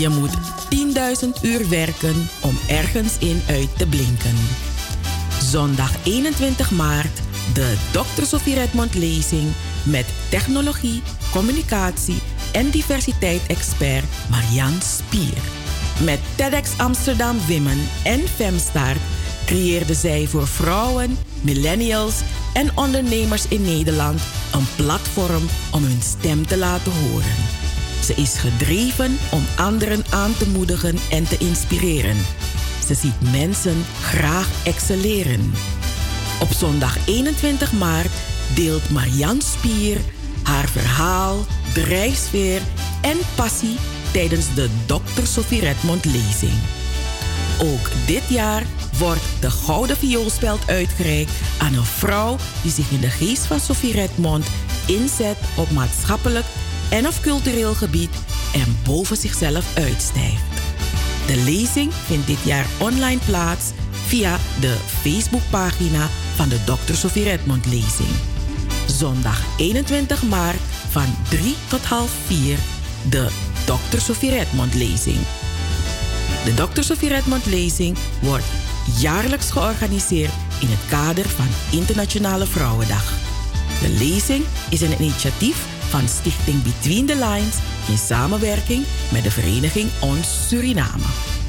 Je moet 10.000 uur werken om ergens in uit te blinken. Zondag 21 maart de Dr. Sophie Redmond lezing met technologie, communicatie en diversiteit-expert Marianne Spier. Met TEDx Amsterdam Women en Femstart creëerde zij voor vrouwen, millennials en ondernemers in Nederland een platform om hun stem te laten horen. Ze is gedreven om anderen aan te moedigen en te inspireren. Ze ziet mensen graag excelleren. Op zondag 21 maart deelt Marianne Spier haar verhaal, drijfsfeer en passie tijdens de Dr. Sophie Redmond lezing. Ook dit jaar wordt de Gouden Vioolspeld uitgereikt aan een vrouw die zich in de geest van Sophie Redmond inzet op maatschappelijk en of cultureel gebied en boven zichzelf uitstijgt. De lezing vindt dit jaar online plaats via de Facebookpagina van de Dr. Sophie Redmond lezing. Zondag 21 maart van 3 tot half 4 de Dr. Sophie Redmond lezing. De Dr. Sophie Redmond lezing wordt jaarlijks georganiseerd in het kader van Internationale Vrouwendag. De lezing is een initiatief van Stichting Between the Lines in samenwerking met de vereniging Ons Suriname.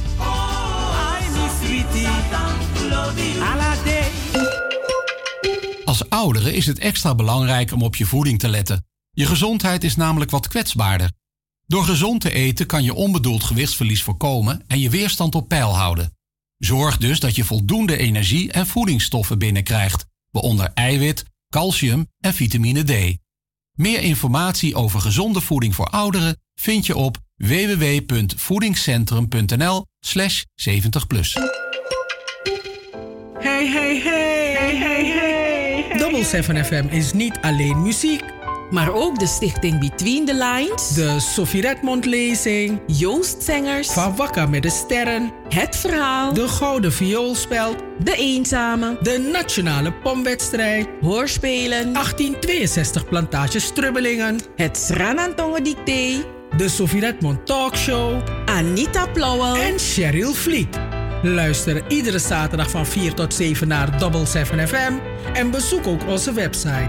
Als oudere is het extra belangrijk om op je voeding te letten. Je gezondheid is namelijk wat kwetsbaarder. Door gezond te eten kan je onbedoeld gewichtsverlies voorkomen en je weerstand op peil houden. Zorg dus dat je voldoende energie en voedingsstoffen binnenkrijgt, waaronder eiwit, calcium en vitamine D. Meer informatie over gezonde voeding voor ouderen vind je op www.voedingscentrum.nl/70+. Hey, hey, hey, hey, hey, hey. Double 7 FM is niet alleen muziek, maar ook de stichting Between the Lines, de Sophie Redmond lezing, Joost Zengers, Van Wakker met de Sterren, Het Verhaal, de Gouden Vioolspeld, De Eenzame, de Nationale Pomwedstrijd, Hoorspelen, 1862 Plantage Strubbelingen, het Sranantongen Dicté, de Sophie Redmond Talkshow, Anita Plauwel en Cheryl Vliet. Luister iedere zaterdag van 4 tot 7 naar Double 7 FM en bezoek ook onze website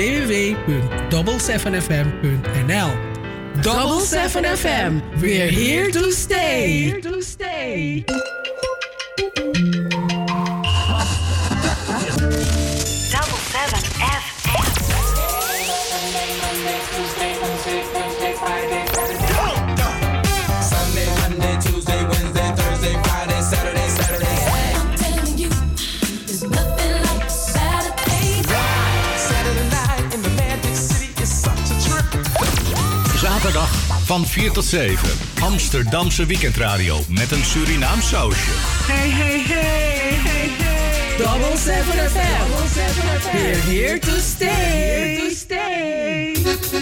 www.double7fm.nl. Double 7 FM, we're here to stay. Here to stay. Double 7 FM. Sunday, Monday, Tuesday, Wednesday, Thursday, Friday, Saturday. I'm telling you, there's nothing like Saturday. Saturday night in the Magic City is such a trip. Zaterdag van 4 tot 7. Amsterdamse weekendradio met een Surinaams sausje. Hey, hey, hey, hey, hey. Double 7 FM, We're here to stay. here to stay.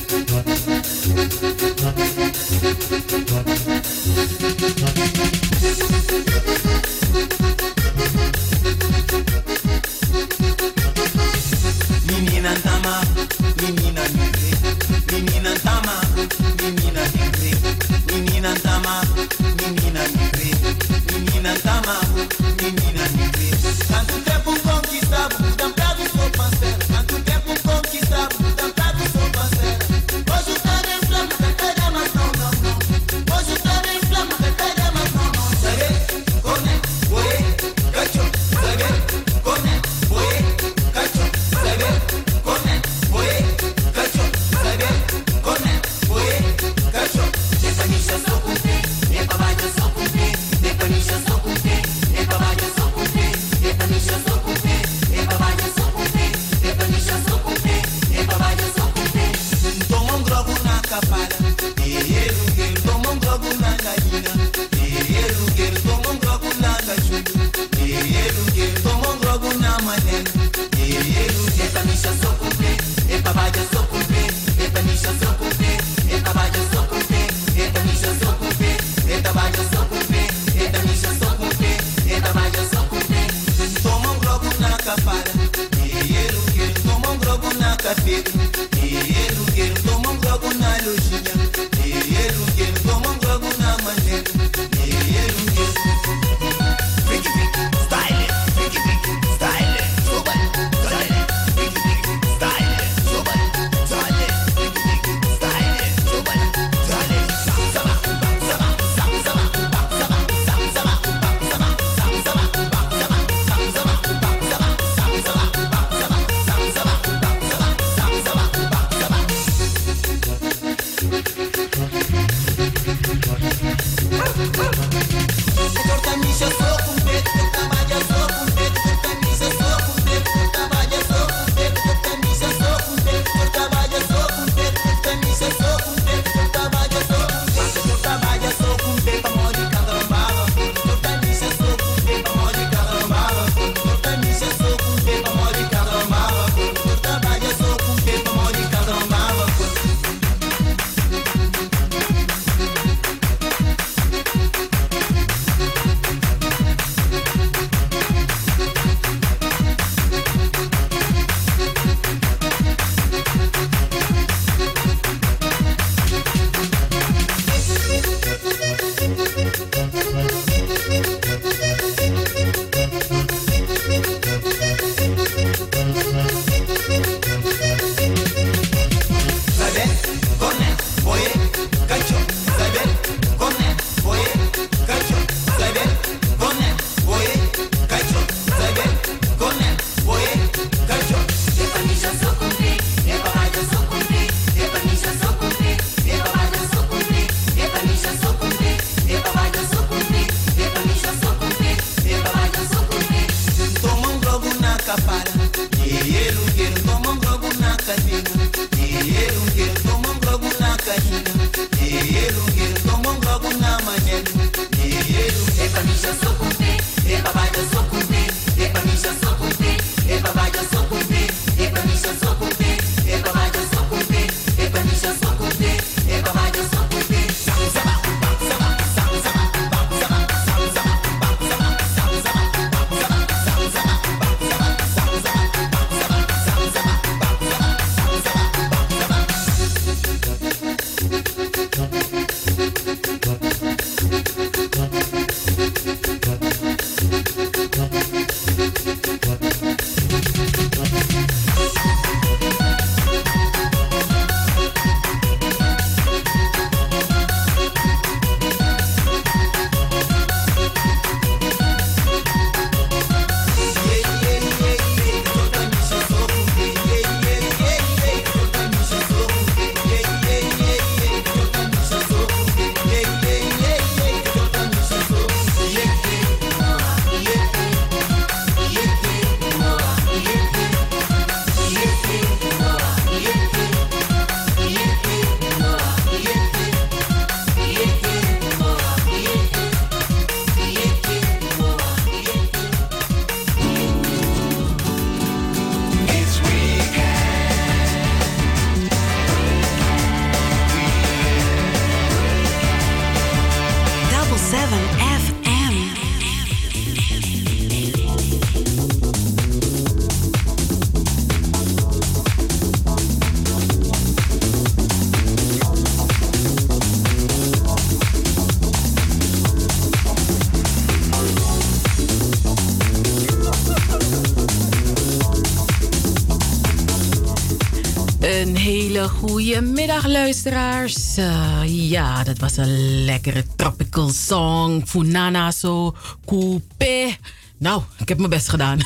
Menina Tama, menina Nigre. Menina Tama, menina Nigre. Menina Tama, menina Nigre. Menina Tama, menina Nigre. Tanto tempo conquistado, tão bravo sou parceiro. Tanto tempo conquistado, tão bravo sou parceiro. Hoje tá em flama, pede mas não. Hoje tá em flama, pede mas não. Sabe, corne, boé, cacho. Sabe, corne, boé, cacho. Sabe, corne, boé, cacho. Sabe, corne, boé, cacho. Depanisha sou com pé, depabaja sou com pé, depanisha sou com pé, depabaja sou com pé, depanisha sou com pé, depabaja sou com pé, depanisha sou com pé, depabaja sou com pé. Toma drogo na capara, erugueiro, toma drogo na galinha, erugueiro, toma drogo na cachorro, erugueiro, toma drogo na maneira, erugueiro, depanisha sou com pé, depabaja sou com pé, depanisha sou com pé, depabaja sou com pé, depanisha sou com pé, depabaja sou com pé, depanisha sou com pé, depabaja sou com pé. Toma drogo na capara, erugueiro, toma drogo na cafeira, erugueiro, toma drogo na lojinha, erugueiro, toma drogo na maneira. Een hele goede middag, luisteraars. Ja, dat was een lekkere tropical song. Funana so coupe. Nou, ik heb mijn best gedaan.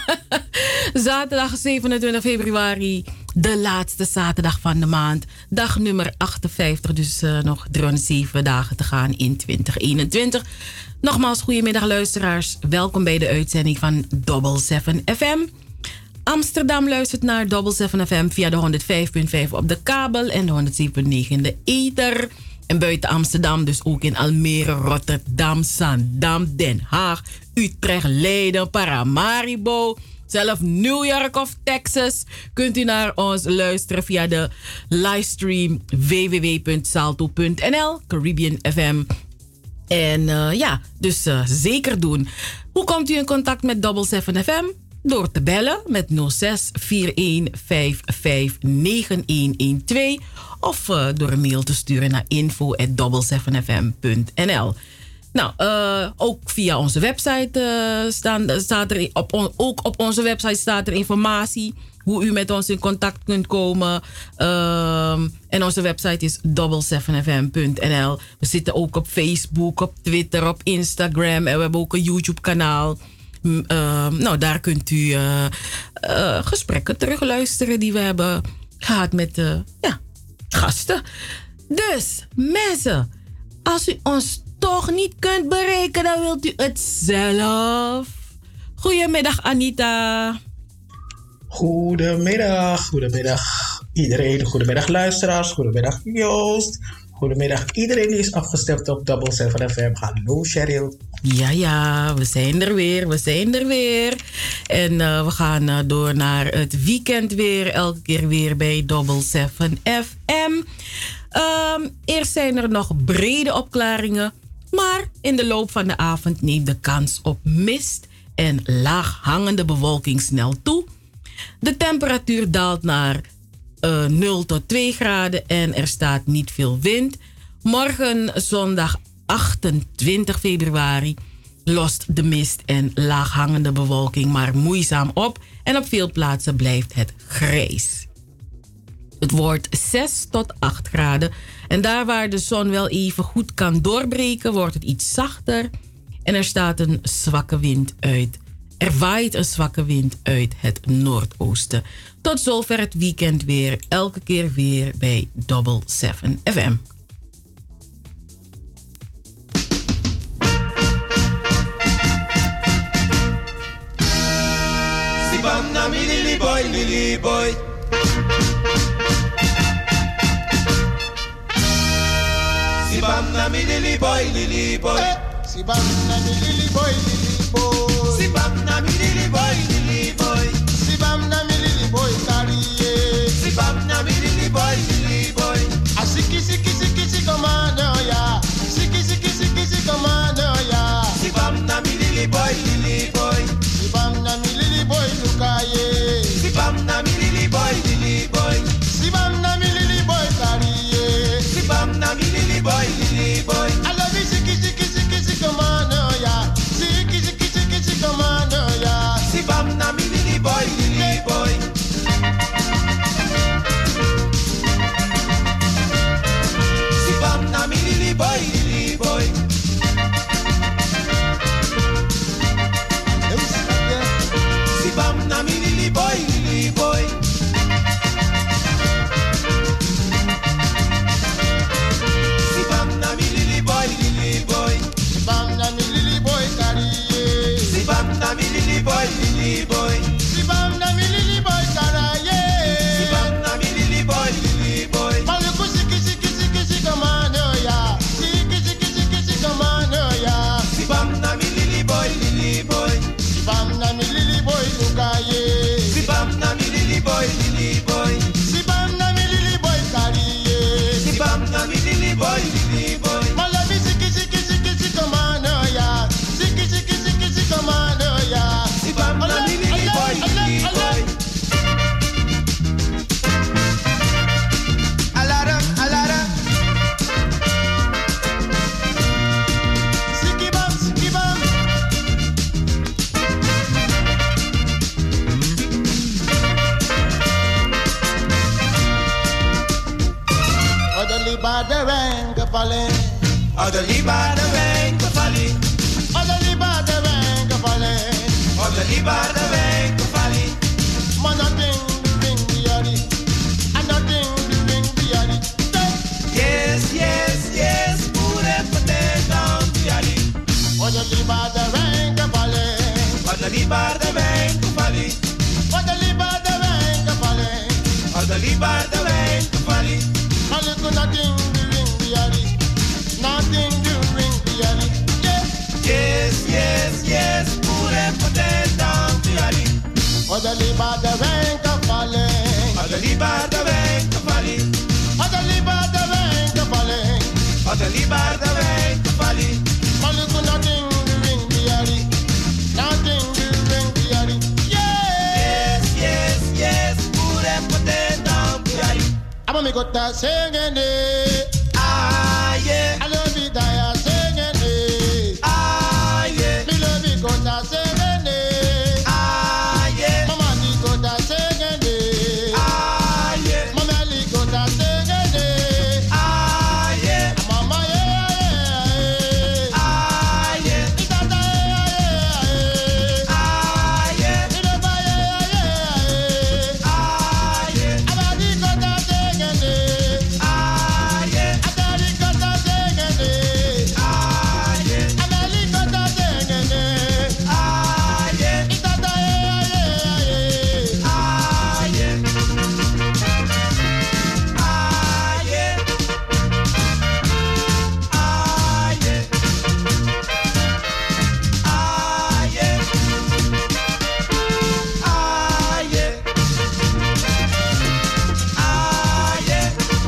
Zaterdag 27 februari, de laatste zaterdag van de maand. Dag nummer 58, dus nog 307 dagen te gaan in 2021. Nogmaals, goedemiddag luisteraars. Welkom bij de uitzending van Double 7 FM. Amsterdam luistert naar Double 7 FM via de 105.5 op de kabel en de 107.9 in de ether. En buiten Amsterdam dus ook in Almere, Rotterdam, Zandam, Den Haag, Utrecht, Leiden, Paramaribo, zelf New York of Texas. Kunt u naar ons luisteren via de livestream www.salto.nl, Caribbean FM. En ja, dus zeker doen. Hoe komt u in contact met Double 7 FM? Door te bellen met 06 41 55 9112 of door een mail te sturen naar info@double7fm.nl. Nou, ook via onze website staat er ook op onze website staat er informatie hoe u met ons in contact kunt komen. En onze website is double7fm.nl. We zitten ook op Facebook, op Twitter, op Instagram en we hebben ook een YouTube kanaal. Nou, daar kunt u gesprekken terugluisteren die we hebben gehad met gasten. Dus, mensen, als u ons toch niet kunt bereiken, dan wilt u het zelf. Goedemiddag, Anita. Goedemiddag iedereen. Goedemiddag, luisteraars. Goedemiddag, Joost. Goedemiddag iedereen die is afgestemd op Double 7 FM. Hallo, Cheryl. Ja, we zijn er weer. En we gaan door naar het weekend weer. Elke keer weer bij Double 7 FM. Eerst zijn er nog brede opklaringen. Maar in de loop van de avond neemt de kans op mist en laaghangende bewolking snel toe. De temperatuur daalt naar 0 tot 2 graden en er staat niet veel wind. Morgen zondag 28 februari lost de mist en laaghangende bewolking maar moeizaam op. En op veel plaatsen blijft het grijs. Het wordt 6 tot 8 graden. En daar waar de zon wel even goed kan doorbreken, wordt het iets zachter. En er staat een zwakke wind uit. Er waait een zwakke wind uit het noordoosten. Tot zover het weekend weer. Elke keer weer bij Double 7 FM. Sibam na mi lily boy, lily boy. Sibam na mi lily boy, lily boy. Sibam na mi lily boy, lily boy. Sibam na mi lily boy, lily boy. Sibam na mi lily boy, carry it. Sibam na mi lily boy, lily boy. A siki siki siki siki come on, oh yeah. Siki siki siki siki come on, oh yeah. Sibam na mi lily boy, lily boy. Sibam na mi lily boy, look at ye. Sibam na mi lily boy, lily boy. Sibam na mi lily boy, carry it. Sibam na mi lily boy, lily boy. I love you, siki siki siki siki come on, oh yeah. Siki siki siki siki come on, oh yeah. Sibam na liba de wenke vallen. Oda liba de wenke vallen. Oda liba de wenke vallen. Oda liba de wenke vallen. Maar nothing bring the yari. And nothing bring the yari. Yes, yes, yes. Pure potato down the yari. Oda liba de wenke vallen. Oda liba de wenke vallen. Oda liba de wenke vallen. Oda liba de wenke vallen. And look nothing bring the yari. Nothing bring the yari. Yes, yes, yes. Pure potato down the yari. Oda liba de wenke vallen. Oda liba de wenke vallen. Oda liba de wenke vallen. Oda liba de wenke vallen. And look nothing bring the yari. Nothing bring the yari. Yes, yes, yes. Pure potato down the yari. I'm a go ta singing it. Ah, yeah. I love it, I singing it. Ah, yeah. Me love it, go ta singing it. Ah, yeah. Mama, me go ta singing it. Ah, yeah. Mama, me go ta singing it. Ah, yeah. Mama, yeah, yeah, yeah. Ah, yeah. Itata, yeah, yeah, yeah. Ah, yeah. Ileba, yeah, yeah, yeah. Ah, yeah. Abadi go ta singing it. Ah, yeah. Atari go ta singing it. Ah, yeah. Ameli go ta singing it. Ah, yeah. Itata, yeah, yeah, yeah. Ah, yeah. Ah, yeah. Ah, yeah. Ah, yeah. Ah, yeah. Ah, yeah.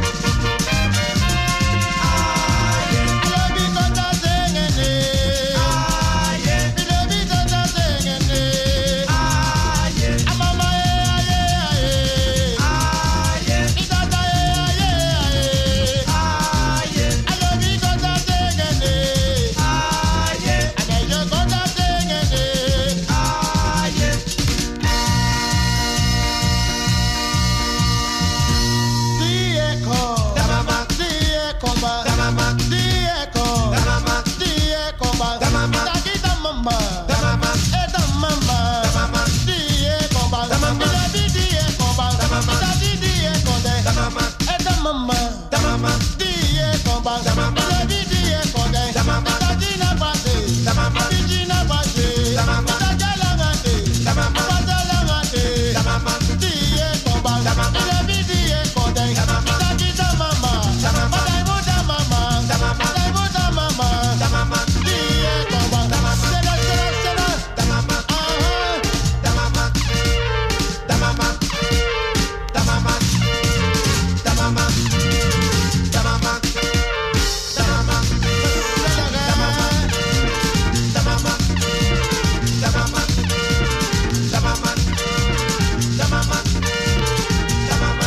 I love it, go ta singing it. Ah, yeah. Me love it, go ta singing it. Ah, yeah. Mama, yeah, yeah, yeah. Ah, yeah. Itata, yeah, yeah, yeah. Ah, yeah. I love it, go ta singing it. Ah, yeah. And I just go ta singing it. Ah, yeah. Dieko, Da mama, Dieko, ba, da mama, Dieko, da mama, Dieko, ba, Da mama, Taki da mama, da mama, da mama, da mama, Dieko, ba, Da mama, Ida di Dieko, ba, Da mama, Ida di Dieko, de, da mama, da mama, da mama, Dieko, ba, Da mama, Ida di Dieko, de, Da mama, Ida di na base, Da mama, Ida di na base, Da mama, Ida jalanga de, Da mama, Ida jalanga de, da mama, Dieko, ba, Da mama, Ida di Dieko, de, Da mama, Ida di da mama, Da mama, Adaibo da mama, Da mama, Adaibo da mama, da mama, Dieko, ba, Da mama, Sera, sera, sera, da mama, aha. da mama, da mama, da mama, da mama, da mama, da mama, da mama, da mama, da mama, da mama, da mama, da mama,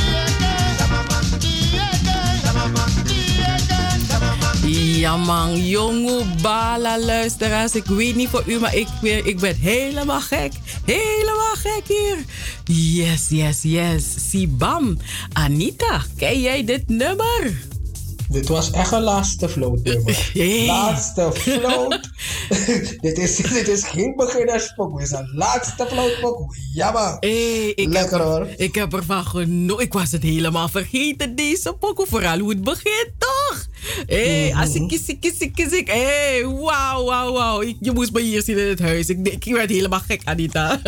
Ja man, jonge bala luisteraars. Ik weet niet voor u, maar ik ben helemaal gek. Helemaal gek hier. Yes, yes, yes. Sibam. Anita, ken jij dit nummer? Dit was echt een laatste float nummer. Hey. Laatste float. dit is geen beginnerspokoe. Dit is een laatste float pokoe. Ja man. Hey, Lekker hoor. Ik heb ervan genoten. Ik was het helemaal vergeten, deze pokoe. Vooral hoe het begint, toch? Hé, als ik. Hé, wauw. Je moest me hier zien in het huis. Ik werd helemaal gek, Anita.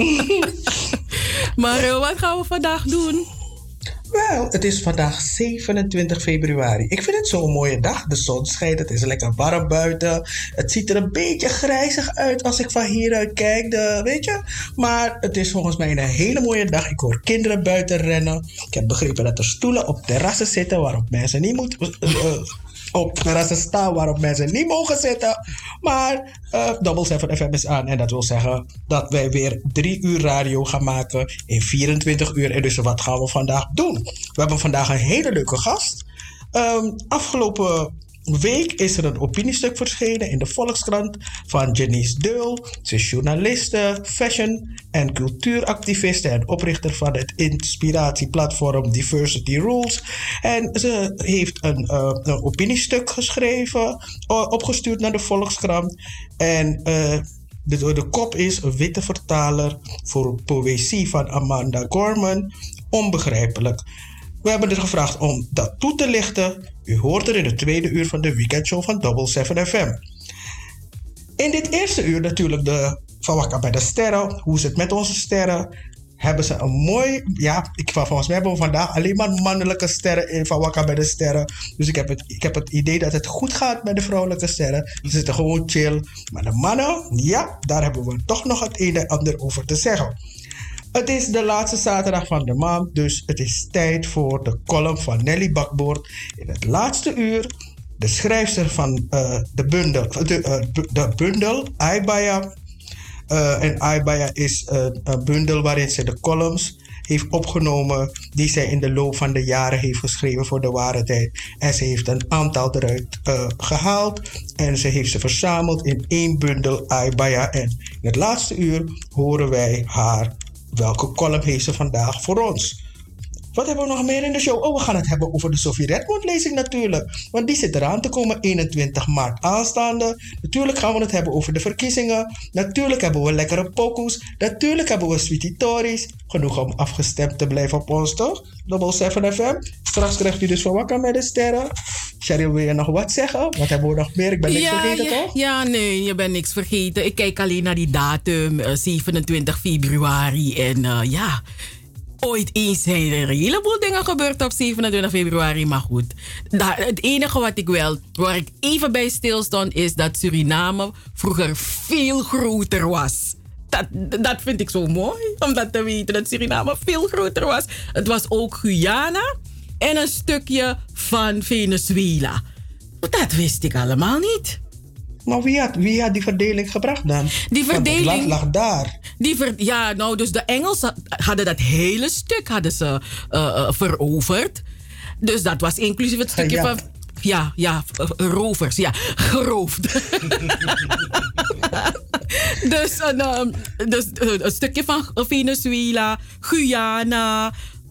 Maar wat gaan we vandaag doen? Wel, het is vandaag 27 februari. Ik vind het zo'n mooie dag. De zon schijnt, het is lekker warm buiten. Het ziet er een beetje grijzig uit als ik van hieruit kijk, weet je. Maar het is volgens mij een hele mooie dag. Ik hoor kinderen buiten rennen. Ik heb begrepen dat er stoelen op terrassen zitten waarop mensen niet moeten... op terrassen staan waarop mensen niet mogen zitten. Maar Double 7 FM is aan. En dat wil zeggen dat wij weer 3 uur radio gaan maken in 24 uur. En dus wat gaan we vandaag doen? We hebben vandaag een hele leuke gast. Afgelopen week is er een opiniestuk verschenen in de Volkskrant van Janice Deul. Ze is journaliste, fashion- en cultuuractiviste en oprichter van het inspiratieplatform Diversity Rules. En ze heeft een opiniestuk geschreven, opgestuurd naar de Volkskrant. En de kop is een witte vertaler voor poëzie van Amanda Gorman. Onbegrijpelijk. We hebben er gevraagd om dat toe te lichten. U hoort er in het tweede uur van de weekendshow van Double 7 FM. In dit eerste uur natuurlijk de Van Wakker bij de Sterren. Hoe is het met onze sterren? Hebben ze een mooi... Ja, volgens mij hebben we vandaag alleen maar mannelijke sterren in Van Wakker bij de Sterren. Dus ik heb het idee dat het goed gaat met de vrouwelijke sterren. Ze zitten gewoon chill. Maar de mannen, ja, daar hebben we toch nog het een en ander over te zeggen. Het is de laatste zaterdag van de maand, dus het is tijd voor de column van Nelly Bakboord. In het laatste uur, de schrijfster van de bundel Aibaya. En Aibaya is een bundel waarin ze de columns heeft opgenomen die zij in de loop van de jaren heeft geschreven voor de ware tijd. En ze heeft een aantal eruit gehaald en ze heeft ze verzameld in één bundel Aibaya. En in het laatste uur horen wij haar. Welke column heeft ze vandaag voor ons? Wat hebben we nog meer in de show? Oh, we gaan het hebben over de Sophie Redmond lezing natuurlijk. Want die zit eraan te komen 21 maart aanstaande. Natuurlijk gaan we het hebben over de verkiezingen. Natuurlijk hebben we lekkere pokoes. Natuurlijk hebben we sweetie tories. Genoeg om afgestemd te blijven op ons, toch? Double 7 FM. Straks krijgt u dus Van Wakker met de Sterren. Cheryl, wil je nog wat zeggen? Wat hebben we nog meer? Ik ben niks vergeten, toch? Ja, nee, je bent niks vergeten. Ik kijk alleen naar die datum, 27 februari. En ooit eens zijn er een heleboel dingen gebeurd op 27 februari. Maar goed, het enige waar ik even bij stilstond, is dat Suriname vroeger veel groter was. Dat vind ik zo mooi, om dat te weten, dat Suriname veel groter was. Het was ook Guyana en een stukje van Venezuela. Dat wist ik allemaal niet. Maar wie had die verdeling gebracht dan? Die verdeling... Want het land lag daar. Dus de Engelsen hadden dat hele stuk veroverd. Dus dat was inclusief het stukje van... rovers, geroofd. Dus een stukje van Venezuela, Guyana,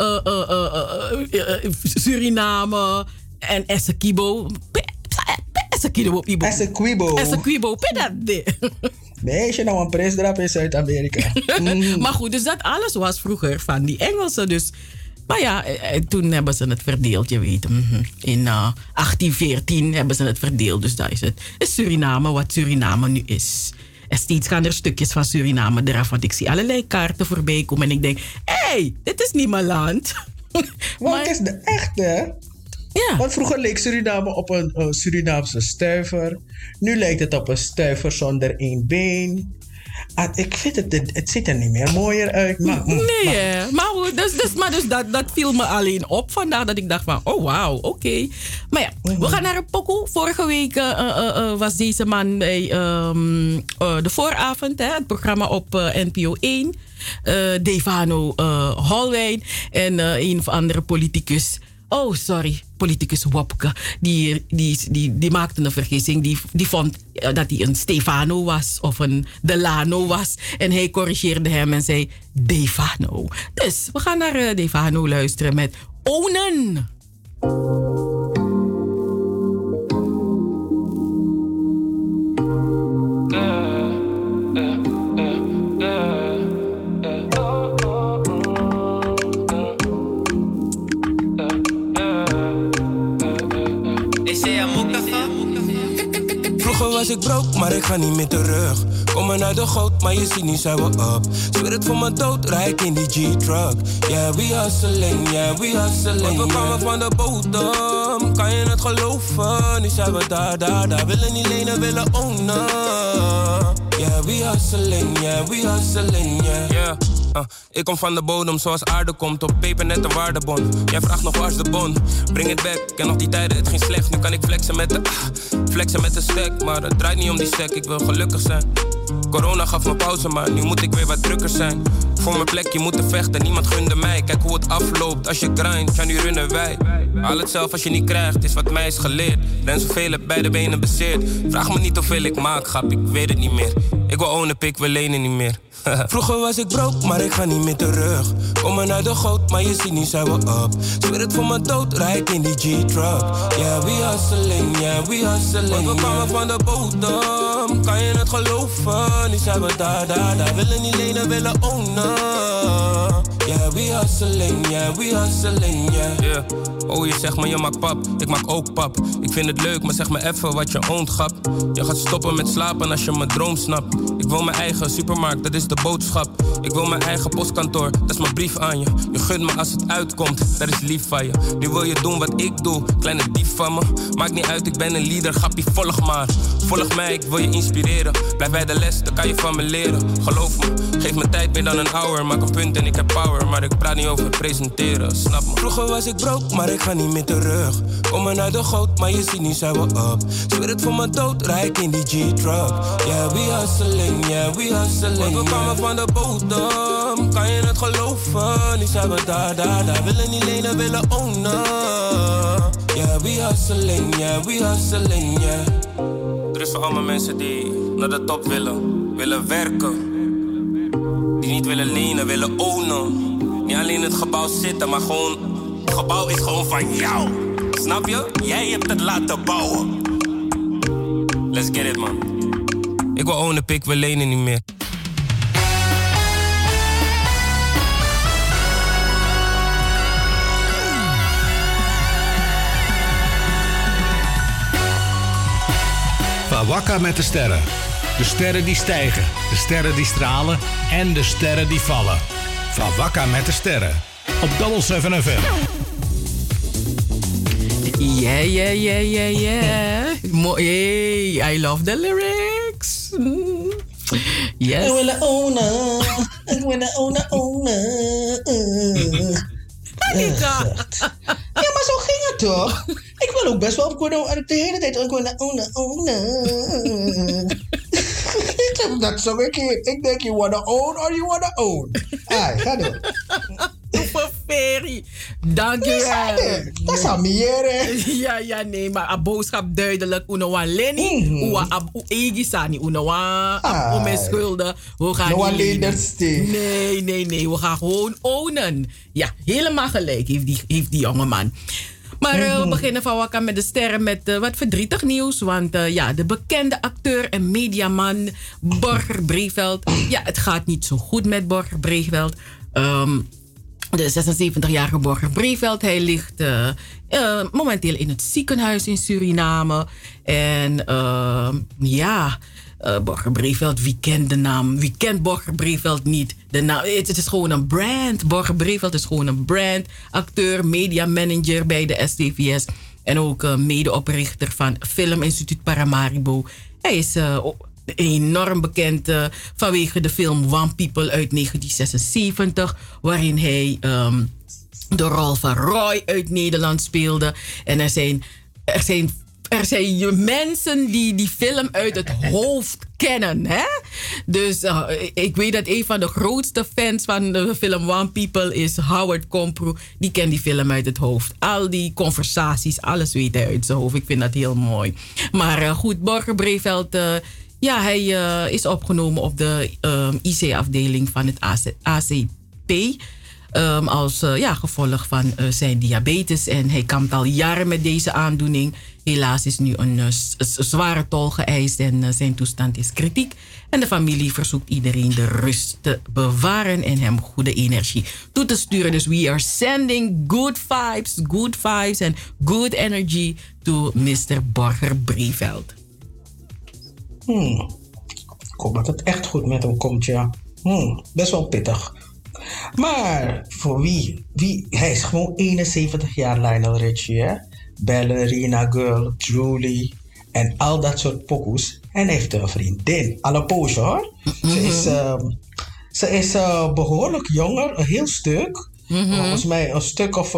Suriname en Essequibo. Essequibo, Nee, is je nou een presdrap in Zuid-Amerika? Maar goed, dus dat alles was vroeger van die Engelsen. Dus, maar ja, toen hebben ze het verdeeld, je weet. In 1814 hebben ze het verdeeld. Dus dat is het. Is Suriname wat Suriname nu is. En steeds gaan er stukjes van Suriname eraf. Want ik zie allerlei kaarten voorbij komen. En ik denk, hé, dit is niet mijn land. Wat is de echte? Ja. Want vroeger leek Suriname op een Surinaamse stuiver. Nu lijkt het op een stuiver zonder één been. Ik vind het ziet er niet meer mooier uit. Maar goed, dus dat viel me alleen op vandaag. Dat ik dacht van, oh wauw, oké. Maar ja, we gaan naar een pokoe. Vorige week was deze man bij de vooravond. Het programma op NPO 1. Devano Holwijn. En een of andere politicus... Oh, sorry, politicus Wopke. Die maakte een vergissing. Die vond dat hij een Stefano was of een Delano was. En hij corrigeerde hem en zei Devano. Dus we gaan naar Devano luisteren met Onen. Was ik broke, maar ik ga niet meer terug. Kom maar naar de goot, maar je ziet nu zijn we up. Zweer het voor mijn dood, rijd in die G-truck. Yeah, we hustling, yeah, we hustling. Want we kwamen van de bodem, kan je het geloven? Nu zijn we daar. Willen niet lenen, willen ownen. Yeah, we hustling, yeah, we hustling, yeah. Ik kom van de bodem zoals aarde komt. Op peper net een waardebon. Jij vraagt nog waar is de bon? Bring it back. Ken nog die tijden, het ging slecht. Nu kan ik flexen met de stack. Maar het draait niet om die stack, ik wil gelukkig zijn. Corona gaf me pauze, maar nu moet ik weer wat drukker zijn. Voor mijn plekje moeten vechten, niemand gunde mij. Kijk hoe het afloopt, als je grind, ja nu runnen wij. Haal het zelf als je niet krijgt, is wat mij is geleerd. Ben zoveel, heb beide benen bezeerd. Vraag me niet hoeveel ik maak, grap, ik weet het niet meer. Ik wil ownen, pik, we lenen niet meer. Vroeger was ik broke, maar ik ga niet meer terug. Komen uit de goot, maar je ziet nu zijn we up. Zweer het voor mijn dood, rijd in die G-truck. Yeah, we hustling, yeah, we hustling. Want we kwamen van de bodem, kan je het geloven? Nu zijn we daar. Willen niet lenen, willen ownen. Yeah, we hustling, yeah, we hustling, yeah. Oh, je zegt maar je maakt pap, ik maak ook pap. Ik vind het leuk, maar zeg me even wat je oont, grap. Je gaat stoppen met slapen als je mijn droom snapt. Ik wil mijn eigen supermarkt, dat is de boodschap. Ik wil mijn eigen postkantoor, dat is mijn brief aan je. Je gunt me als het uitkomt, dat is lief van je. Nu wil je doen wat ik doe, kleine dief van me. Maakt niet uit, ik ben een leader, grappie, volg maar. Volg mij, ik wil je inspireren. Blijf bij de les, dan kan je van me leren. Geloof me, geef me tijd meer dan een hour. Maak een punt en ik heb power, maar ik praat niet over presenteren, snap me. Vroeger was ik broke, maar ik ga niet meer terug. Komen uit de goot, maar je ziet nu zijn we up. Zweer het voor mijn dood, rijd in die G-truck. Yeah, we hustling, yeah, we hustling. Want we kwamen van de bodem, kan je het geloven? Nu zijn we daar. Willen niet lenen, willen ownen. Yeah, we hustling, yeah, we hustling, yeah. Er is voor allemaal mensen die naar de top willen werken. Die niet willen lenen, willen ownen. Niet alleen in het gebouw zitten, maar gewoon... Het gebouw is gewoon van jou. Snap je? Jij hebt het laten bouwen. Let's get it, man. Ik wil ownen, pik, we lenen niet meer. Van Wakka met de sterren. De sterren die stijgen, de sterren die stralen en de sterren die vallen. Van Wakka met de sterren. Op Double 7 FM. Yeah. Hey, I love the lyrics. Yes. I wanna own. Anika. Ja, maar zo ging het toch? Ik wil ook best wel de hele tijd ik wanna own. Ik heb dat zo een keer. Ik denk, you wanna own or you wanna own? Ga door. Ferry. Dankjewel. Dat is amiere. Ja, nee, maar een boodschap duidelijk. Uno wa leni, uwa abu egisani, uno wa abu schulden. We gaan niet lenen. Nee, we gaan gewoon ownen. Ja, helemaal gelijk heeft die jongeman. Maar we beginnen van Wakka met de sterren met wat verdrietig nieuws. Want de bekende acteur en mediaman Borger Breveld. Ja, het gaat niet zo goed met Borger Breveld. De 76-jarige Borger Breveld, hij ligt momenteel in het ziekenhuis in Suriname. En Borger Breveld, wie kent de naam? Wie kent Borger Breveld niet? De naam, het is gewoon een brand. Borger Breveld is gewoon een brand. Acteur, mediamanager bij de STVS. En ook medeoprichter van Filminstituut Paramaribo. Hij is... enorm bekend vanwege de film One People uit 1976, waarin hij de rol van Roy uit Nederland speelde. En er zijn mensen die die film uit het hoofd kennen. Hè? Dus ik weet dat een van de grootste fans van de film One People is Howard Kompro. Die kent die film uit het hoofd. Al die conversaties, alles weet hij uit zijn hoofd. Ik vind dat heel mooi. Maar goed, Borger Breveld... hij is opgenomen op de IC-afdeling van het ACP. Als gevolg van zijn diabetes. En hij kampt al jaren met deze aandoening. Helaas is nu een zware tol geëist en zijn toestand is kritiek. En de familie verzoekt iedereen de rust te bewaren en hem goede energie toe te sturen. Dus we are sending good vibes and good energy to Mr. Borger Breveld. Ik hoop dat het echt goed met hem komt, ja. Best wel pittig. Maar voor wie? Hij is gewoon 71 jaar, Lionel Richie, hè? Ballerina Girl, Truly en al dat soort pokoes. En hij heeft een vriendin. Al een poosje, hoor. Ze is behoorlijk jonger, een heel stuk. Volgens mij een stuk of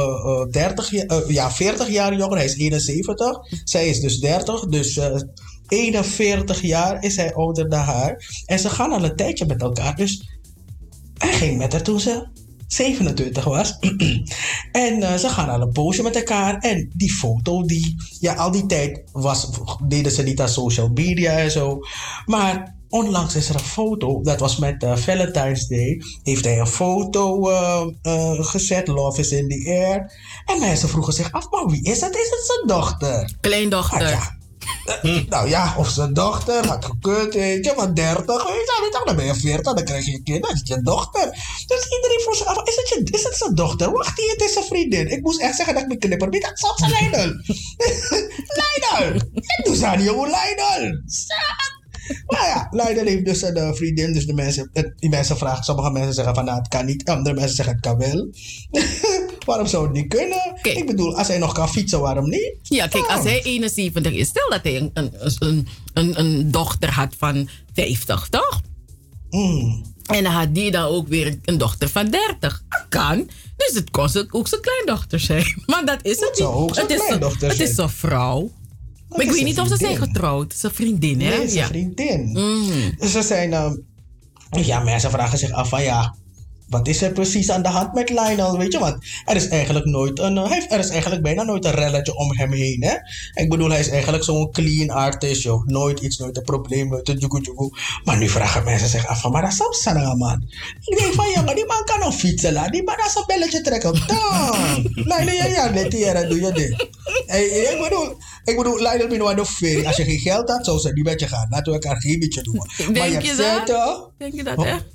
40 jaar jonger. Hij is 71. Zij is dus 30. Dus 41 jaar is hij ouder dan haar. En ze gaan al een tijdje met elkaar. Dus hij ging met haar toen ze 27 was. En ze gaan al een poosje met elkaar. En die foto, al die tijd deden ze niet aan social media en zo. Maar onlangs is er een foto, dat was met Valentine's Day. Heeft hij een foto gezet, Love is in the air. En mensen vroegen zich af, maar wie is het? Is het zijn dochter? Kleindochter. Nou ja, of zijn dochter had gekund, weet je, van 30, weet je, dan ben je 40, dan krijg je een kind, dat is je dochter. Dus iedereen vroeg zich af, is het zijn dochter? Wacht hier, het is zijn vriendin. Ik moest echt zeggen dat ik me knipper, niet dat zelfs Leidel. Leidel! Ik doe ze aan jongen Leidel. Maar ja, Leidel heeft dus een vriendin, dus die mensen vragen, sommige mensen zeggen van nou, het kan niet, andere mensen zeggen het kan wel. Waarom zou het niet kunnen? Kijk. Ik bedoel, als hij nog kan fietsen, waarom niet? Ja, kijk, als hij 71 is, stel dat hij een dochter had van 50, toch? En dan had die dan ook weer een dochter van 30. Dat kan. Dus het kon ook zijn kleindochter zijn. Maar dat is het niet. Het is een vrouw. Maar ik weet niet of ze zijn getrouwd. Het is een vriendin, hè? Nee, zijn vriendin. Ze zijn... mensen vragen zich af van ja... Wat is er precies aan de hand met Lionel, weet je? Want er is eigenlijk er is eigenlijk bijna nooit een relletje om hem heen, hè? Ik bedoel, hij is eigenlijk zo'n clean artist, joh. Nooit een probleem, nooit een jugu. Maar nu vragen mensen zich af van, maar dat is zo'n sanne man. Ik denk van, jongen, die man kan nog fietsen, la. Die man als een belletje trekken. Lionel, net hier, doe je dit. Ik bedoel, Lionel Binois de ferie. Als je geen geld had, zou ze niet met je gaan. Laten we elkaar geen beetje doen. Denk je dat? Denk je dat, echt?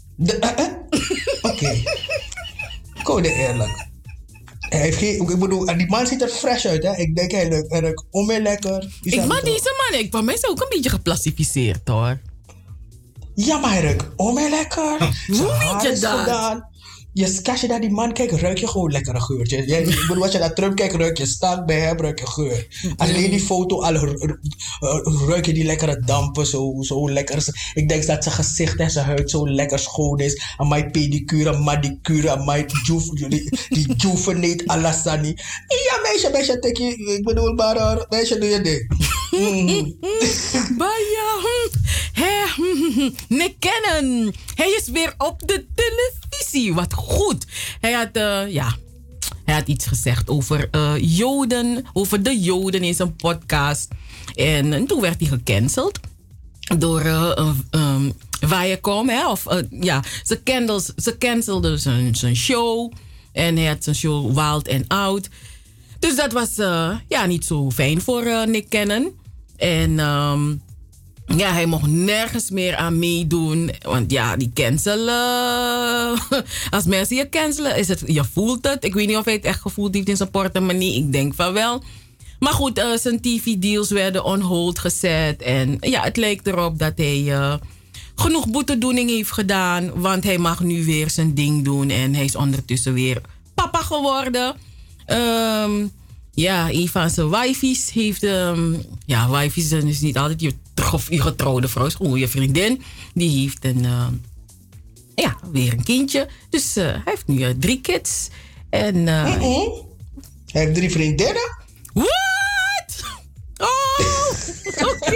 Oké. Code eerlijk. Ik bedoel, die man ziet er fresh uit, hè? Ik denk hij ruikt onmeelekker. Deze man, van mij is ook een beetje geplastificeerd, hoor. Ja, maar hij ruikt onmeelekker. Hoe weet je dat? Gedaan. Als je naar die man kijkt, ruik je gewoon lekkere geurtje. Ik bedoel, als je naar Trump kijkt, ruik je stank, bij hem ruik je geur. Alleen die foto, ruik je die lekkere dampen, zo lekker. Ik denk dat zijn gezicht en zijn huid zo lekker schoon is. En mijn pedicure, manicure, en mijn die juvenate Alassani. Ja, meisje, ik bedoel, maar meisje, doe je dit. Nick Cannon. Hij is weer op de televisie. Wat goed. Hij had iets gezegd over Joden. Over de Joden in zijn podcast. En toen werd hij gecanceld. Door Viacom. Ze cancelden zijn show. En hij had zijn show Wild and Out. Dus dat was niet zo fijn voor Nick Cannon. En hij mocht nergens meer aan meedoen. Want ja, die cancelen. Als mensen je cancelen, je voelt het. Ik weet niet of hij het echt gevoeld heeft in zijn portemonnee. Ik denk van wel. Maar goed, zijn TV-deals werden on hold gezet. En ja, het lijkt erop dat hij genoeg boetedoening heeft gedaan. Want hij mag nu weer zijn ding doen. En hij is ondertussen weer papa geworden. Een van zijn wijfies heeft... wijfies is niet altijd je getrouwde vrouw. Is gewoon je vriendin. Die heeft weer een kindje. Dus hij heeft nu 3 kids. En... Hij heeft 3 vriendinnen? What? Oh, oké.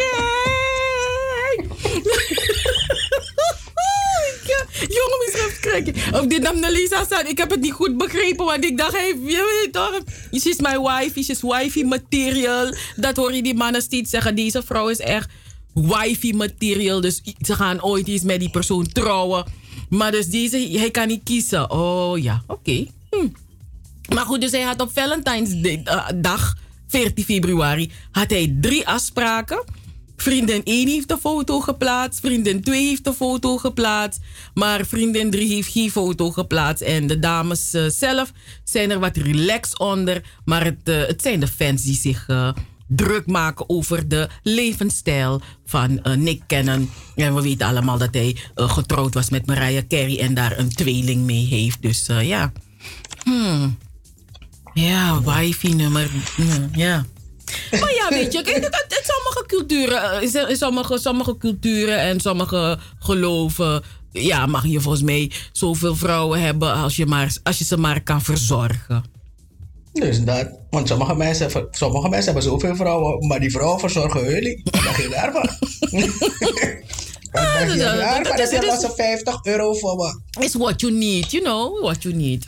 Jongen, misschien krijg of dit nam Lisa staat. Ik heb het niet goed begrepen, want ik dacht, je weet toch, she's my wife, she's wifey material. Dat hoor je die mannen steeds zeggen. Deze vrouw is echt wifey material. Dus ze gaan ooit eens met die persoon trouwen. Maar dus hij kan niet kiezen. Oh ja, oké. Maar goed, dus hij had op Valentine's dag, 14 februari, had hij 3 afspraken. Vriendin 1 heeft de foto geplaatst. Vriendin 2 heeft de foto geplaatst. Maar vriendin 3 heeft geen foto geplaatst. En de dames zelf zijn er wat relaxed onder. Maar het zijn de fans die zich druk maken over de levensstijl van Nick Cannon. En we weten allemaal dat hij getrouwd was met Mariah Carey. En daar een tweeling mee heeft. Dus ja. Ja, wifi nummer. Ja. Maar ja, weet je, kijk, sommige culturen en sommige geloven mag je volgens mij zoveel vrouwen hebben als je ze maar kan verzorgen. Dus dat, want sommige mensen hebben zoveel vrouwen, maar die vrouwen verzorgen jullie. Wat dacht je daarvan? Dat is wel zo'n €50 voor me. It's what you need, you know, what you need.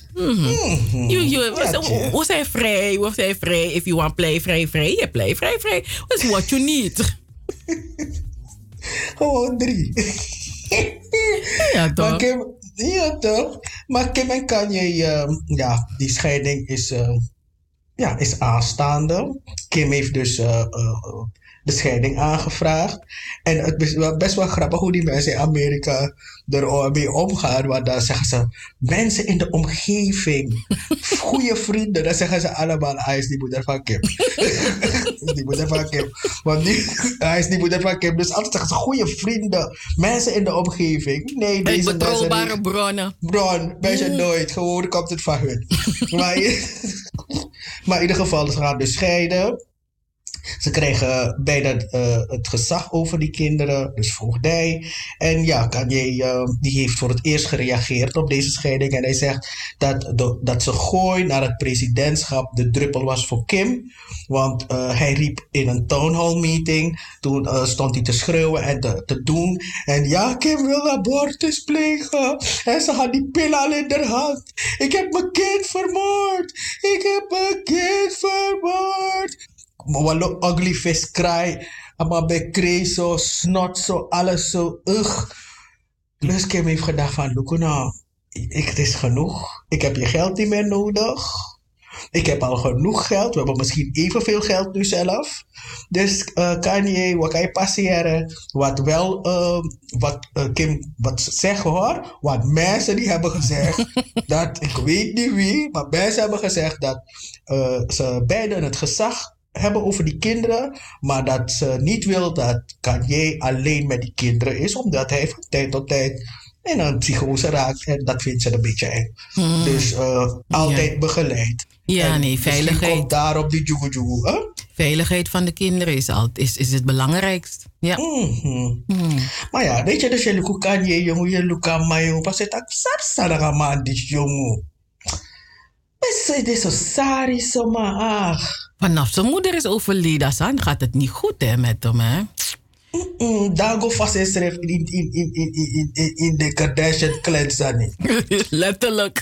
We zijn vrij. If you want play vrij, je play vrij. That's what you need. Gewoon 3. Ja, toch? toch? Maar Kim en Kanye, die scheiding is aanstaande. Kim heeft dus de scheiding aangevraagd. En het is best wel grappig hoe die mensen in Amerika ermee omgaan. Want dan zeggen ze, mensen in de omgeving, goede vrienden, dan zeggen ze allemaal, hij is die moeder van Kim. Die moeder van Kim. Want hij is die moeder van Kim. Dus altijd zeggen ze, goede vrienden, mensen in de omgeving. Nee, deze betrouwbare bronnen. Weet je nooit. Gewoon komt het van hun. Maar in ieder geval, ze gaan dus scheiden. Ze krijgen bijna het gezag over die kinderen, dus voogdij. En ja, Kanye die heeft voor het eerst gereageerd op deze scheiding. En hij zegt dat zijn gooi naar het presidentschap de druppel was voor Kim. Want hij riep in een town hall meeting, toen stond hij te schreeuwen en te doen. En ja, Kim wil abortus plegen. En ze had die pil al in haar hand. Ik heb mijn kind vermoord. Wallo ugly face cry. Maar bij kreeg zo, snot zo, alles zo. Dus Kim heeft gedacht van, Lukuna, het is genoeg. Ik heb je geld niet meer nodig. Ik heb al genoeg geld. We hebben misschien evenveel geld nu zelf. Dus Kanye, wat kan je passeren? Wat ze zeggen hoor. Wat mensen die hebben gezegd. Dat, ik weet niet wie, maar mensen hebben gezegd dat ze beiden het gezag hebben over die kinderen, maar dat ze niet wil dat Kanye alleen met die kinderen is, omdat hij van tijd tot tijd in een psychose raakt en dat vindt ze een beetje eng. Dus altijd begeleid. Ja, en nee, veiligheid. Komt daar op die jugu. Veiligheid van de kinderen is het belangrijkst. Ja. Maar ja, weet je, dus je lukt Kanye, jongen, je lukt aan mij, jongen, pas het ook sarsa jongen. Het is zo sari, zo maar. Vanaf zijn moeder is overleden, dan gaat het niet goed hè, met hem, hè? Dago vast is er in de Kardashian clan, letterlijk.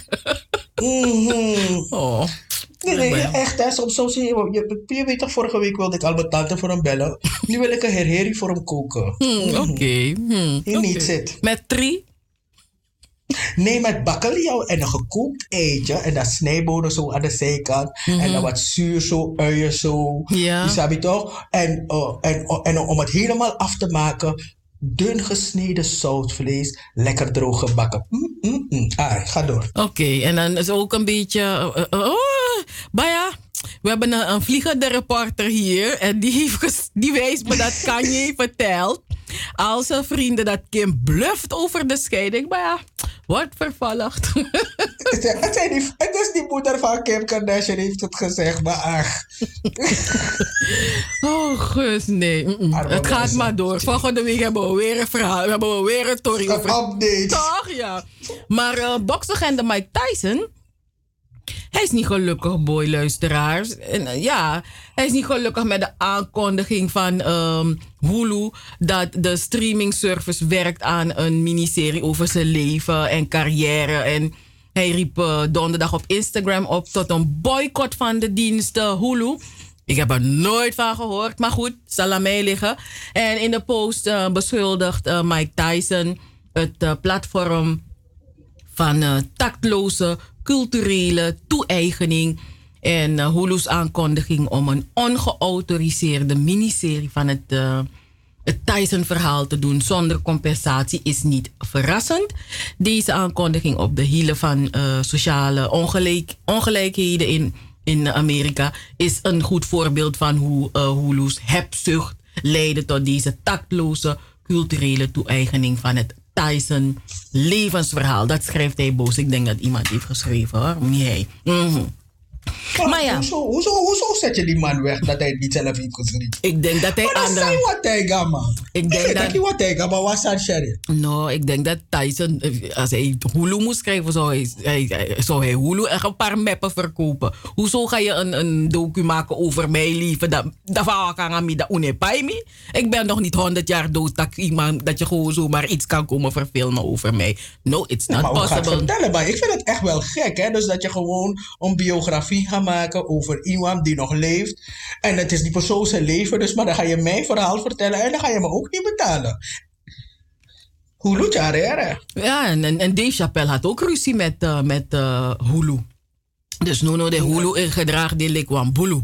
Oh. Nee, echt, hè. Soms zie je weet toch, vorige week wilde ik al mijn tante voor hem bellen. Nu wil ik een herheri voor hem koken. Oké. Niet zit. Met 3? Nee, met bakkeljauw en een gekookt eitje. En dan snijbonen zo aan de zijkant. En dan wat zuur zo, uien zo. Ja. Die snap je toch? En om het helemaal af te maken, dun gesneden zoutvlees, lekker droog gebakken. Ga door. Oké, en dan is ook een beetje... Baya, we hebben een vliegende reporter hier. En die wijst me dat Kanye vertelt. Al zijn vrienden dat Kim bluft over de scheiding. Maar ja, wordt vervalligd. Het is die moeder van Kim Kardashian heeft het gezegd, maar ach. Oh, Gus, nee. Het gaat maar door. Volgende week hebben we weer een verhaal. We hebben weer een story over. Een update. Toch, ja. Maar bokslegende Mike Tyson... Hij is niet gelukkig, boy, luisteraars. En, hij is niet gelukkig met de aankondiging van Hulu... dat de streaming service werkt aan een miniserie over zijn leven en carrière. En hij riep donderdag op Instagram op tot een boycott van de dienst Hulu. Ik heb er nooit van gehoord, maar goed, zal aan mij liggen. En in de post beschuldigt Mike Tyson het platform van tactloze culturele toe-eigening en Hulu's aankondiging om een ongeautoriseerde miniserie van het Tyson-verhaal te doen zonder compensatie is niet verrassend. Deze aankondiging op de hielen van sociale ongelijkheden in Amerika is een goed voorbeeld van hoe Hulu's hebzucht leidde tot deze tactloze culturele toe-eigening van het Tyson levensverhaal. Dat schrijft hij boos. Ik denk dat iemand heeft geschreven hoor. Niet hij. Maar ja. Hoezo zet je die man weg dat hij het niet zelf heeft geschreven? Ik denk dat hij andere... Maar wat hij gaat, man. Ik denk dat hij wat hij gaat, maar wat staat Sherry? No, ik denk dat Tyson, als hij Hulu moest schrijven, zou hij Hulu echt een paar mappen verkopen. Hoezo ga je een docu maken over mij, lieve? Dat kan ik dat unepaimi. Ik ben nog niet 100 jaar dood dat je gewoon zomaar iets kan komen verfilmen over mij. No, it's not possible. Vertellen, maar ik vind het echt wel gek, hè? Dus dat je gewoon een biografie gaat maken over iemand die nog leeft. En het is die persoon zijn leven, dus maar dan ga je mijn verhaal vertellen en dan ga je me ook niet betalen. Hulu, ja. Ja, en Dave Chappelle had ook ruzie met Hulu. Dus nu de Hulu ingedragen, die likwam Bulu.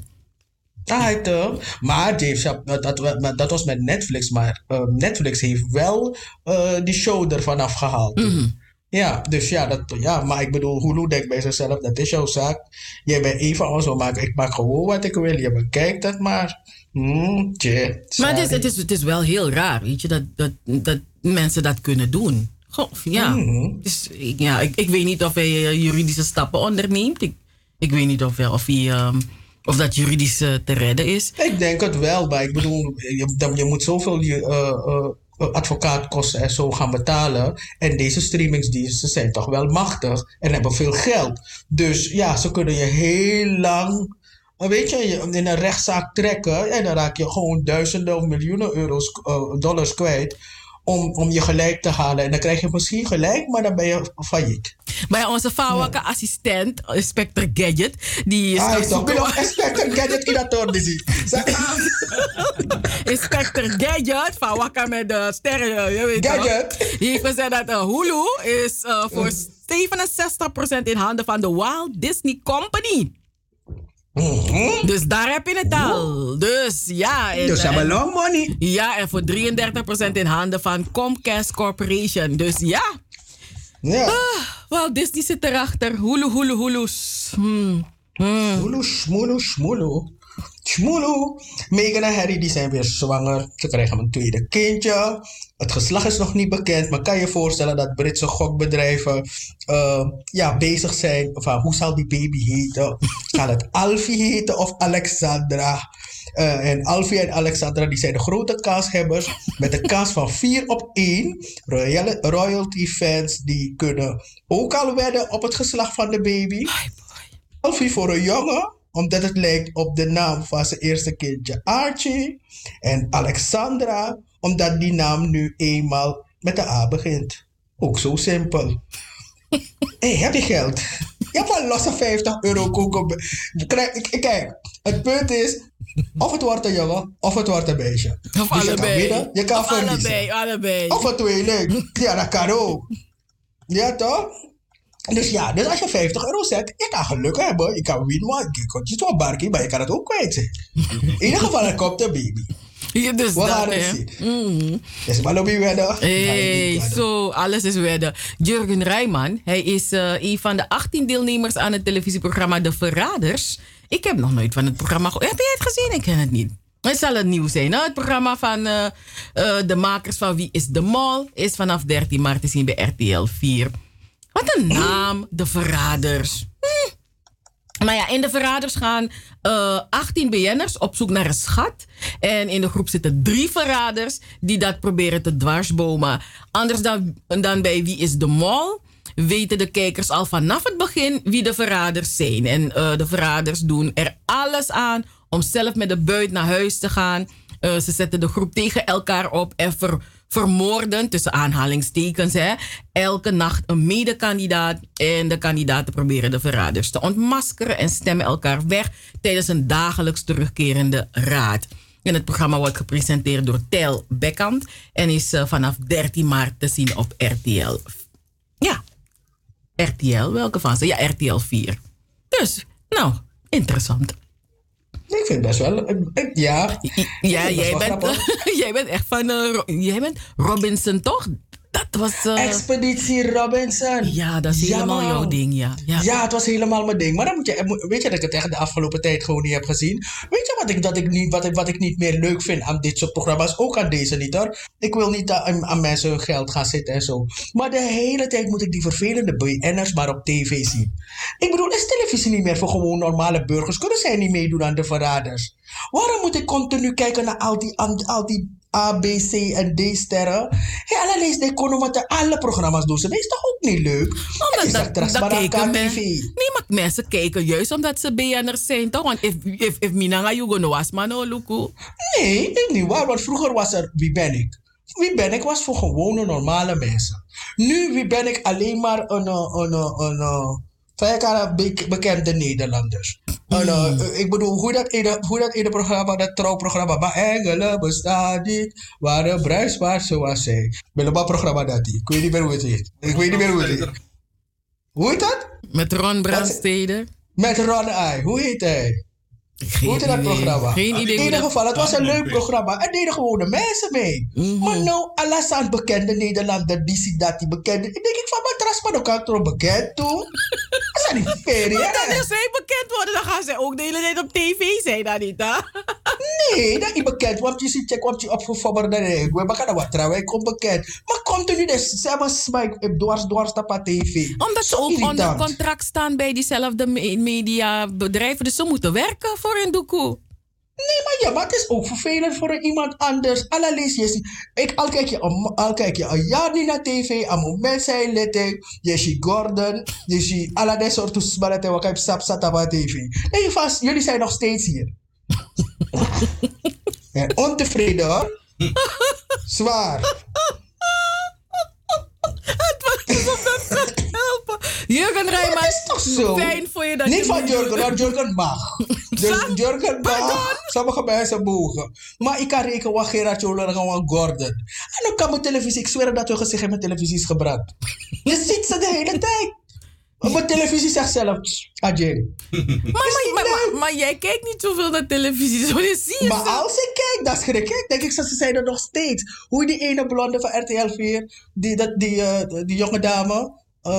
Maar Dave Chappelle, dat was met Netflix, maar Netflix heeft wel die show ervan afgehaald. Mm-hmm. Ja, dus maar ik bedoel, Hulu denkt bij zichzelf, dat is jouw zaak. Jij bent even al zo maken, ik maak gewoon wat ik wil, je bekijkt het maar. Maar het is wel heel raar, weet je, dat mensen dat kunnen doen. Ja, dus, ik weet niet of hij juridische stappen onderneemt. Ik weet niet of dat juridisch te redden is. Ik denk het wel, maar ik bedoel, je moet zoveel advocaatkosten en zo gaan betalen. En deze streamingsdiensten zijn toch wel machtig en hebben veel geld. Dus ja, ze kunnen je heel lang, weet je, in een rechtszaak trekken. En dan raak je gewoon duizenden of miljoenen dollars kwijt. Om je gelijk te halen. En dan krijg je misschien gelijk, maar dan ben je failliet. Maar onze vrouwelijke assistent, Inspector Gadget, die is... Inspector Gadget in dat toren zien. Inspector Gadget, vrouwelijke met de sterren, je weet Gadget. toch? Die heeft gezegd dat Hulu is voor 67% in handen van de Walt Disney Company. Mm-hmm. Dus daar heb je het al. Dus ja. Dus hebben long money. Ja, en voor 33% in handen van Comcast Corporation. Dus ja. Wel, Disney zit erachter. Hulu's. Hulu, schmoelo. Meghan en Harry die zijn weer zwanger. Ze krijgen een tweede kindje. Het geslacht is nog niet bekend. Maar kan je voorstellen dat Britse gokbedrijven bezig zijn van hoe zal die baby heten? Zal het Alfie heten of Alexandra? En Alfie en Alexandra die zijn de grote kanshebbers met een kans van 4-1. Royalty fans die kunnen ook al wedden op het geslacht van de baby. Alfie voor een jongen, omdat het lijkt op de naam van zijn eerste kindje Archie. En Alexandra, omdat die naam nu eenmaal met de A begint. Ook zo simpel. Heb je geld? Je hebt wel losse €50 koken. Kijk, het punt is, of het wordt een jongen, of het wordt een meisje. Of dus allebei. Je kan verliezen. Allebei. Of een tweeling. Ja, dat kan ook. Ja, toch? Dus als je €50 zet, je kan geluk hebben. Je kan winnen, je kan je zo barkie, maar je kan het ook kwijt zijn. In ieder geval, er komt een baby. Ja, dus we gaan het zien. Is maar lobby wedden. Alles is wedden. Jurgen Rijman, hij is een van de 18 deelnemers aan het televisieprogramma De Verraders. Ik heb nog nooit van het programma gehoord. Heb je het gezien? Ik ken het niet. Het zal het nieuw zijn. Het programma van de makers van Wie is de Mol is vanaf 13 maart te zien bij RTL 4. Wat een naam, De Verraders. Maar ja, in De Verraders gaan 18 BN'ers op zoek naar een schat. En in de groep zitten 3 verraders die dat proberen te dwarsbomen. Anders dan bij Wie is de Mol weten de kijkers al vanaf het begin wie de verraders zijn. En de verraders doen er alles aan om zelf met de buit naar huis te gaan. Ze zetten de groep tegen elkaar op en vermoorden, tussen aanhalingstekens, elke nacht een medekandidaat. En de kandidaten proberen de verraders te ontmaskeren en stemmen elkaar weg tijdens een dagelijks terugkerende raad. En het programma wordt gepresenteerd door Tel Bekkant en is vanaf 13 maart te zien op RTL. Ja, RTL, welke van ze? Ja, RTL 4. Dus, nou, interessant. Ik vind het best wel... Ja, jij bent echt van... jij bent Robinson, toch? Dat was... Expeditie Robinson. Ja, dat is helemaal jouw ding, ja. Ja, het was helemaal mijn ding. Maar dan weet je dat ik het echt de afgelopen tijd gewoon niet heb gezien? Weet je wat ik niet meer leuk vind aan dit soort programma's? Ook aan deze niet hoor. Ik wil niet aan mensen hun geld gaan zitten en zo. Maar de hele tijd moet ik die vervelende BN'ers maar op tv zien. Ik bedoel, is televisie niet meer voor gewoon normale burgers? Kunnen zij niet meedoen aan de verraders? Waarom moet ik continu kijken naar al die A, B, C en D sterren? Hey, allerlei de economen, alle programma's doen ze. Dat is toch ook niet leuk? Omdat dat kijken maar mensen kijken juist omdat ze BN'ers zijn, toch? Want if Minanga Yugo was, maar no, Luku. Nee, niet waar. Want vroeger was er Wie ben ik? Wie ben ik was voor gewone normale mensen. Nu Wie ben ik alleen maar een bekende Nederlanders. Ik bedoel, hoe dat ene programma, dat trouwprogramma, maar engelen bestaan niet, waren bruisbaar zoals zij. Welk programma dat is? Ik weet niet meer hoe het heet. Hoe heet dat? Met Ron Brandstede. Met Ron I. Hoe heet hij? Hoe heet dat programma? Geen idee. In ieder geval, het was een leuk programma. Er deden gewone mensen mee. Maar nou, alles aan bekende Nederlander, die bekende. Ik denk van, maar Trasman ook al toch bekend toe? Dat is niet fair, hè? Maar dan als zij bekend worden, dan gaan zij ook de hele tijd op tv zijn, dan niet, hè? Nee, dat is bekend. Want je ziet, want je opgevoerd en we gaan wat trouwen, ik kom bekend. Maar continu, dus, ze hebben smike, dwars op tv. Omdat ze ook onder contract staan bij diezelfde mediabedrijven, dus ze moeten werken voor een doekoe. Nee, maar het is ook vervelend voor iemand anders. Allerlees je al kijk je een jaar niet naar tv, een moment zijn letting, je ziet Gordon, je ziet allerlei soorten smarten, wat heb je sap op tv. Nee, vast, jullie zijn nog steeds hier. En ontevreden hoor. Zwaar. Het was alsof dat gaat helpen. Jurgen Rijman, is toch zo? Fijn voor je dat niet je van Jurgen, want Jurgen mag. Dus Jurgen mag, sommige mensen mogen. Maar ik kan rekenen wat Gerard Joler en wat Gordon. En dan kan mijn televisie, ik zweer dat hun gezicht in mijn televisie is gebrand. Je ziet ze de hele tijd. Mijn televisie zegt zelf, Ajay. Maar jij kijkt niet zoveel naar televisie, zo je ziet. Maar als ik kijk, dat schrik ik. Denk ik, ze zijn er nog steeds. Hoe die ene blonde van RTL 4, die jonge dame.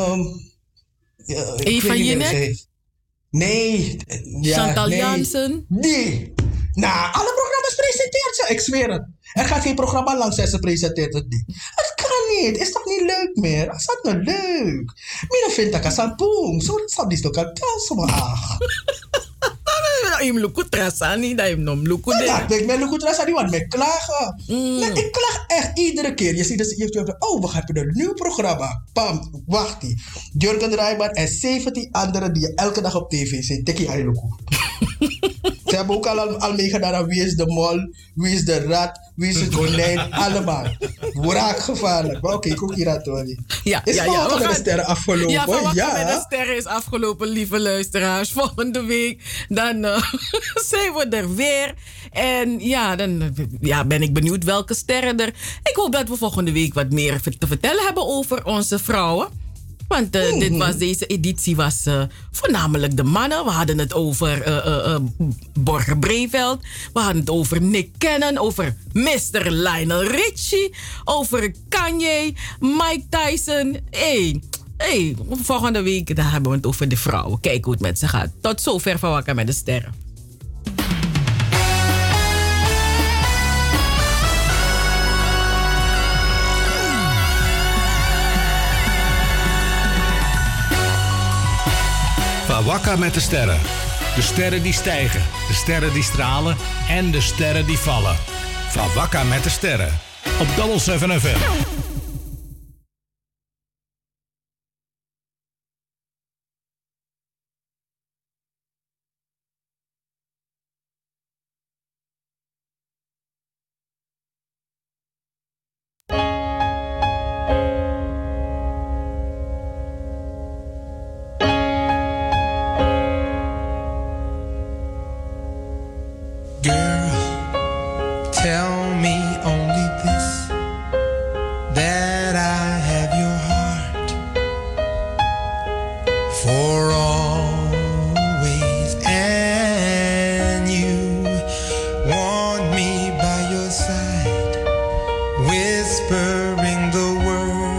Eva Jinek? Nee. Chantal Jansen? Nee. Nou, alle programma's presenteert ze, ik zweer het. Er gaat geen programma langs en ze presenteert het niet. Het kan niet, is toch niet leuk meer? Dat is dat nou leuk? Mina vindt dat een boom, zo dat is toch een kans maar. Ik luku trasani, dat je nom luku de. Ja, ik ben luku trasani, want ik klagen. Nee, ik klaag echt iedere keer. Je ziet dus, we hebben een nieuw programma. Pam, wacht die. Jurgen Rijman en 17 anderen die elke dag op tv zijn. Tekkie aan luku. Ze hebben ook al meegedaan aan Wie is de Mol, Wie is de Rat, Wie is het Konijn, allemaal. Wraakgevaarlijk. Maar oké, ik ook hier aan Tony. Is Van Wakker met de Sterren afgelopen? Ja, Van Wakker met de Sterren is afgelopen, lieve luisteraars. Volgende week, dan zijn we er weer. En ja, dan ben ik benieuwd welke sterren er. Ik hoop dat we volgende week wat meer te vertellen hebben over onze vrouwen. Want deze editie was voornamelijk de mannen. We hadden het over Borger Breveld. We hadden het over Nick Cannon. Over Mr. Lionel Richie. Over Kanye. Mike Tyson. Hey, volgende week daar hebben we het over de vrouwen. Kijk hoe het met ze gaat. Tot zover Van Wakker met de Sterren. Van Wakker met de Sterren. De sterren die stijgen, de sterren die stralen en de sterren die vallen. Van Wakker met de Sterren. Op Double 7 FM. Whispering the word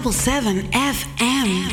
7 FM.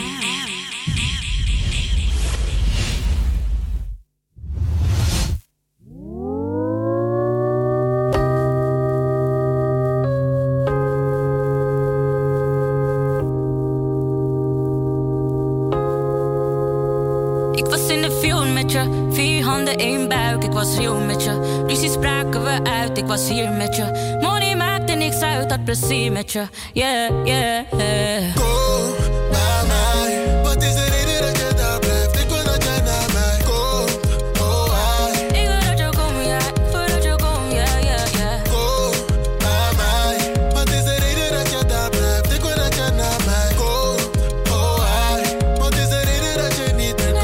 Ik was in de field met je, 4 handen, 1 buik. Ik was real met je, ruzie spraken we uit. Ik was hier met je, money maakte niks uit. Had plezier met je, yeah, yeah, yeah. Kom naar mij, wat is de reden dat je daar blijft? Ik wil dat jij naar mij komt, oh hij. Ik wil dat je komt, ja, ik wil dat je komt, ja, ja, ja. Kom naar mij, wat is de reden dat je daar blijft? Ik wil dat jij naar mij komt, oh hij. Wat is de reden dat je niet meer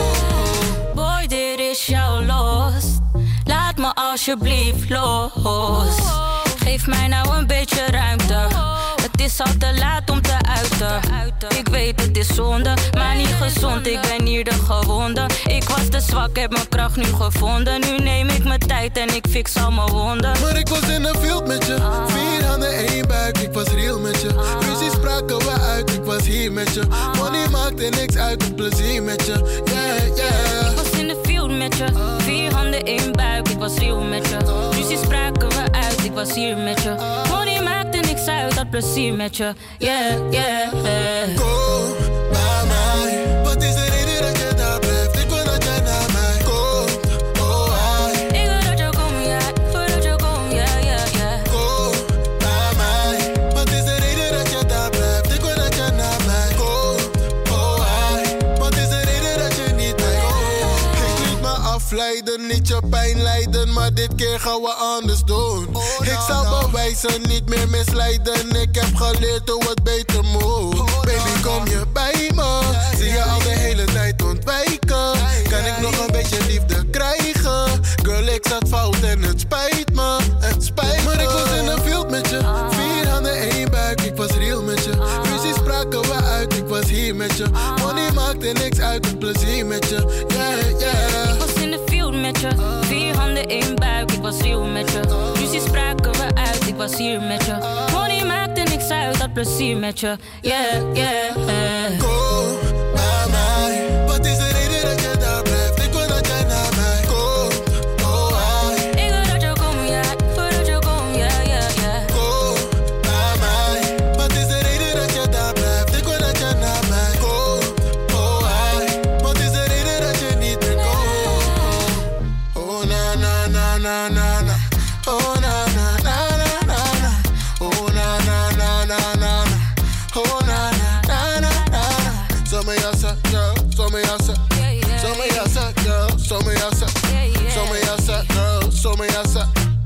komt? Boy, dit is jouw los. Laat me alsjeblieft los. Geef mij nou een beetje ruimte. Het is al te laat om te uiten. Ik weet het is zonde, maar niet gezond. Ik ben hier de gewonde. Ik was te zwak, heb mijn kracht nu gevonden. Nu neem ik mijn tijd en ik fix al mijn wonden. Maar ik was in de field met je, 4 handen, 1 buik. Ik was real met je, ruzie spraken we uit. Ik was hier met je, money maakte niks uit. Een plezier met je, yeah, yeah. Ik was in de field met je, 4 handen, 1 buik. Ik was real met je, ruzie spraken we uit. Ik was hier met je, money maakte niks uit. Had plezier met je, yeah, yeah, yeah. Kom naar mij, wat is de reden dat je daar blijft? Ik wil dat jij naar mij komt, oh hij. Ik wil dat je komt, ja, ik wil dat je komt, ja, ja, ja. Kom naar mij, wat is de reden dat je daar blijft? Ik wil dat jij naar mij komt, oh hij. Wat is de reden dat je niet meer komt? Ik liet me afleiden, niet je pijn lijden, maar dit keer gaan we anders doen. Ik zal bewijzen, niet meer misleiden. Ik heb geleerd hoe het beter moet. Baby, kom je bij me? Zie je al de hele tijd ontwijken? Kan ik nog een beetje liefde krijgen? Girl, ik zat fout en het spijt me. Het spijt me. Maar ik was in de field met je, 4 handen, 1 buik. Ik was real met je, ruzie spraken we uit. Ik was hier met je, money maakte niks uit. Het plezier met je, yeah, yeah. Ik was in de field met je, 4 handen, 1 buik. Ik was real met je, ruzie spraken we uit. Ik was hier met je, money maakte niks uit. Had plezier met je, yeah, yeah, yeah. Kom naar mij, wat is de reden dat je daar blijft? Ik wil dat jij naar mij komt, oh hij. Ik wil dat je komt, ja, ik wil dat je komt, ja, ja, ja. Kom naar mij, wat is de reden dat je daar blijft? Ik wil dat jij naar mij komt, oh hij. Wat is de reden dat je niet meer komt? Oh na na na na na na, oh na na na na na na, oh na na na na na na, oh na na na na na. Some of y'all suck, girl, some of y'all suck. Some of y'all suck, girl, some of y'all suck. Some of y'all suck, girl, some of y'all suck.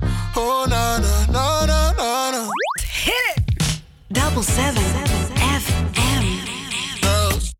Oh na na na na na na. Hit it! 7 FM. Girls.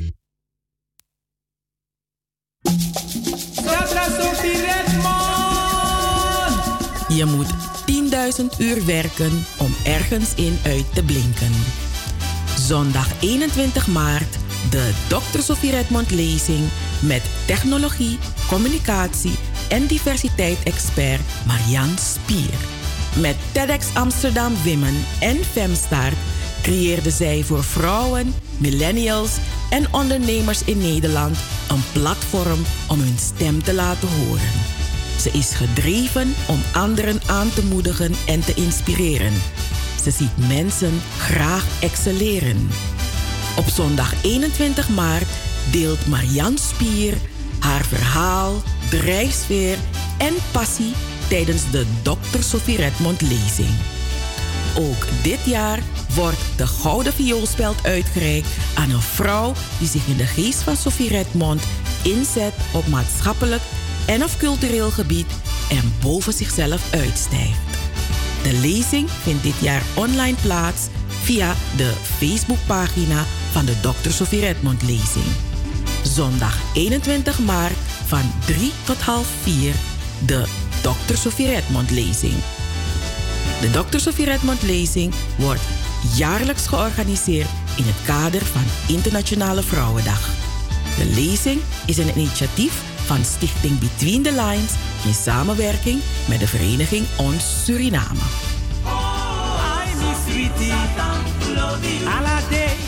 Je moet 10.000 uur werken om ergens in uit te blinken. Zondag 21 maart de Dr. Sophie Redmond lezing met technologie, communicatie en diversiteit-expert Marianne Spier. Met TEDx Amsterdam Women en Femstart creëerde zij voor vrouwen, millennials en ondernemers in Nederland een platform om hun stem te laten horen. Ze is gedreven om anderen aan te moedigen en te inspireren. Ze ziet mensen graag excelleren. Op zondag 21 maart deelt Marianne Spier haar verhaal, drijfveer en passie tijdens de Dr. Sophie Redmond lezing. Ook dit jaar wordt de Gouden Vioolspeld uitgereikt aan een vrouw die zich in de geest van Sophie Redmond inzet op maatschappelijk en of cultureel gebied en boven zichzelf uitstijgt. De lezing vindt dit jaar online plaats via de Facebookpagina van de Dr. Sophie Redmond lezing. Zondag 21 maart van 3 tot half 4 de Dr. Sophie Redmond lezing. De Dr. Sophie Redmond lezing wordt jaarlijks georganiseerd in het kader van Internationale Vrouwendag. De lezing is een initiatief van Stichting Between the Lines in samenwerking met de vereniging Ons Suriname. Ala day,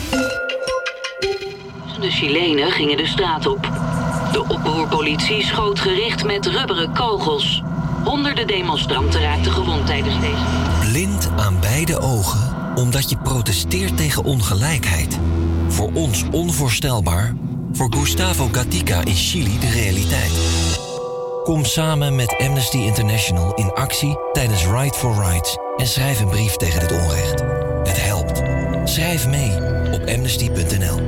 Duizenden Chilenen gingen de straat op. De oproerpolitie schoot gericht met rubberen kogels. Honderden demonstranten raakten gewond tijdens deze. Blind aan beide ogen, omdat je protesteert tegen ongelijkheid. Voor ons onvoorstelbaar, voor Gustavo Gatica in Chili de realiteit. Kom samen met Amnesty International in actie tijdens Right for Rights en schrijf een brief tegen dit onrecht. Het helpt. Schrijf mee op amnesty.nl.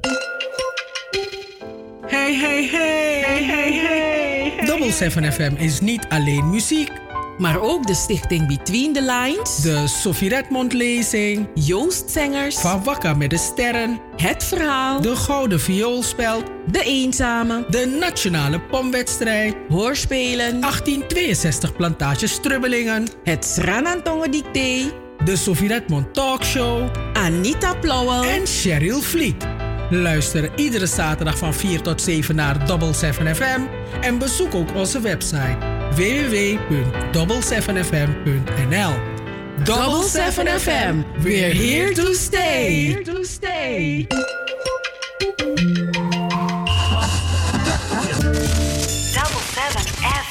Hey, hey, hey, hey, hey, hey. Double 7 FM is niet alleen muziek, maar ook de stichting Between the Lines, de Sophie Redmond lezing, Joost Zengers, Van Wakka met de Sterren, Het Verhaal, de Gouden Vioolspeld, De Eenzame, de Nationale Pomwedstrijd, Hoorspelen, 1862 Plantage Strubbelingen, het Sranantongen Dicté, de Sophie Redmond Talkshow, Anita Plauwel en Cheryl Vliet. Luister iedere zaterdag van 4 tot 7 naar Double 7 FM en bezoek ook onze website www.double7fm.nl. Double 7 FM, we're here to stay. Here to stay. Double 7 FM.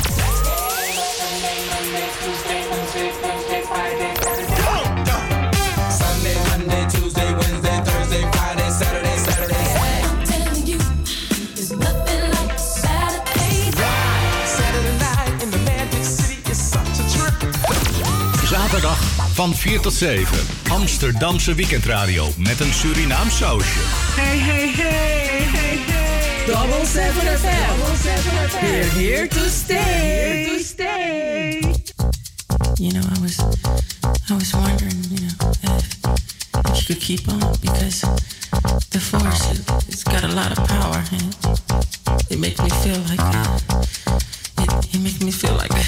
Sunday, Monday, Tuesday, Wednesday, Thursday, Friday, Saturday, Saturday. I'm telling you, there's nothing like Saturday. Saturday night in the Magic City is such a trip. Zaterdag van 4 tot 7. Amsterdamse weekendradio met een Surinaams sausje. Hey, hey, hey, hey, hey. Double 7 FM, we're here to stay. Here to stay. You know, I was wondering, you know, if you could keep on, because the force, it's got a lot of power, and it makes me feel like, it makes me feel like,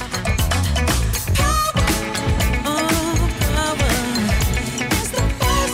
Power,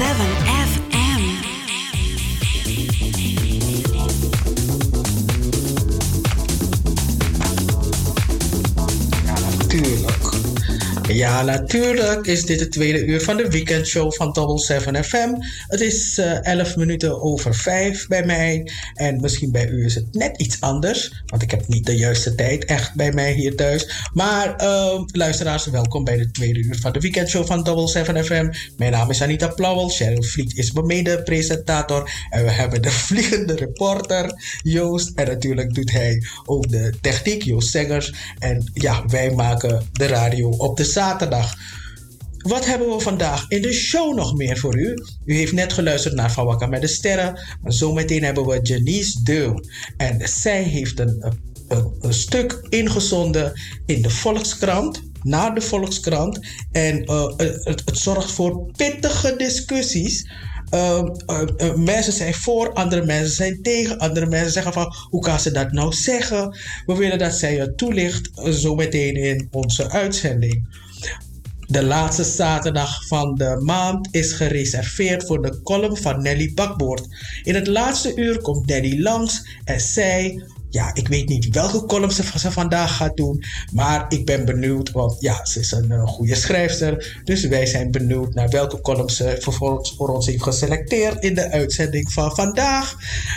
FM. Ja, natuurlijk is dit het tweede uur van de weekendshow van Double 7 FM. Het is 11 minuten over 5 bij mij. En misschien bij u is het net iets anders. Want ik heb niet de juiste tijd echt bij mij hier thuis. Maar luisteraars, welkom bij de tweede uur van de weekendshow van Double 7 FM. Mijn naam is Anita Plauwel. Cheryl Vliet is mijn mede-presentator. En we hebben de vliegende reporter Joost. En natuurlijk doet hij ook de techniek, Joost Zengers. En ja, wij maken de radio op de zaterdag. Wat hebben we vandaag in de show nog meer voor u? U heeft net geluisterd naar Van Wakker met de Sterren. Maar zometeen hebben we Janice Deul. En zij heeft een stuk ingezonden in de Volkskrant. Naar de Volkskrant. En het zorgt voor pittige discussies. Mensen zijn voor, andere mensen zijn tegen. Andere mensen zeggen van, hoe kan ze dat nou zeggen? We willen dat zij het toelicht zometeen in onze uitzending. De laatste zaterdag van de maand is gereserveerd voor de column van Nelly Bakboord. In het laatste uur komt Nelly langs en zij... Ja, ik weet niet welke column ze vandaag gaat doen. Maar ik ben benieuwd, want ja, ze is een goede schrijfster. Dus wij zijn benieuwd naar welke column ze voor ons heeft geselecteerd in de uitzending van vandaag.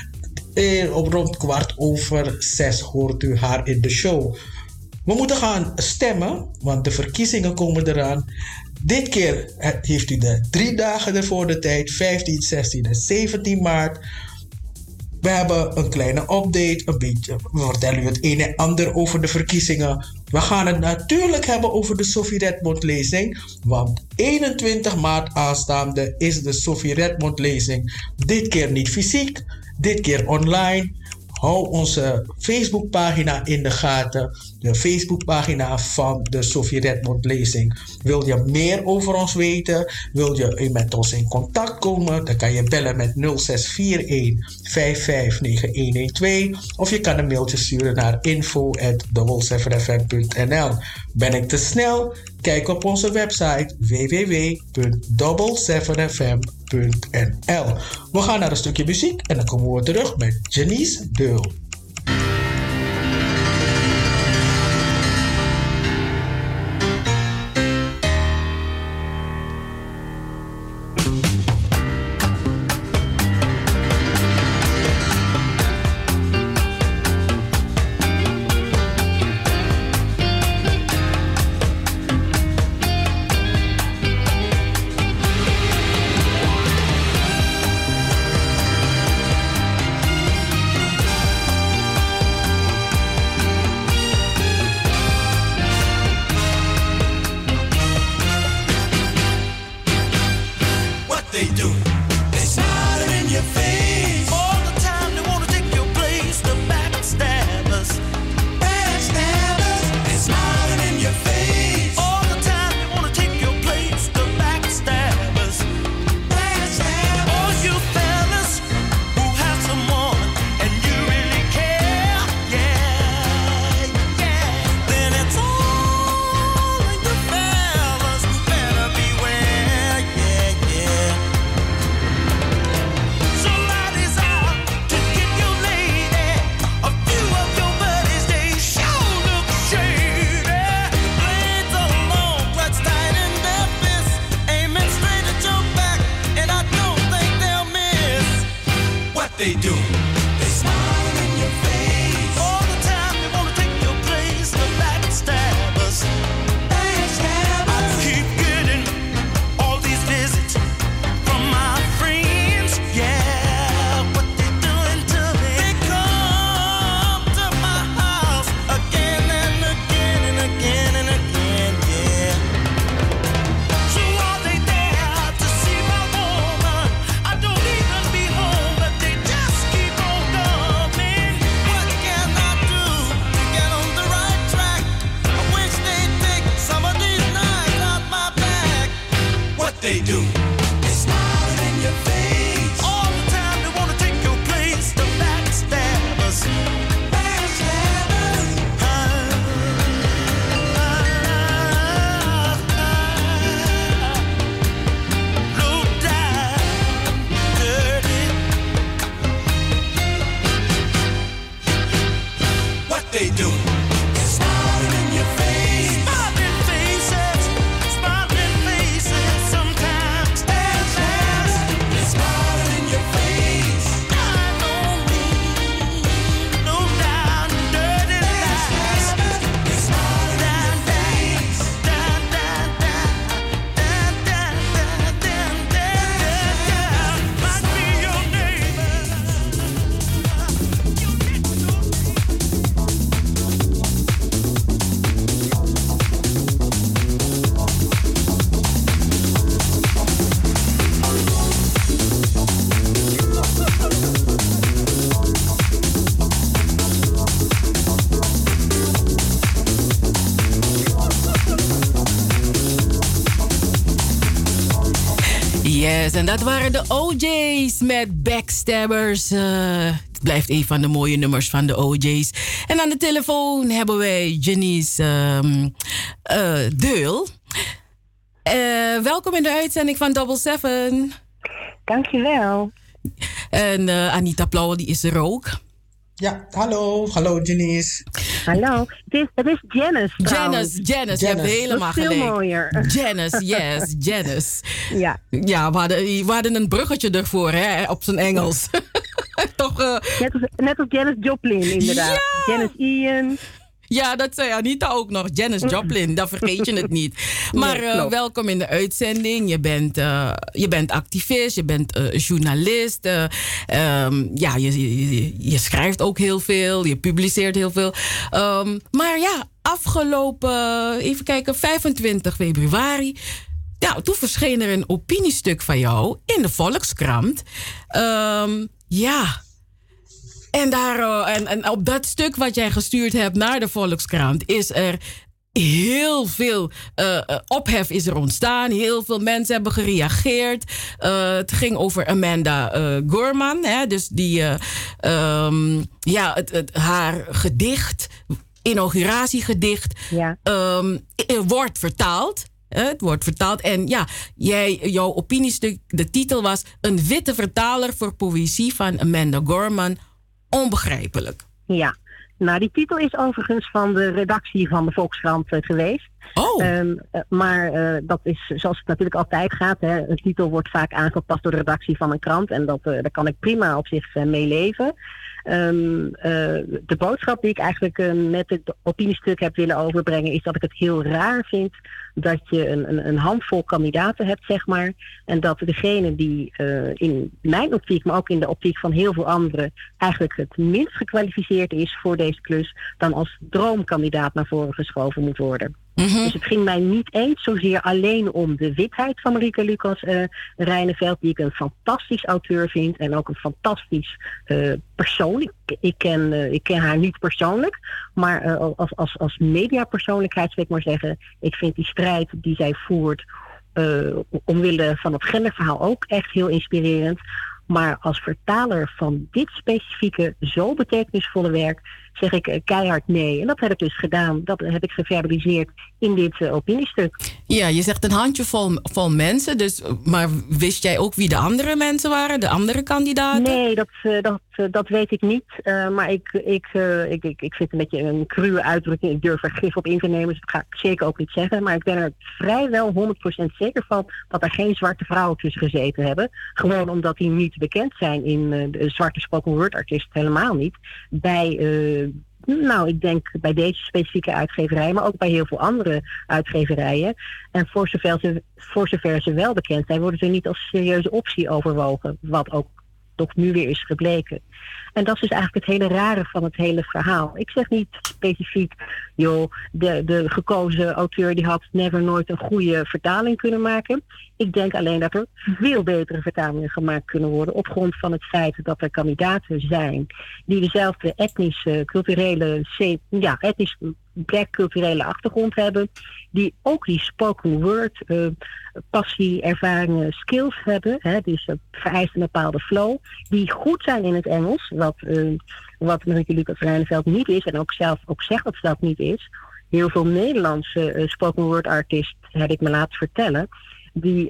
Op rond 5:15 hoort u haar in de show. We moeten gaan stemmen, want de verkiezingen komen eraan. Dit keer heeft u de 3 dagen ervoor de tijd, 15, 16 en 17 maart. We hebben een kleine update, we vertellen u het een en ander over de verkiezingen. We gaan het natuurlijk hebben over de Sophie Redmond lezing, want 21 maart aanstaande is de Sophie Redmond lezing. Dit keer niet fysiek, dit keer online. Hou onze Facebookpagina in de gaten. De Facebookpagina van de Sophie Redmond lezing. Wil je meer over ons weten? Wil je met ons in contact komen? Dan kan je bellen met 0641 559112. Of je kan een mailtje sturen naar info@double7fm.nl. Ben ik te snel? Kijk op onze website www.double7fm.nl. We gaan naar een stukje muziek en dan komen we terug met Janice Deul. Keep en dat waren de OJ's met Backstabbers. Het blijft een van de mooie nummers van de OJ's. En aan de telefoon hebben wij Janice Deul. Welkom in de uitzending van Double 7. Dankjewel. En Anita Plauwe, die is er ook. Ja, hallo. Hallo Janice. Hallo. Het is Janice. Janice, je hebt helemaal gelijk. Veel mooier. Janice, yes, Janice. Ja. Ja, we hadden een bruggetje ervoor, hè, op zijn Engels. Toch, net als Janis Joplin, inderdaad. Ja! Janis Ian. Ja, dat zei Anita ook nog. Janis Joplin, dan vergeet je het niet. Maar welkom in de uitzending. Je bent activist, je bent journalist. Je schrijft ook heel veel, je publiceert heel veel. Maar ja, afgelopen, even kijken, 25 februari... Ja, toen verscheen er een opiniestuk van jou in de Volkskrant. En op dat stuk wat jij gestuurd hebt naar de Volkskrant is er heel veel ophef is er ontstaan. Heel veel mensen hebben gereageerd. Het ging over Amanda Gorman. Hè, dus die haar gedicht, inauguratiegedicht, wordt vertaald. Het wordt vertaald. En ja, jouw opiniestuk, de titel was... Een witte vertaler voor poëzie van Amanda Gorman. Onbegrijpelijk. Ja, nou die titel is overigens van de redactie van de Volkskrant geweest. Oh. Maar dat is zoals het natuurlijk altijd gaat. Hè. Een titel wordt vaak aangepast door de redactie van een krant. En daar kan ik prima op zich mee leven. De boodschap die ik eigenlijk met het opiniestuk heb willen overbrengen... is dat ik het heel raar vind dat je een handvol kandidaten hebt, zeg maar. En dat degene die in mijn optiek, maar ook in de optiek van heel veel anderen... eigenlijk het minst gekwalificeerd is voor deze klus... dan als droomkandidaat naar voren geschoven moet worden. Mm-hmm. Dus het ging mij niet eens zozeer alleen om de witheid van Marieke Lucas Rijneveld... die ik een fantastisch auteur vind en ook een fantastisch persoon. Ik ken haar niet persoonlijk, maar als mediapersoonlijkheid wil ik maar zeggen... ik vind die strijd die zij voert omwille van het genderverhaal ook echt heel inspirerend... Maar als vertaler van dit specifieke, zo betekenisvolle werk... zeg ik keihard nee. En dat heb ik dus gedaan. Dat heb ik geverbaliseerd in dit opiniestuk. Ja, je zegt een handjevol mensen. Dus, maar wist jij ook wie de andere mensen waren? De andere kandidaten? Nee, dat weet ik niet. Maar ik vind het een beetje een cruwe uitdrukking. Ik durf er gif op in te nemen. Dus dat ga ik zeker ook niet zeggen. Maar ik ben er vrijwel 100% zeker van... dat er geen zwarte vrouwen tussen gezeten hebben. Gewoon omdat die niet bekend zijn in de zwarte spoken word artiest. Helemaal niet. Ik denk bij deze specifieke uitgeverij, maar ook bij heel veel andere uitgeverijen. En voor zover ze wel bekend zijn, worden ze niet als serieuze optie overwogen. Wat ook toch nu weer is gebleken. En dat is dus eigenlijk het hele rare van het hele verhaal. Ik zeg niet specifiek, joh, de gekozen auteur die had nooit een goede vertaling kunnen maken. Ik denk alleen dat er veel betere vertalingen gemaakt kunnen worden op grond van het feit dat er kandidaten zijn die dezelfde etnisch black culturele achtergrond hebben, die ook die spoken word passie, ervaringen, skills hebben, dus dat vereist een bepaalde flow, die goed zijn in het Engels, wat Marieke Lucas Rijneveld niet is en ook zelf ook zegt dat ze dat niet is. Heel veel Nederlandse spoken word artists, heb ik me laten vertellen, die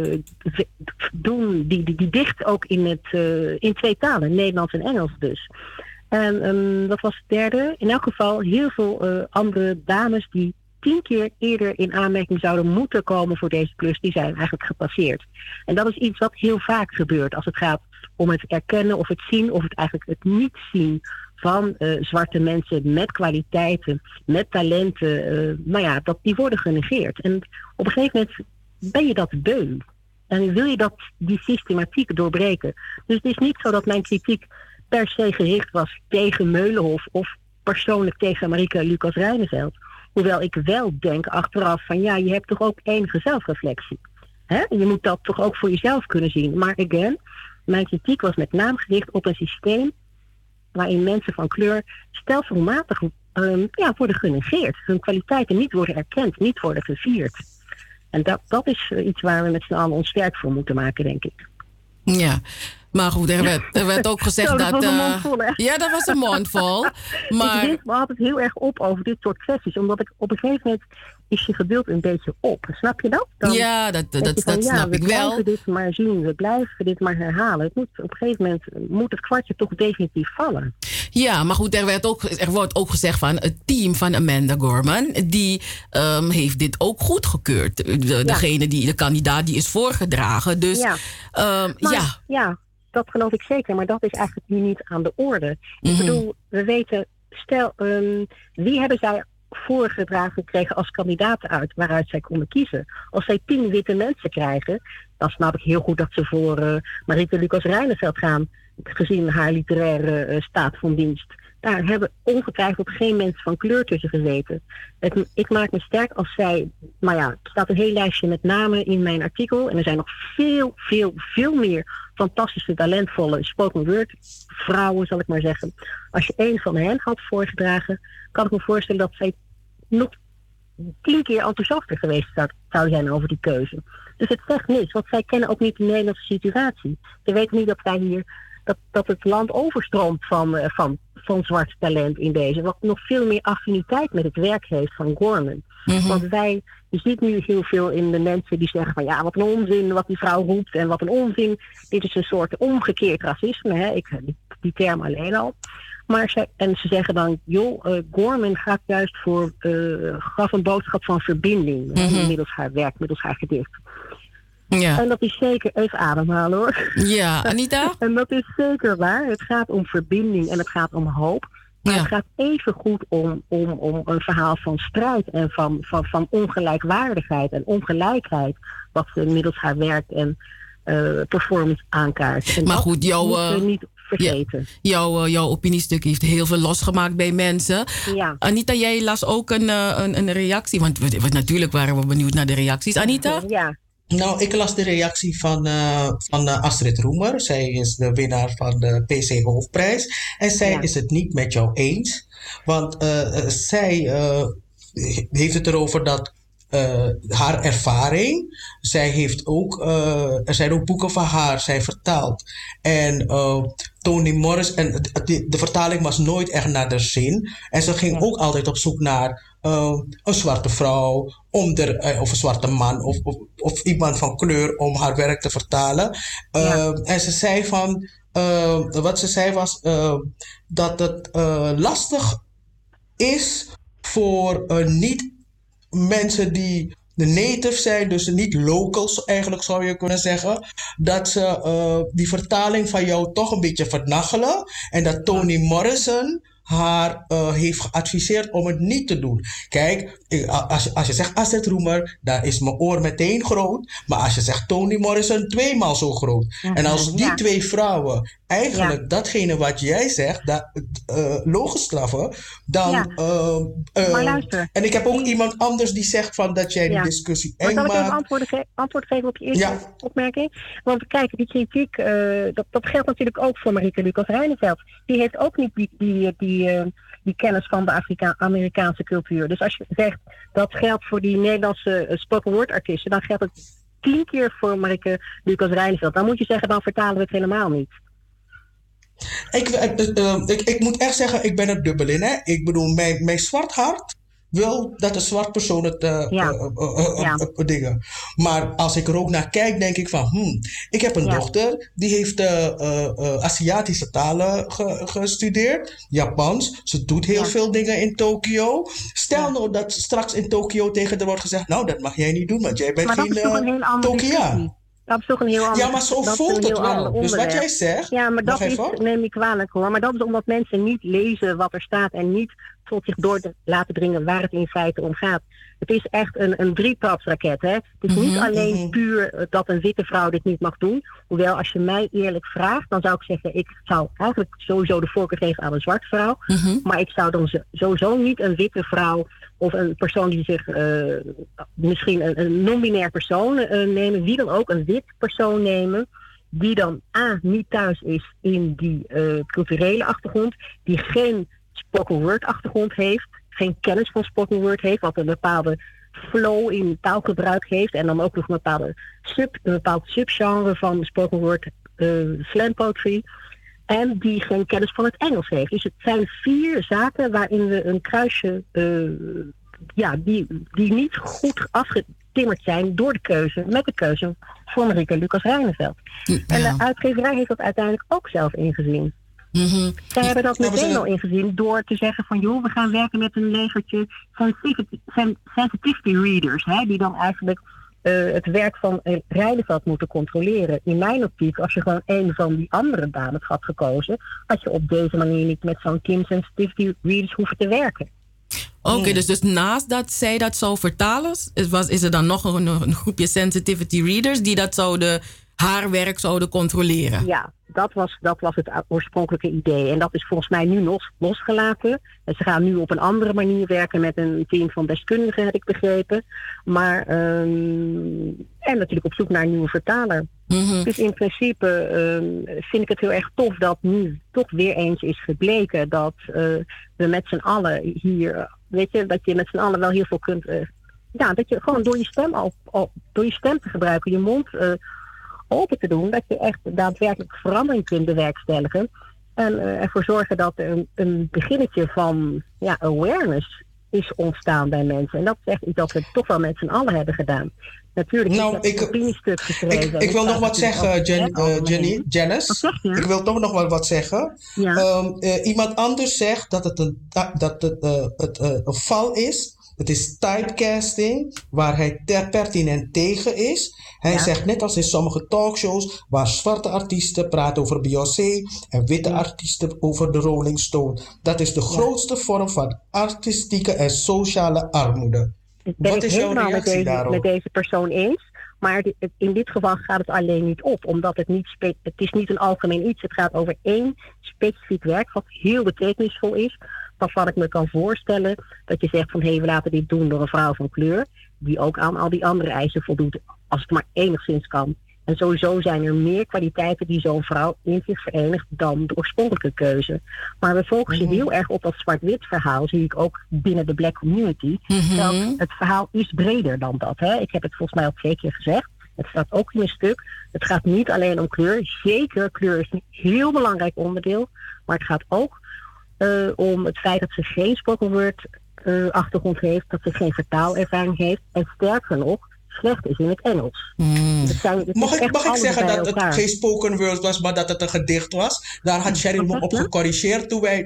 dicht ook in twee talen, Nederlands en Engels dus. En dat was het derde. In elk geval heel veel andere dames die 10 keer eerder in aanmerking zouden moeten komen voor deze klus, die zijn eigenlijk gepasseerd. En dat is iets wat heel vaak gebeurt als het gaat om het erkennen of het zien of het eigenlijk het niet zien van zwarte mensen met kwaliteiten, met talenten. Die worden genegeerd. En op een gegeven moment ben je dat beu. En wil je die systematiek doorbreken. Dus het is niet zo dat mijn kritiek per se gericht was tegen Meulenhof of persoonlijk tegen Marieke Lucas Rijneveld. Hoewel ik wel denk achteraf van je hebt toch ook enige zelfreflectie. Hè? Je moet dat toch ook voor jezelf kunnen zien. Maar again, mijn kritiek was met name gericht op een systeem waarin mensen van kleur stelselmatig worden genegeerd. Hun kwaliteiten niet worden erkend, niet worden gevierd. En dat is iets waar we met z'n allen ons sterk voor moeten maken, denk ik. Ja, maar goed, er werd ook gezegd Zo, dat... was een mond vol, hè? Ja, dat was een mond vol. Maar... Ik wind me altijd heel erg op over dit soort kwesties. Omdat ik op een gegeven moment is je geduld een beetje op. Snap je dat? Dan ja, dat snap ik wel. We blijven dit maar zien. We blijven dit maar herhalen. Op een gegeven moment moet het kwartje toch definitief vallen. Ja, maar goed, er wordt ook gezegd van het team van Amanda Gorman, die heeft dit ook goedgekeurd. De kandidaat die is voorgedragen. Dus ja, dat geloof ik zeker. Maar dat is eigenlijk nu niet aan de orde. Ik bedoel, we weten, stel, wie hebben zij voorgedragen gekregen als kandidaten uit waaruit zij konden kiezen? Als zij 10 witte mensen krijgen, dan snap ik heel goed dat ze voor Marieke Lucas-Reineveld gaan, gezien haar literaire staat van dienst. Daar hebben ongetwijfeld geen mensen van kleur tussen gezeten. Ik maak me sterk als zij... Maar ja, er staat een heel lijstje met namen in mijn artikel. En er zijn nog veel meer fantastische, talentvolle spoken word vrouwen, zal ik maar zeggen. Als je één van hen had voorgedragen, kan ik me voorstellen dat zij nog 10 keer enthousiaster geweest zou zijn over die keuze. Dus het zegt niks, want zij kennen ook niet de Nederlandse situatie. Ze weten niet dat wij hier... Dat het land overstroomt van zwart talent in deze. Wat nog veel meer affiniteit met het werk heeft van Gorman. Want je ziet nu heel veel in de mensen die zeggen van ja, wat een onzin wat die vrouw roept en wat een onzin. Dit is een soort omgekeerd racisme. Hè? Die term alleen al. Maar ze zeggen dan, Gorman gaat juist gaf een boodschap van verbinding. Middels haar werk, middels haar gedicht. Ja. En dat is zeker, even ademhalen hoor. Ja, Anita? En dat is zeker waar. Het gaat om verbinding en het gaat om hoop. Maar het gaat even goed om een verhaal van strijd en van ongelijkwaardigheid en ongelijkheid. Wat ze middels haar werk en performance aankaart. En maar goed, moeten we niet vergeten. Jouw opiniestuk heeft heel veel losgemaakt bij mensen. Ja. Anita, jij las ook een reactie. Want natuurlijk waren we benieuwd naar de reacties. Anita? Ja. Nou, ik las de reactie van Astrid Roemer. Zij is de winnaar van de PC Hoofdprijs. En zij is het niet met jou eens. Want zij heeft het erover dat haar ervaring... er zijn ook boeken van haar, zij vertaalt. En Toni Morris... En de vertaling was nooit echt naar de zin. En ze ging ook altijd op zoek naar... een zwarte vrouw of een zwarte man of iemand van kleur om haar werk te vertalen. En ze zei van, wat ze zei was dat het lastig is voor niet mensen die de native zijn, dus niet locals eigenlijk zou je kunnen zeggen, dat ze die vertaling van jou toch een beetje vernachelen en dat Toni Morrison haar heeft geadviseerd om het niet te doen. Kijk, als je zegt Astrid Roemer, dan is mijn oor meteen groot. Maar als je zegt Toni Morrison, 2 maal zo groot. En als die 2 vrouwen eigenlijk datgene wat jij zegt, logisch straffen, dan... maar luister. En ik heb ook iemand anders die zegt van dat jij die discussie eng maakt. Maar kan ik even antwoord geven op je eerste opmerking? Want kijk, die kritiek, dat geldt natuurlijk ook voor Marieke Lucas-Reineveld. Die heeft ook niet die kennis van de Amerikaanse cultuur. Dus als je zegt dat geldt voor die Nederlandse spoken word artiesten, dan geldt het 10 keer voor Marieke Lucas-Reineveld. Dan moet je zeggen, dan vertalen we het helemaal niet. Ik moet echt zeggen, ik ben er dubbel in. Hè? Ik bedoel, mijn zwart hart wil dat een zwart persoon het dingen. Maar als ik er ook naar kijk, denk ik van... ik heb een dochter, die heeft Aziatische talen gestudeerd. Japans. Ze doet heel veel dingen in Tokio. Stel nou dat straks in Tokio tegen haar wordt gezegd... nou, dat mag jij niet doen, want jij bent geen Tokiaan. Dat is toch een heel ander... Ja, maar zo voelt het wel. Dus wat jij zegt... Ja, maar dat is, neem ik kwalijk hoor. Maar dat is omdat mensen niet lezen wat er staat en niet tot zich door te laten dringen waar het in feite om gaat. Het is echt een drietrapsraket. Hè? Het is niet alleen puur dat een witte vrouw dit niet mag doen. Hoewel, als je mij eerlijk vraagt, dan zou ik zeggen... ik zou eigenlijk sowieso de voorkeur geven aan een zwarte vrouw. Maar ik zou dan sowieso niet een witte vrouw... of een persoon die zich... misschien een non-binair persoon nemen. Wie dan ook, een wit persoon nemen... die dan niet thuis is in die culturele achtergrond... die geen spoken word achtergrond heeft... geen kennis van spoken word heeft... wat een bepaalde flow in taalgebruik heeft. En dan ook nog een bepaald subgenre van spoken word slam poetry. En die geen kennis van het Engels heeft. Dus het zijn 4 zaken waarin we een kruisje... die niet goed afgetimmerd zijn door met de keuze van Marieke Lucas Rijneveld. Ja. En de uitgeverij heeft dat uiteindelijk ook zelf ingezien. Mm-hmm. Zij hebben dat meteen al ingezien door te zeggen van... joh, we gaan werken met een legertje sensitivity readers... Hè, die dan eigenlijk het werk van Rijneveld moeten controleren. In mijn optiek, als je gewoon een van die andere dames had gekozen... had je op deze manier niet met zo'n team sensitivity readers hoeven te werken. Oké, dus naast dat zij dat zou vertalen... is er dan nog een groepje sensitivity readers... die dat haar werk zouden controleren? Ja, dat was het oorspronkelijke idee. En dat is volgens mij nu losgelaten. En ze gaan nu op een andere manier werken met een team van deskundigen, heb ik begrepen. Maar, en natuurlijk op zoek naar een nieuwe vertaler. Mm-hmm. Dus in principe vind ik het heel erg tof dat nu toch weer eens is gebleken dat we met z'n allen hier, weet je, dat je met z'n allen wel heel veel kunt, dat je gewoon door je stem door je stem te gebruiken, je mond open te doen, dat je echt daadwerkelijk verandering kunt bewerkstelligen. En ervoor zorgen dat er een beginnetje van awareness is ontstaan bij mensen. En dat is echt iets dat we toch wel met z'n allen hebben gedaan. Natuurlijk, ik heb een opiniestuk geschreven. Ik wil nog wat zeggen, Janice. Ik wil toch nog wat zeggen. Ja. Iemand anders zegt dat het een val is. Het is typecasting, waar hij pertinent tegen is. Hij zegt net als in sommige talkshows, waar zwarte artiesten praten over Beyoncé en witte artiesten over de Rolling Stone. Dat is de grootste vorm van artistieke en sociale armoede. Wat is jouw reactie daarop? Met deze persoon eens. Maar in dit geval gaat het alleen niet op, omdat het is niet een algemeen iets. Het gaat over één specifiek werk wat heel betekenisvol is. Waarvan ik me kan voorstellen dat je zegt van we laten dit doen door een vrouw van kleur. Die ook aan al die andere eisen voldoet, als het maar enigszins kan. En sowieso zijn er meer kwaliteiten die zo'n vrouw in zich verenigt dan de oorspronkelijke keuze. Maar we focussen heel erg op dat zwart-wit verhaal, zie ik ook binnen de black community. Mm-hmm. Het verhaal is breder dan dat. Hè? Ik heb het volgens mij al 2 keer gezegd. Het staat ook in een stuk. Het gaat niet alleen om kleur. Zeker, kleur is een heel belangrijk onderdeel. Maar het gaat ook om het feit dat ze geen spoken word achtergrond heeft, dat ze geen vertaalervaring heeft en sterker nog, slecht is in het Engels. Mag ik zeggen dat het geen spoken word was, maar dat het een gedicht was? Daar had Cheryl me op gecorrigeerd toen wij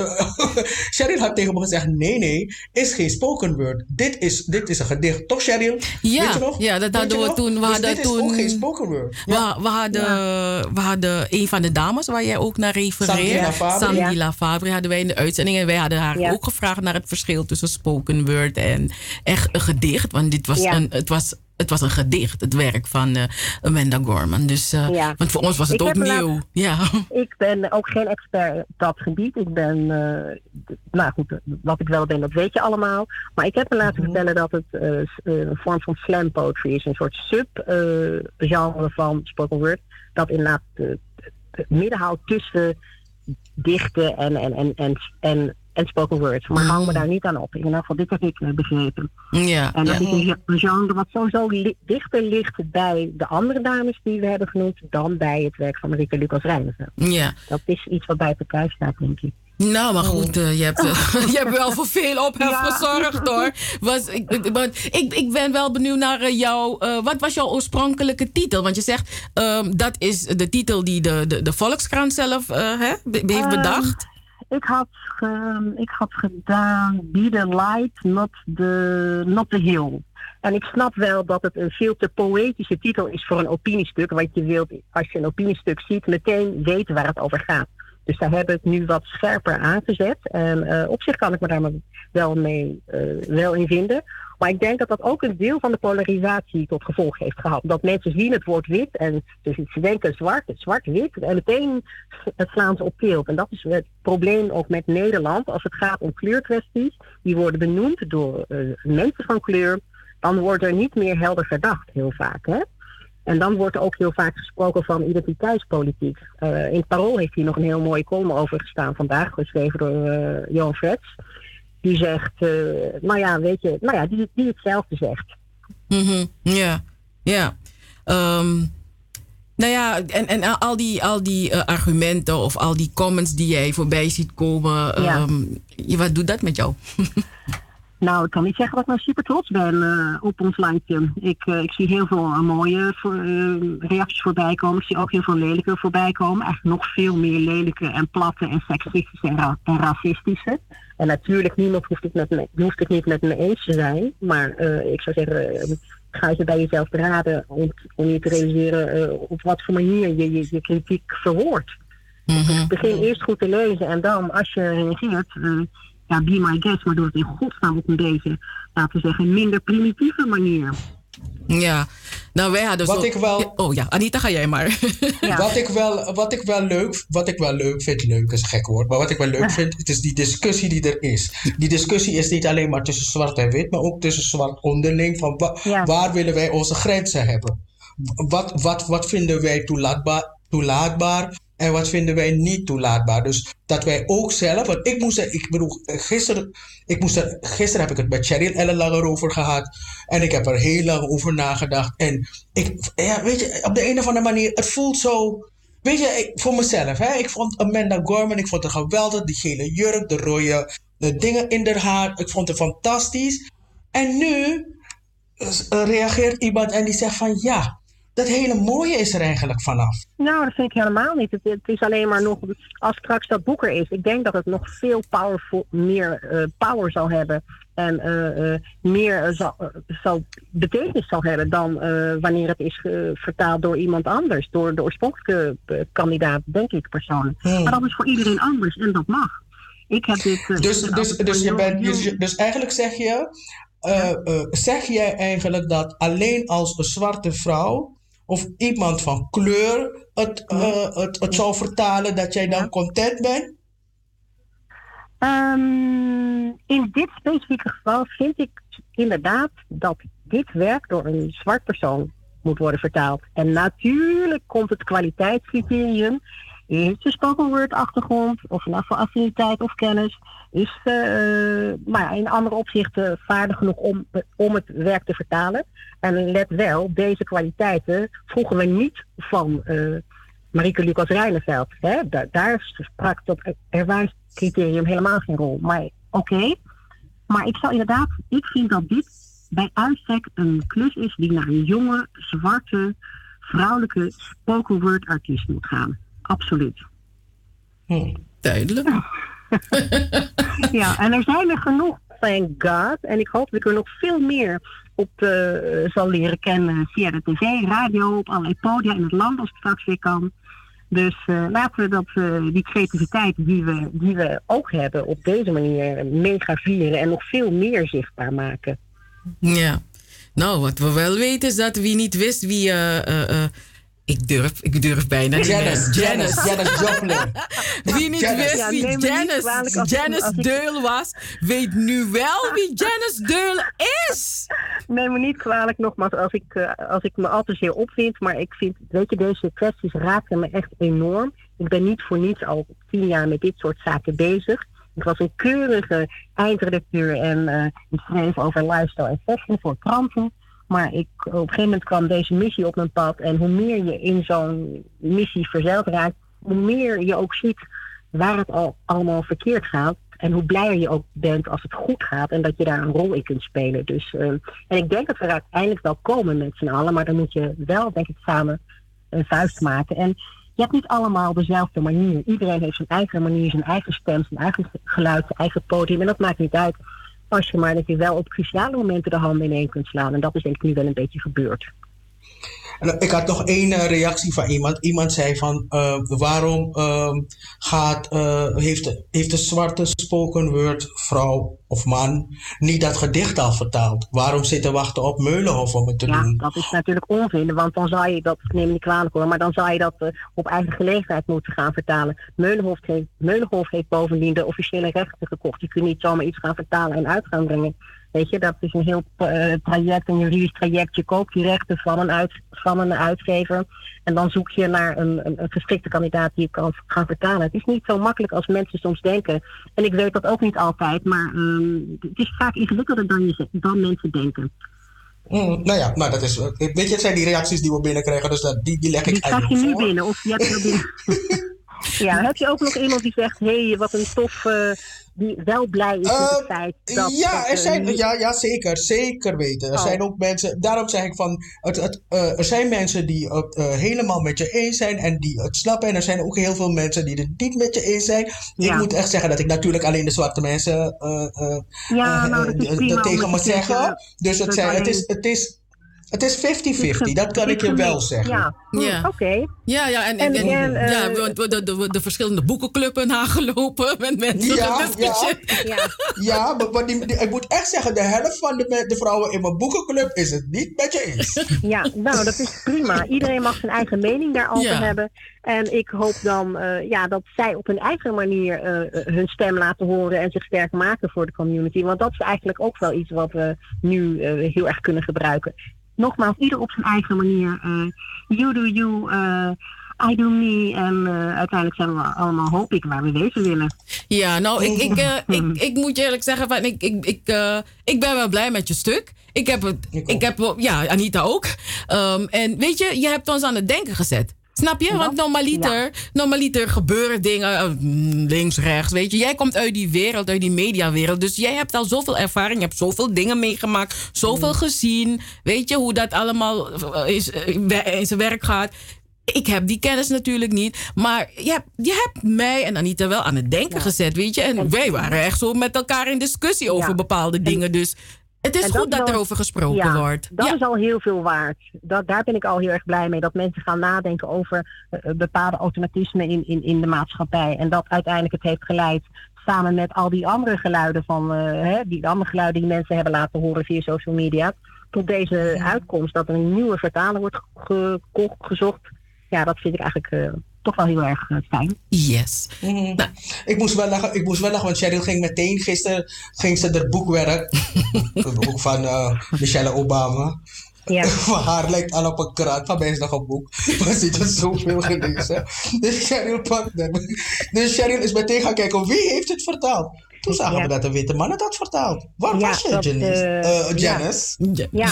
Cheryl had tegen me gezegd, nee, is geen spoken word. Dit is een gedicht. Toch, Cheryl? Ja, weet je nog? Ja, dat hadden we toen. Dit is ook geen spoken word. Ja. We hadden een van de dames waar jij ook naar refereert, Sandy Lafabre, hadden wij in de uitzending. En wij hadden haar ook gevraagd naar het verschil tussen spoken word en echt een gedicht. Want dit was het was een gedicht, het werk van Amanda Gorman. Dus, want voor ons was het ook nieuw. Ik ben ook geen expert op dat gebied. Ik ben, wat ik wel ben, dat weet je allemaal. Maar ik heb me laten vertellen dat het een vorm van slam poetry is. Een soort subgenre van spoken word. Dat inderdaad het midden houdt tussen dichten en spoken words. Maar hang me daar niet aan op. In ieder geval, dit heb ik begrepen. Ja, en dat is een genre wat sowieso dichter ligt bij de andere dames die we hebben genoemd dan bij het werk van Marieke Lucas Rijneveld. Ja. Dat is iets wat buiten kijf staat, denk ik. Nou, maar goed, je hebt wel voor veel ophef gezorgd, hoor. Ik ben wel benieuwd naar jou. Wat was jouw oorspronkelijke titel? Want je zegt, dat is de titel die de Volkskrant zelf heeft bedacht. Ik had gedaan Be the Light, not the Hill. En ik snap wel dat het een veel te poëtische titel is voor een opiniestuk. Want je wilt, als je een opiniestuk ziet, meteen weten waar het over gaat. Dus daar hebben we het nu wat scherper aangezet. En op zich kan ik me daar wel in vinden. Maar ik denk dat dat ook een deel van de polarisatie tot gevolg heeft gehad. Dat mensen zien het woord wit en dus ze denken zwart-wit. En meteen slaan ze op tilt. En dat is het probleem ook met Nederland. Als het gaat om kleurkwesties, die worden benoemd door mensen van kleur, dan wordt er niet meer helder verdacht, heel vaak. Hè? En dan wordt er ook heel vaak gesproken van identiteitspolitiek. In het Parool heeft hier nog een heel mooie column over gestaan vandaag, geschreven door Johan Frets. die zegt, die hetzelfde zegt. Ja, ja. En al die argumenten of al die comments die jij voorbij ziet komen, wat doet dat met jou? Nou, ik kan niet zeggen dat ik nou super trots ben op ons landje. Ik zie heel veel mooie reacties voorbij komen. Ik zie ook heel veel lelijke voorbij komen. Eigenlijk nog veel meer lelijke en platte en seksistische en racistische. En natuurlijk, niemand hoeft het niet met me eens te zijn. Maar ik zou zeggen, ga je bij jezelf beraden om je te realiseren op wat voor manier je kritiek verwoordt. Begin eerst goed te lezen en dan, als je reageert, be my guest, maar doe het in godsnaam op een beetje, laten we zeggen, minder primitieve manier. Ja, nou wij hadden Anita, ga jij maar. Ja. Wat ik wel leuk vind, leuk is een gek woord, maar wat ik wel leuk vind, het is die discussie die er is. Die discussie is niet alleen maar tussen zwart en wit, maar ook tussen zwart onderling, van waar willen wij onze grenzen hebben? Wat vinden wij toelaatbaar en wat vinden wij niet toelaatbaar? Dus dat wij ook zelf, want gisteren heb ik het met Cheryl ellenlanger over gehad en ik heb er heel lang over nagedacht en weet je, op de een of andere manier, het voelt zo, weet je, voor mezelf, ik vond Amanda Gorman, ik vond het geweldig, die gele jurk, de rode dingen in haar haar, ik vond het fantastisch. En nu reageert iemand en die zegt van dat hele mooie is er eigenlijk vanaf. Nou, dat vind ik helemaal niet. Het is alleen maar nog, als straks dat boek er is, ik denk dat het nog veel meer power zal hebben en meer betekenis zal hebben dan wanneer het is vertaald door iemand anders, door de oorspronkelijke kandidaat, denk ik persoonlijk. Maar dat is voor iedereen anders en dat mag. Ik heb dit. Dus eigenlijk zeg jij eigenlijk dat alleen als een zwarte vrouw of iemand van kleur het zou vertalen, dat jij dan content bent? In dit specifieke geval vind ik inderdaad dat dit werk door een zwart persoon moet worden vertaald. En natuurlijk komt het kwaliteitscriterium. Heeft ze spoken word achtergrond of vanaf voor affiniteit of kennis. Is maar in andere opzichten vaardig genoeg om het werk te vertalen. En let wel, deze kwaliteiten vroegen we niet van Marieke Lucas Rijneveld. Daar sprak dat ervaringscriterium helemaal geen rol. Maar oké. Maar ik vind dat dit bij uitstek een klus is die naar een jonge, zwarte, vrouwelijke spoken word artiest moet gaan. Absoluut. Duidelijk. Ja, en er zijn er genoeg, thank God. En ik hoop dat ik er nog veel meer op zal leren kennen via de tv, radio, op allerlei podia in het land als het straks weer kan. Dus laten we die creativiteit die we ook hebben op deze manier mega vieren en nog veel meer zichtbaar maken. Ja, nou wat we wel weten is dat wie niet wist wie... Ik durf bijna niet. Janis Joplin. Wie niet wist wie Janis Deul was, weet nu wel wie Janis Deul is. Neem me niet kwalijk nogmaals als ik me al te zeer opvind, maar ik vind, weet je, deze kwesties raken me echt enorm. Ik ben niet voor niets al 10 jaar met dit soort zaken bezig. Ik was een keurige eindredacteur en ik schreef over lifestyle en fashion voor kranten. Maar op een gegeven moment kwam deze missie op mijn pad. En hoe meer je in zo'n missie verzeild raakt, hoe meer je ook ziet waar het allemaal verkeerd gaat. En hoe blijer je ook bent als het goed gaat en dat je daar een rol in kunt spelen. Dus, en ik denk dat we er uiteindelijk wel komen met z'n allen. Maar dan moet je wel, denk ik, samen een vuist maken. En je hebt niet allemaal dezelfde manier. Iedereen heeft zijn eigen manier, zijn eigen stem, zijn eigen geluid, zijn eigen podium. En dat maakt niet uit. Als je maar dat je wel op cruciale momenten de handen ineen kunt slaan. En dat is denk ik nu wel een beetje gebeurd. En ik had nog 1 reactie van iemand. Iemand zei van waarom heeft de zwarte spoken word vrouw of man niet dat gedicht al vertaald? Waarom zitten wachten op Meulenhof om het te doen? Ja, dat is natuurlijk onzin. Want dan zou je dat, neem je niet kwalijk hoor, maar dan zou je dat op eigen gelegenheid moeten gaan vertalen. Meulenhof heeft bovendien de officiële rechten gekocht. Je kunt niet zomaar iets gaan vertalen en uit gaan brengen Weet je, dat is een heel traject, een juridisch traject. Je koopt die rechten van een uitgever. En dan zoek je naar een geschikte kandidaat die je kan gaan vertalen. Het is niet zo makkelijk als mensen soms denken. En ik weet dat ook niet altijd, maar het is vaak ingewikkelder dan mensen denken. Nou ja, maar dat is... Weet je, het zijn die reacties die we binnenkrijgen, dus die leg ik eigenlijk voor. Die krijg je nu binnen, of je hebt er binnen. Ja, heb je ook nog iemand die zegt, hé, wat een tof... die wel blij is met het feit dat... Ja, zeker weten. Er zijn ook mensen... Daarom zeg ik van... er zijn mensen die het helemaal met je eens zijn en die het snappen. En er zijn ook heel veel mensen die het niet met je eens zijn. Ik moet echt zeggen dat ik natuurlijk alleen de zwarte mensen tegen me zeggen. Dus het is 50-50, dat kan ik je wel zeggen. Ja. Oké. Ja, de verschillende boekenclubs aangelopen met mensen. Ja, maar ik moet echt zeggen, de helft van de vrouwen in mijn boekenclub is het niet met je eens. Ja, nou, dat is prima. Iedereen mag zijn eigen mening daarover hebben. En ik hoop dan dat zij op hun eigen manier hun stem laten horen en zich sterk maken voor de community. Want dat is eigenlijk ook wel iets wat we nu heel erg kunnen gebruiken. Nogmaals, ieder op zijn eigen manier. You do you, I do me. En uiteindelijk zijn we allemaal, hoop ik, waar we wezen willen. Ja, nou, ik moet je eerlijk zeggen, van, ik ben wel blij met je stuk. Anita ook. En weet je hebt ons aan het denken gezet. Snap je? Want normaliter gebeuren dingen links, rechts, weet je. Jij komt uit die wereld, uit die mediawereld. Dus jij hebt al zoveel ervaring, je hebt zoveel dingen meegemaakt, zoveel gezien. Weet je, hoe dat allemaal in zijn werk gaat. Ik heb die kennis natuurlijk niet. Maar je hebt mij en Anita wel aan het denken gezet, weet je. En wij waren echt zo met elkaar in discussie over bepaalde dingen. Dus het is goed dat er over gesproken wordt. Dat is al heel veel waard. Daar ben ik al heel erg blij mee. Dat mensen gaan nadenken over bepaalde automatismen in de maatschappij. En dat uiteindelijk het heeft geleid, samen met al die andere geluiden die mensen hebben laten horen via social media, tot deze uitkomst dat er een nieuwe vertaler wordt gezocht. Ja, dat vind ik eigenlijk toch wel heel erg fijn. Yes. Nou. Ik moest wel lachen, want Cheryl ging meteen gisteren haar boekwerk. Het boek van Michelle Obama. Ja. Van haar lijkt al op een krant. Van mij is nog een boek. Maar ze heeft zoveel gelezen. Dus Cheryl pakt dat. Dus Cheryl is meteen gaan kijken wie heeft het vertaald. Toen zagen we dat de witte man het had vertaald. Waar was je, Janice? Ja.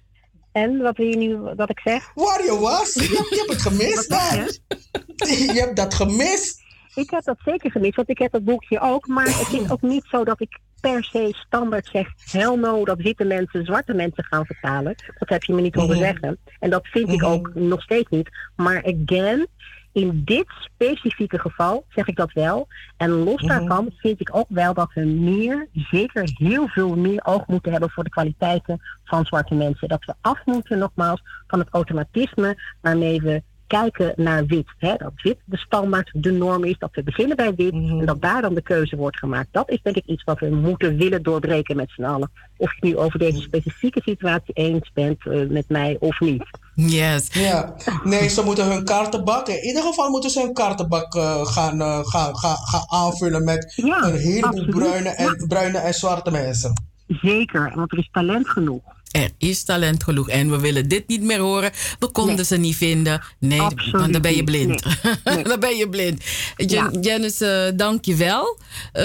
En wat wil je nu dat ik zeg? Waar je was? Je hebt het gemist, man. Je hebt dat gemist. Ik heb dat zeker gemist, want ik heb dat boekje ook. Maar het is ook niet zo dat ik per se standaard zeg, hell no, dat witte mensen zwarte mensen gaan vertalen. Dat heb je me niet horen zeggen. En dat vind ik ook nog steeds niet. Maar again, in dit specifieke geval zeg ik dat wel. En los daarvan vind ik ook wel dat we zeker heel veel meer oog moeten hebben voor de kwaliteiten van zwarte mensen. Dat we af moeten, nogmaals, van het automatisme waarmee we kijken naar wit. Dat wit de standaard, de norm is, dat we beginnen bij wit en dat daar dan de keuze wordt gemaakt. Dat is denk ik iets wat we moeten willen doorbreken met z'n allen. Of je nu over deze specifieke situatie eens bent met mij of niet. Yes. Ja. Nee, ze moeten hun kaartenbak, in ieder geval moeten ze hun kaartenbak gaan aanvullen met een heleboel bruine en zwarte mensen. Zeker, want er is talent genoeg. Er is talent genoeg en we willen dit niet meer horen. We konden ze niet vinden. Nee, want dan ben je blind. Nee. Dan ben je blind. Janice, dank je wel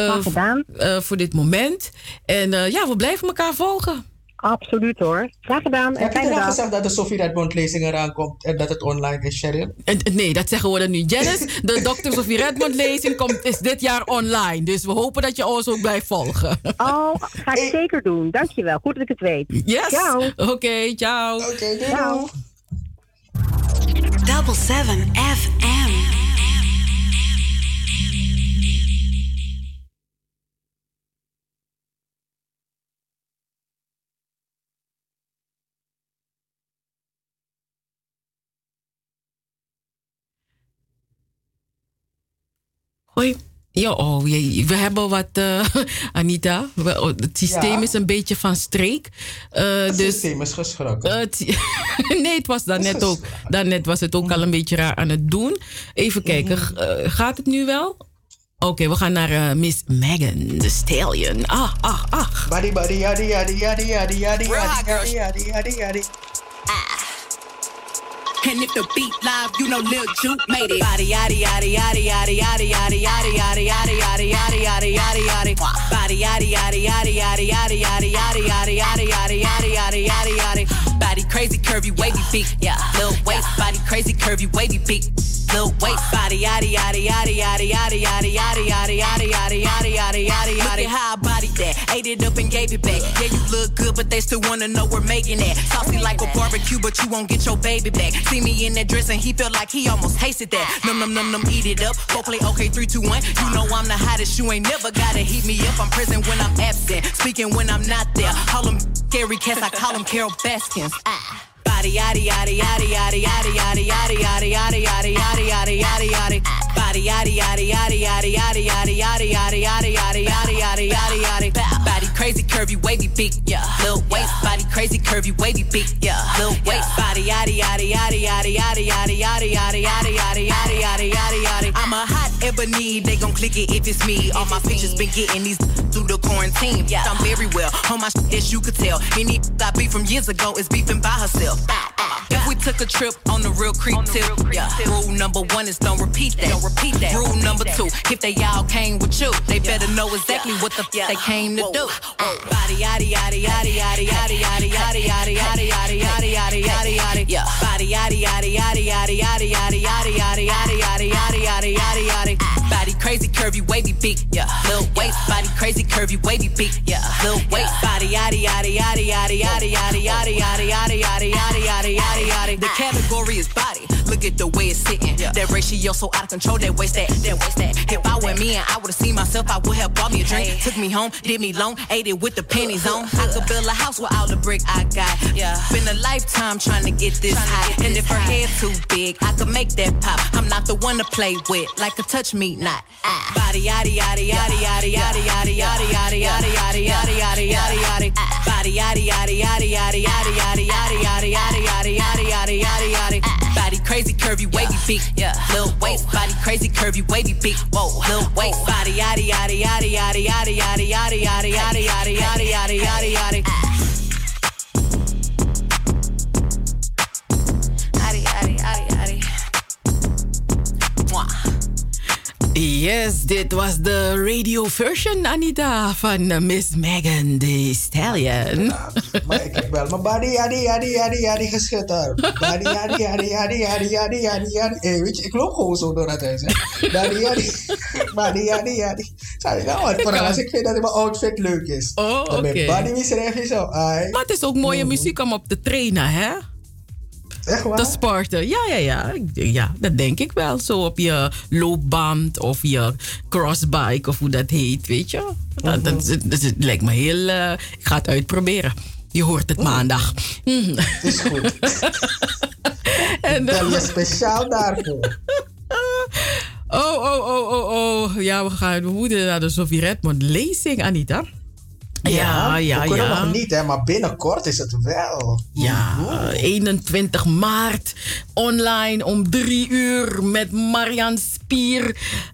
voor dit moment. En we blijven elkaar volgen. Absoluut hoor. Graag gedaan. Heb je al gezegd dat de Sophie Redmond lezing eraan komt en dat het online is, Cheryl? Nee, dat zeggen we dan nu. Janice, de Dr. Sophie Redmond lezing is dit jaar online. Dus we hopen dat je ons ook blijft volgen. Oh, ga ik zeker doen. Dankjewel. Goed dat ik het weet. Yes. Ciao. Oké, ciao. Oké, ciao. Double 7 FM. Hoi. Ja, we hebben wat, Anita. Het systeem is een beetje van streek. Het systeem is geschrokken. Nee, het was daarnet ook. Daarnet was het ook al een beetje raar aan het doen. Even kijken, gaat het nu wel? Oké, we gaan naar Miss Megan Thee Stallion. Body, body, yaddy, yaddy, yaddy, yaddy, yaddy, yaddy, yaddy, yaddy, yaddy. And if the beat live, you know Lil Juke made it. Body yaddy yaddy yaddy yaddy yaddy yaddy yaddy yaddy yaddy yaddy yaddy yaddy yaddy yaddy. Body yaddy yaddy yaddy yaddy yaddy yaddy yaddy yaddy yaddy yaddy yaddy yaddy yaddy yaddy. Body crazy curvy wavy beat, yeah. Lil waist, body crazy curvy wavy beat. Lil waist, body yaddy yaddy yaddy yaddy yaddy yaddy yaddy yaddy yaddy yaddy yaddy yaddy yaddy yaddy. Look at how I bodied that, ate it up and gave it back. Yeah, you look good, but they still wanna know we're making that. Saucy like a barbecue, but you won't get your baby back. See me in that dress and he felt like he almost tasted that. Num num num num, eat it up. Go play okay, 3, 2, 1. You know I'm the hottest. You ain't never gotta heat me up. I'm present when I'm absent, speaking when I'm not there. Call them scary cats, I call them Carol Baskins. Body yaddy yaddy yaddy yaddy yaddy yaddy yaddy yaddy yaddy yaddy yaddy yaddy yaddy yaddy. Body yaddy yaddy yaddy yaddy yaddy yaddy yaddy yaddy yaddy yaddy yaddy yaddy yaddy yaddy. Body crazy curvy wavy beat, yeah. Lil waist, body crazy curvy wavy beat, yeah. Lil waist, body yaddy yaddy yaddy yaddy yaddy yaddy yaddy yaddy yaddy yaddy yaddy yaddy yaddy yaddy. I'm a hot ebony, they gon' click it if it's me. All my pictures been getting these through the quarantine. Yeah, I'm very well on my shit, as you could tell. Any I beef from years ago is beefing by herself. If we took a trip on the real creep tip, yeah. Rule number 1 is don't repeat that. Don't repeat that. Rule number 2, if they all came with you, they better know exactly what the they came to do. Body yaddy yaddy yaddy yaddy yaddy yaddy yaddy yaddy yaddy yaddy yaddy yaddy yaddy yaddy. Yeah. Body yaddy yaddy yaddy yaddy yaddy yaddy yaddy yaddy yaddy yaddy yaddy yaddy yaddy yaddy. Body crazy curvy wavy beat, yeah. Lil waist, body crazy curvy wavy beat, yeah. Lil waist, body yaddy yaddy yaddy yaddy yaddy yaddy yaddy yaddy yaddy yaddy yaddy yaddy yaddy yaddy. The category is body. Look at the way it's sitting. That ratio so out of control. That waist that. If I were me and I would've seen myself, I would have bought me a drink. Took me home, did me long, ate it with the pennies on. I could build a house with all the brick I got. Yeah, been a lifetime trying to get this high. And if her head too big, I could make that pop. I'm not the one to play with, like a touch me not. Body yaddy yaddy yaddy yaddy yaddy yaddy yaddy yaddy yaddy yaddy yaddy yaddy yaddy yaddy. Body yaddy yaddy yaddy yaddy yaddy yaddy yaddy yaddy yaddy yaddy yaddy yaddy yaddy yaddy. Body crazy curvy wavy beat, yeah. Lil waist, body crazy curvy wavy beat. Whoa, lil waist, body yaddy yaddy yaddy yaddy yaddy yaddy yaddy yaddy yaddy yaddy yaddy yaddy yaddy yaddy. Yaddy yaddy yaddy yaddy. Yes, dit was de radio version, Anita, van Miss Megan Thee Stallion. Ja, maar ik heb wel mijn body yaddy yaddy yaddy yaddy geschud daar. Body yaddy yaddy yaddy yaddy yaddy yaddy yaddy. Hey, weet je, ik loop gewoon zo door het huis. Body yaddy, body yaddy yaddy. Zou je nou wat? Vooral als ik vind dat mijn outfit leuk is. Oh, oké. Dan ben body misref je zo. Maar het is ook mooie muziek om op te trainen, hè? Echt waar? Te sporten. Ja, dat denk ik wel. Zo op je loopband of je crossbike of hoe dat heet, weet je. Dat lijkt me heel... ik ga het uitproberen. Je hoort het maandag. Is goed. En dan je speciaal daarvoor. Oh. Ja, we moeten naar de Sophie Redmond lezing, Anita. Ja. We kunnen nog niet, hè, maar binnenkort is het wel. Ja, 21 maart online om 3 uur met Marian Spier.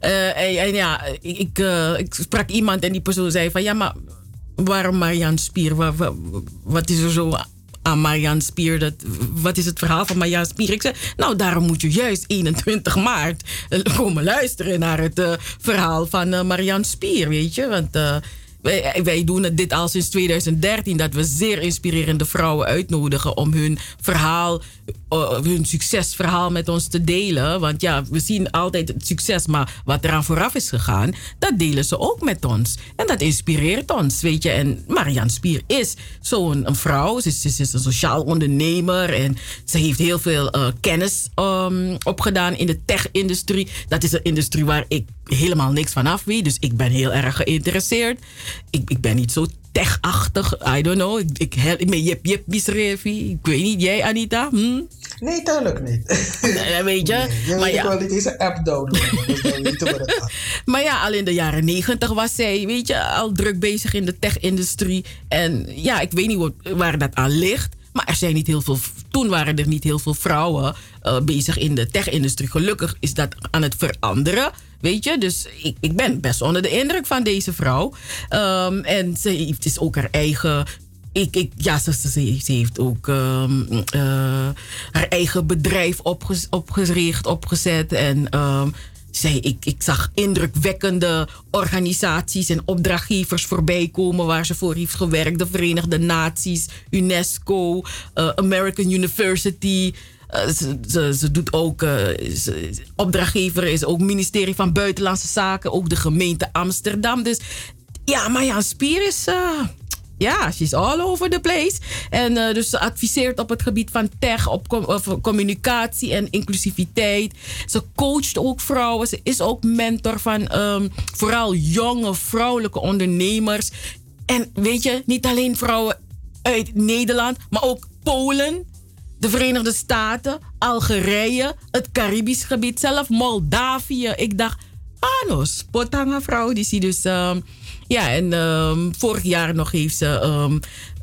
Ik sprak iemand en die persoon zei van... Ja, maar waarom Marian Spier? Wat is er zo aan Marian Spier? Wat is het verhaal van Marian Spier? Ik zei, nou, daarom moet je juist 21 maart komen luisteren naar het verhaal van Marian Spier, weet je. Want... Wij doen dit al sinds 2013, dat we zeer inspirerende vrouwen uitnodigen om hun verhaal, hun succesverhaal met ons te delen. Want ja, we zien altijd het succes, maar wat eraan vooraf is gegaan, dat delen ze ook met ons. En dat inspireert ons, weet je. En Marian Spier is zo'n vrouw. Ze is een sociaal ondernemer en ze heeft heel veel kennis opgedaan in de tech-industrie. Dat is een industrie waar ik helemaal niks van af weet. Dus ik ben heel erg geïnteresseerd. Ik ben niet zo tech-achtig. I don't know. Ik ben jip misrevi. Ik weet niet. Jij, Anita? Nee, tuurlijk niet. Weet je? Je weet wel niet deze app downloaden. Dus dan weten we dat. Maar ja, al in de jaren 90 was zij, weet je, al druk bezig in de tech-industrie. En ja, ik weet niet waar dat aan ligt. Maar er zijn niet heel veel... Toen waren er niet heel veel vrouwen bezig in de tech-industrie. Gelukkig is dat aan het veranderen. Weet je, dus ik ben best onder de indruk van deze vrouw. En ze heeft dus ook haar eigen... Ze heeft ook haar eigen bedrijf opgezet. En ik zag indrukwekkende organisaties en opdrachtgevers voorbij komen waar ze voor heeft gewerkt. De Verenigde Naties, UNESCO, American University. Ze doet ook, opdrachtgever is ook ministerie van Buitenlandse Zaken, ook de gemeente Amsterdam. Dus ja, Marjan Spier is... she's all over the place. En dus ze adviseert op het gebied van tech, op communicatie en inclusiviteit. Ze coacht ook vrouwen. Ze is ook mentor van vooral jonge vrouwelijke ondernemers. En weet je, niet alleen vrouwen uit Nederland, maar ook Polen, de Verenigde Staten, Algerije, het Caribisch gebied, zelf Moldavië. Ik dacht, Anos, potanga vrouw, die zie dus... vorig jaar nog heeft ze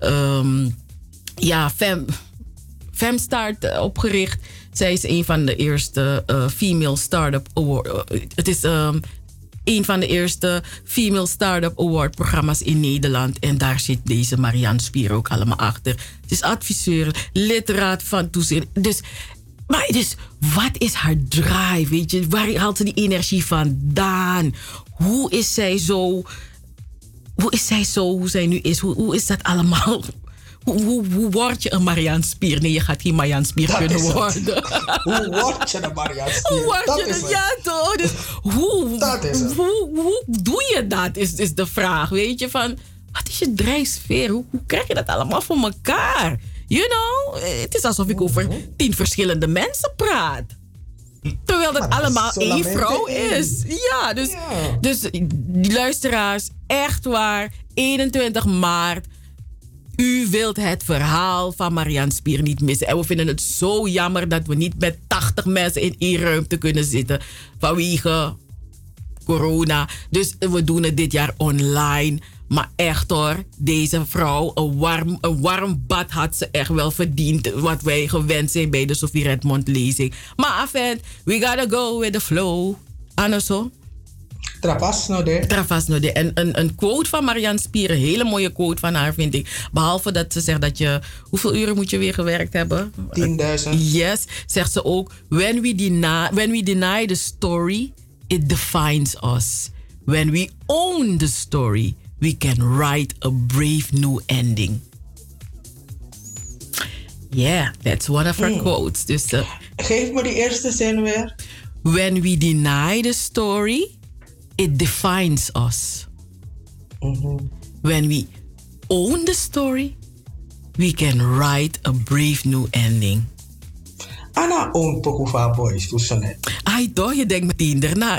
Femstart opgericht. Zij is een van de eerste Female Startup Award. Het is een van de eerste Female Startup Award programma's in Nederland. En daar zit deze Marjan Spier ook allemaal achter. Het is adviseur, lideraad van toezicht. Dus wat is haar drive? Weet je? Waar haalt ze die energie vandaan? Hoe is zij zo hoe zij nu is? Hoe is dat allemaal? Hoe word je een Marianne Spier? Nee, je gaat geen Marianne Spier Dat kunnen is het. worden. Hoe word je een Marianne Spier? Hoe word Dat je is het? het. Ja, toch? Dus hoe doe je dat? Is de vraag. Weet je, van wat is je drijfveer? Hoe krijg je dat allemaal voor elkaar? You know, het is alsof ik over 10 verschillende mensen praat. Terwijl dat allemaal één vrouw is. Ja, dus die luisteraars, echt waar, 21 maart. U wilt het verhaal van Marianne Spier niet missen. En we vinden het zo jammer dat we niet met 80 mensen in één ruimte kunnen zitten. Vanwege corona. Dus we doen het dit jaar online. Maar echt hoor, deze vrouw, een warm bad had ze echt wel verdiend. Wat wij gewend zijn bij de Sophie Redmond lezing. Maar afijn, we gotta go with the flow. Anoso? Trapas no de. En een quote van Marianne Spier, een hele mooie quote van haar vind ik. Behalve dat ze zegt dat je... Hoeveel uren moet je weer gewerkt hebben? 10.000. Yes, zegt ze ook. When we deny the story, it defines us. When we own the story, we can write a brave new ending. Yeah, that's one of her quotes. Dus, geef me die eerste zin weer. When we deny the story, it defines us. When we own the story, we can write a brave new ending. Anna own Pokufa Boys, hoe zo net. Ai toch, je denkt meteen daarna.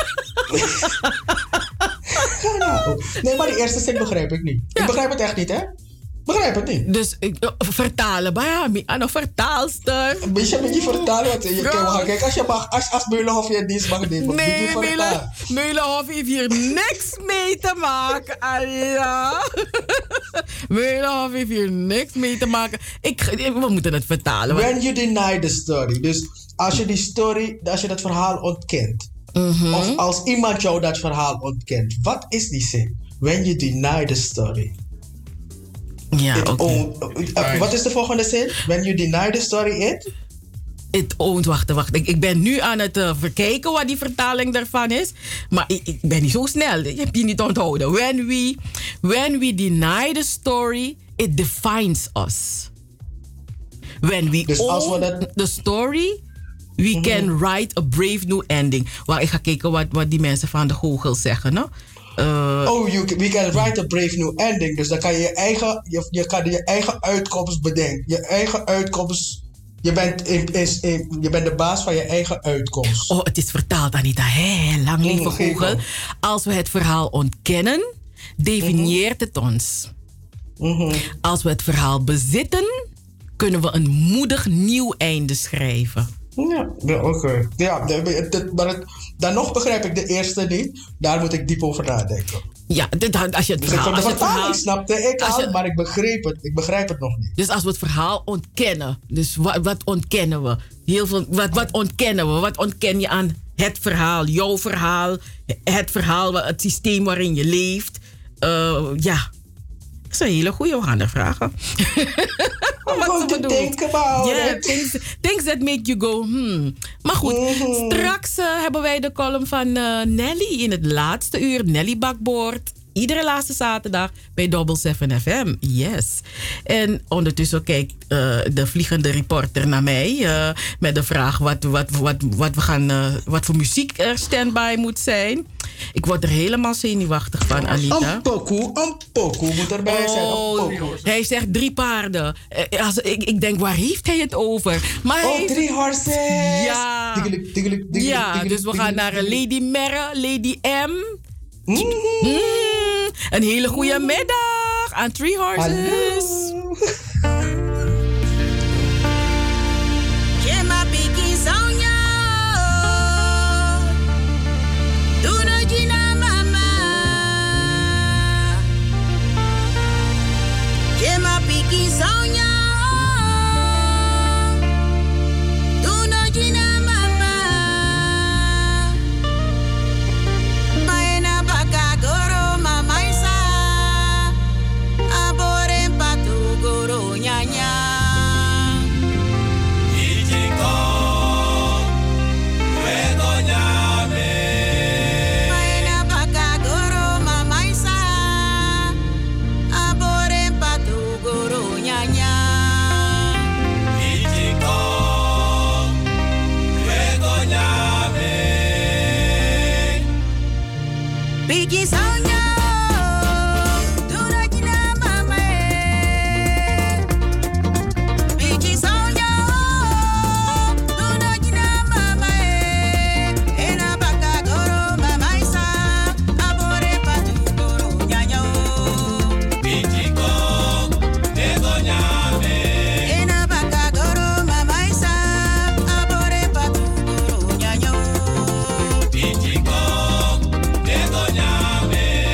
Nee, maar die eerste zin begrijp ik niet. Ik begrijp het echt niet, hè? Begrijp het niet. Dus vertalen, maar ja, vertaalster. Een beetje vertalen wat je kan. Kijk, als je mag, als Meulenhof je dienst mag nemen. Nee, Meulenhof heeft hier niks mee te maken, Alia. Meulenhof heeft hier niks mee te maken. We moeten het vertalen. When you deny the story. Dus als je die story, als je dat verhaal ontkent. Of als iemand jou dat verhaal ontkent. Wat is die zin? When you deny the story. Ja, oké. Wat is de volgende zin? When you deny the story, it owned. Wacht. Ik ben nu aan het verkijken wat die vertaling daarvan is. Maar ik ben niet zo snel. Je hebt je niet onthouden. When we deny the story, it defines us. When we dus own the story, we can write a brave new ending. Wacht, ik ga kijken wat die mensen van de Google zeggen, no? We can write a brave new ending. Dus dan kan je kan je eigen uitkomst bedenken. Je eigen uitkomst. Je bent de baas van je eigen uitkomst. Oh, het is vertaald, Anita. Hé, lang leven Google. Als we het verhaal ontkennen, definieert het ons. Als we het verhaal bezitten, kunnen we een moedig nieuw einde schrijven. Ja, oké. Ja, maar dan nog begrijp ik de eerste niet. Daar moet ik diep over nadenken. Ja, als je het verhaal... De vertaling snapte ik al, maar ik begrijp het nog niet. Dus als we het verhaal ontkennen. Dus wat ontkennen we? Heel veel, wat ontkennen we? Wat ontken je aan het verhaal, jouw verhaal, het verhaal, het systeem waarin je leeft. Ja, dat is een hele goede. We gaan er vragen. Wat te denken about yeah, things that make you go, Maar goed, straks hebben wij de column van Nelly in het laatste uur. Nelly Bakboord. Iedere laatste zaterdag bij Double 7 FM. Yes. En ondertussen kijkt de vliegende reporter naar mij met de vraag wat voor muziek er standby moet zijn. Ik word er helemaal zenuwachtig van, Anita. Een pokoe moet erbij zijn. Hij zegt 3 paarden. Ik denk, waar heeft hij het over? Maar 3 horses. Ja, dus we gaan naar Lady Merre, Lady M. Een hele goede middag aan 3 Horses. Doña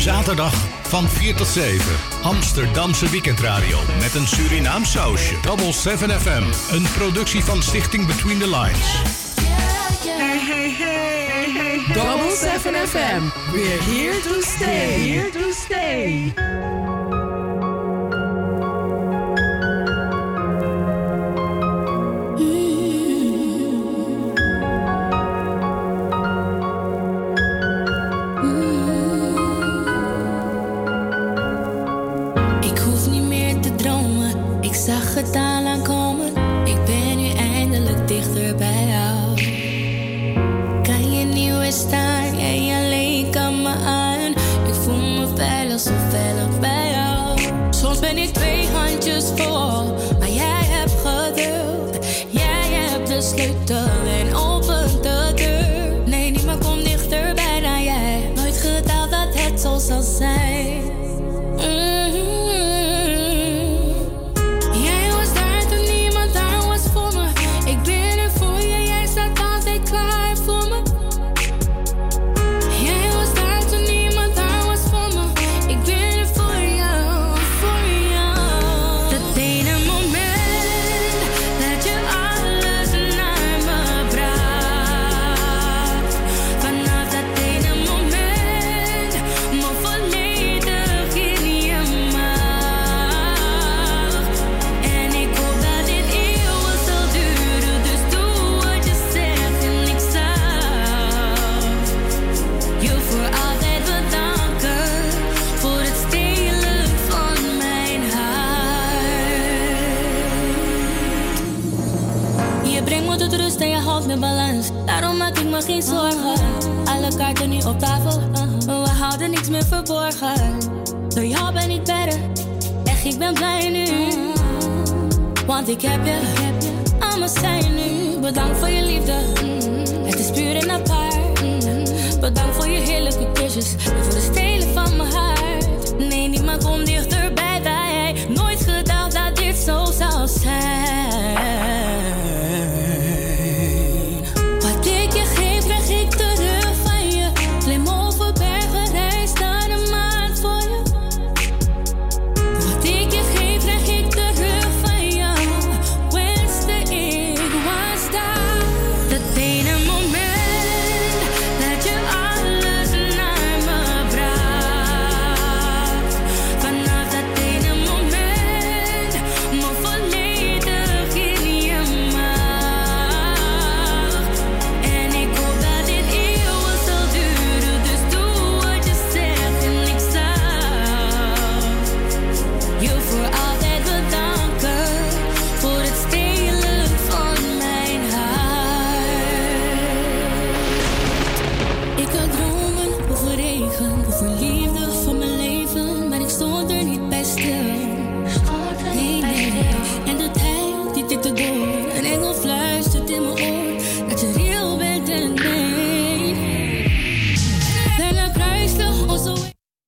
Zaterdag van 4 tot 7. Amsterdamse weekendradio met een Surinaam sausje. Double 7 FM. Een productie van Stichting Between the Lines. Hey, hey, hey, hey, hey. Double 7 FM. We're here to stay. Here to stay. Ik hoef niet meer te dromen, ik zag het al aankomen. Ik ben nu eindelijk dichter bij jou. Kan je niet weerstaan, jij alleen kan me aan. Ik voel me veilig, zo veilig bij jou. Soms ben ik 2 handjes vol, maar jij hebt geduld. Jij hebt de sleutel en opent de deur. Nee, niemand komt dichterbij dan jij. Nooit gedacht dat het zo zal zijn. Jij was daar toen niemand daar was voor me. Ik ben er voor je, jij staat altijd klaar voor me. Jij was daar toen niemand daar was voor me. Ik ben er voor jou, voor jou. Dat ene moment dat je alles naar me bracht. Vanaf dat ene moment me volledig in je mag. En ik hoop dat dit eeuwig zal duren. Dus doe wat je zegt en ik zal je voor altijd bedanken voor het stelen van mijn hart. Je brengt me tot rust en je houdt me balans. Daarom maak ik me geen zorgen. Alle kaarten nu op tafel. We houden niks meer verborgen. Door jou ben ik beter. Echt, ik ben blij nu. Want ik heb je aan mijn zij nu. Bedankt voor je liefde. Het is puur en apart. Bedankt voor je heerlijke kusjes. En voor het stelen van mijn hart. Nee, niemand komt dichterbij dan jij. Nooit gedacht dat dit zo zou zijn. Wat ik je geef, krijg ik terug van je. Klim over bergen, reis naar de maan voor je. Wat ik je geef, krijg ik terug van jou. Wenste ik was daar. Dat ene moment dat je alles naar me bracht. Vanaf dat ene moment me volledig in je mag. En ik hoop dat dit eeuwig zal duren. Dus doe wat je zegt en ik zal je voor altijd bedanken voor het stelen van mijn hart. Ik had dromen over regen, over liefde van mijn leven, maar ik stond er niet bij stil. Nee, nee. En de tijd die tikte door, een engel fluistert in mijn oor dat je real bent en nee. En een kruisdag of zo.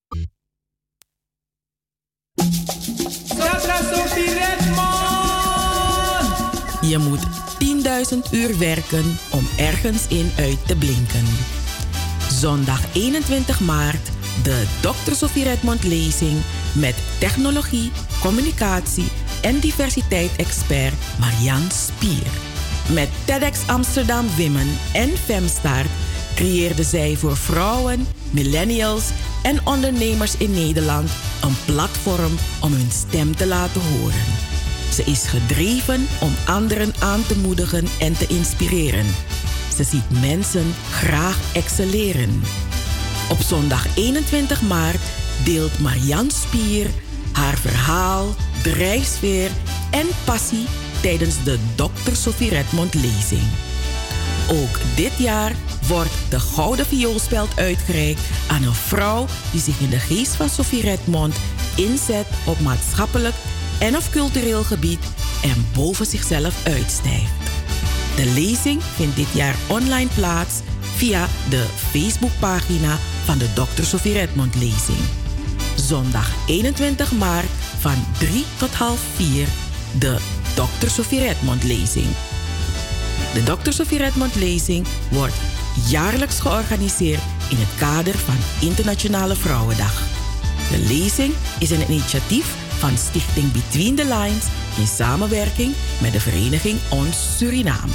Je moet 10.000 uur werken om ergens in uit te blinken. Zondag 21 maart de Dr. Sophie Redmond lezing met technologie, communicatie en diversiteit-expert Marianne Spier. Met TEDx Amsterdam Women en Femstart creëerde zij voor vrouwen, millennials en ondernemers in Nederland een platform om hun stem te laten horen. Ze is gedreven om anderen aan te moedigen en te inspireren. Ze ziet mensen graag excelleren. Op zondag 21 maart deelt Marianne Spier haar verhaal, drijfsfeer en passie tijdens de Dr. Sophie Redmond lezing. Ook dit jaar wordt de Gouden Vioolspeld uitgereikt aan een vrouw die zich in de geest van Sophie Redmond inzet op maatschappelijk en of cultureel gebied en boven zichzelf uitstijgt. De lezing vindt dit jaar online plaats via de Facebookpagina van de Dr. Sophie Redmond lezing. Zondag 21 maart van 3 tot half 4 de Dr. Sophie Redmond lezing. De Dr. Sophie Redmond lezing wordt jaarlijks georganiseerd in het kader van Internationale Vrouwendag. De lezing is een initiatief van Stichting Between the Lines in samenwerking met de vereniging Ons Suriname.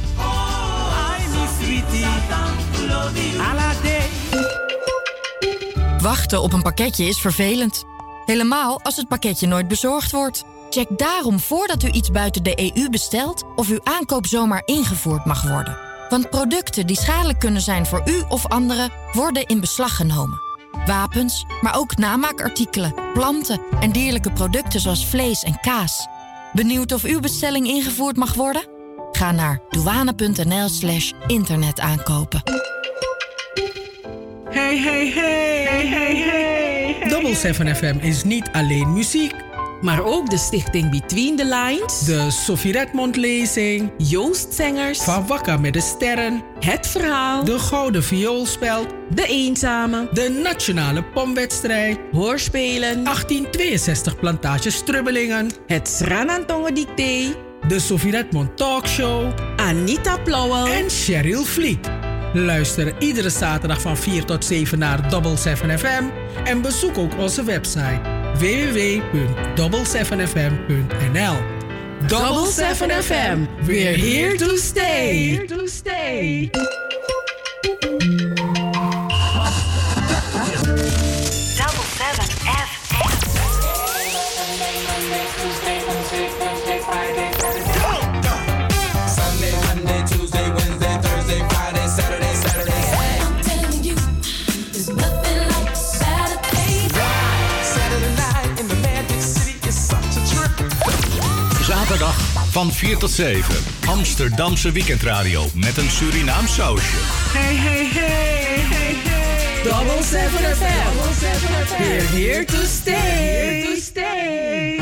Wachten op een pakketje is vervelend. Helemaal als het pakketje nooit bezorgd wordt. Check daarom voordat u iets buiten de EU bestelt of uw aankoop zomaar ingevoerd mag worden. Want producten die schadelijk kunnen zijn voor u of anderen worden in beslag genomen. Wapens, maar ook namaakartikelen, planten en dierlijke producten zoals vlees en kaas. Benieuwd of uw bestelling ingevoerd mag worden? Ga naar douane.nl/internetaankopen. Hey, hey, hey, hey, hey, hey. Double 7 FM is niet alleen muziek, maar ook de stichting Between the Lines, de Sophie Redmond lezing, Joost Zengers, Van Wakka met de Sterren, Het Verhaal, de Gouden Vioolspeld, De Eenzame, de Nationale Pomwedstrijd, Hoorspelen, 1862 Plantage Strubbelingen, het Sranantongen Dicté, de Sophie Redmond Talkshow, Anita Plauwel en Cheryl Vliet. Luister iedere zaterdag van 4 tot 7 naar Double 7 FM en bezoek ook onze website www.double7fm.nl. Double 7 FM, we're here to stay. Here to stay. Double 7 FM. Sunday, Monday, Tuesday, Wednesday, Thursday, Friday, Saturday, Saturday. I'm telling you, there's nothing like Saturday. Saturday night in the Magic City is such a trip. Zaterdag van 4 tot 7. Amsterdamse weekendradio met een Surinaams sausje. Hey, hey, hey, hey, hey. Double 7 FM, we're here to stay. Here to stay.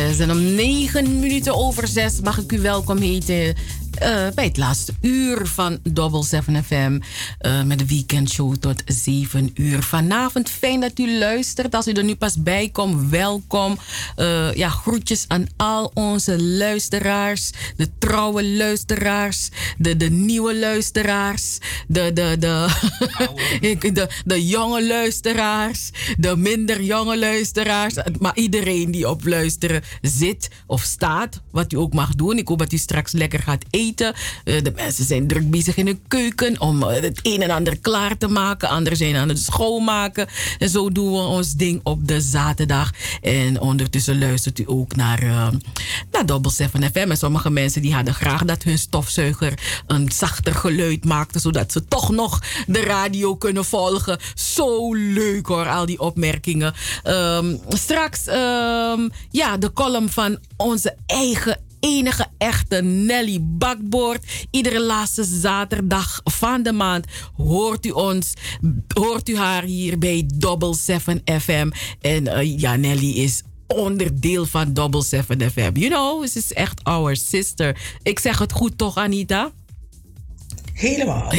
Yes, en om 6:09 mag ik u welkom heten bij het laatste uur van Double 7 FM. Met de weekendshow tot 7 uur. Vanavond fijn dat u luistert. Als u er nu pas bij komt, welkom. Groetjes aan al onze luisteraars. De trouwe luisteraars. De nieuwe luisteraars. De jonge luisteraars. De minder jonge luisteraars. Maar iedereen die op luisteren zit of staat. Wat u ook mag doen. Ik hoop dat u straks lekker gaat eten. De mensen zijn druk bezig in de keuken om het een en ander klaar te maken. Anderen zijn aan het schoonmaken. En zo doen we ons ding op de zaterdag. En ondertussen luistert u ook naar Double 7 FM. En sommige mensen die hadden graag dat hun stofzuiger een zachter geluid maakte. Zodat ze toch nog de radio kunnen volgen. Zo leuk hoor, al die opmerkingen. Straks de column van onze eigen enige echte Nelly Bakboord. Iedere laatste zaterdag van de maand hoort u haar hier bij Double 7 FM. En Nelly is onderdeel van Double 7 FM. You know, ze is echt our sister. Ik zeg het goed toch, Anita? Helemaal.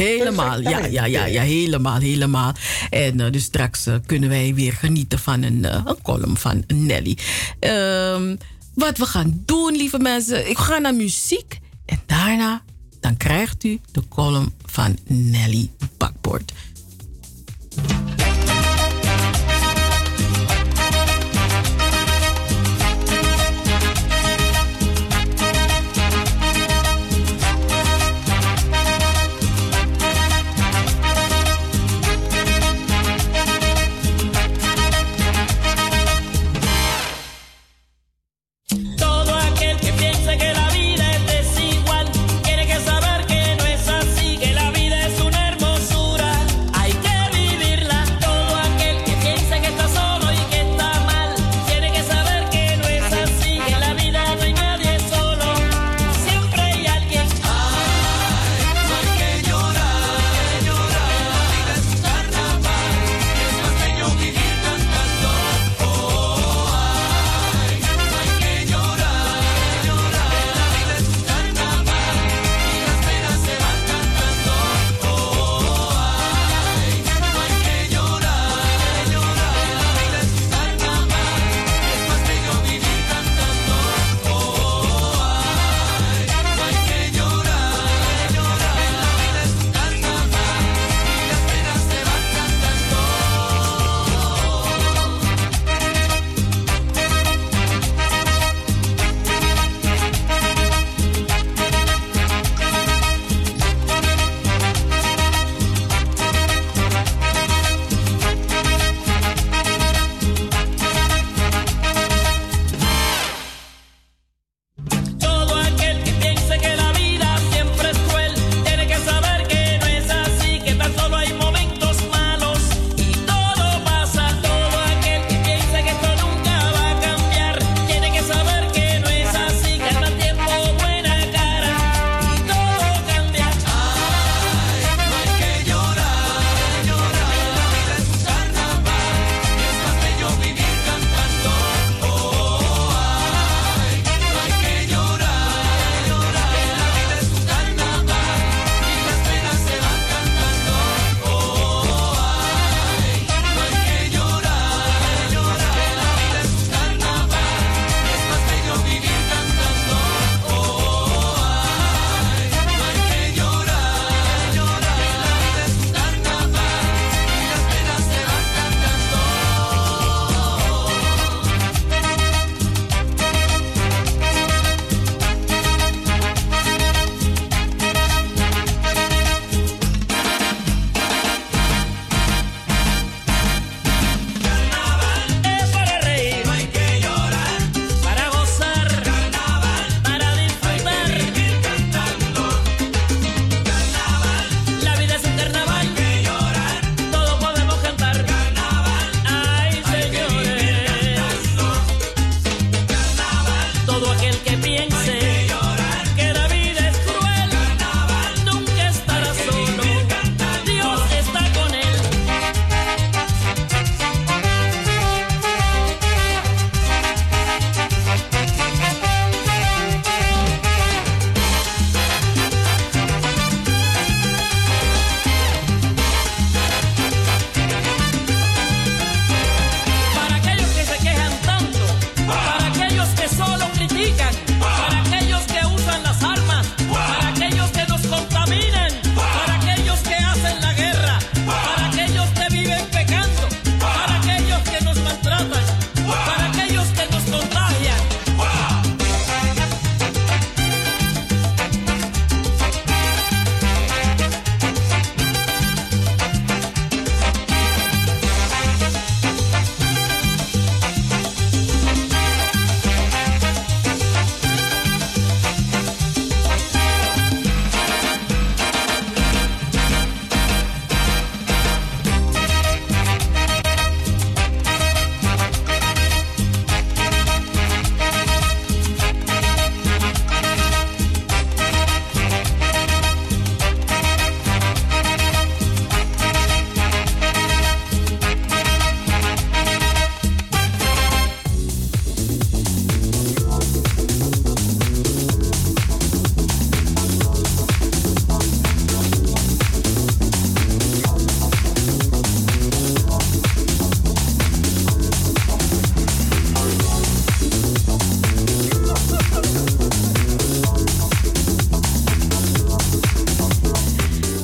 Helemaal. En dus straks kunnen wij weer genieten van een column van Nelly. Wat we gaan doen, lieve mensen. Ik ga naar muziek. En daarna dan krijgt u de column van Nelly Bakboord. Quiere que saber que no es así, que la vida es una hermosura.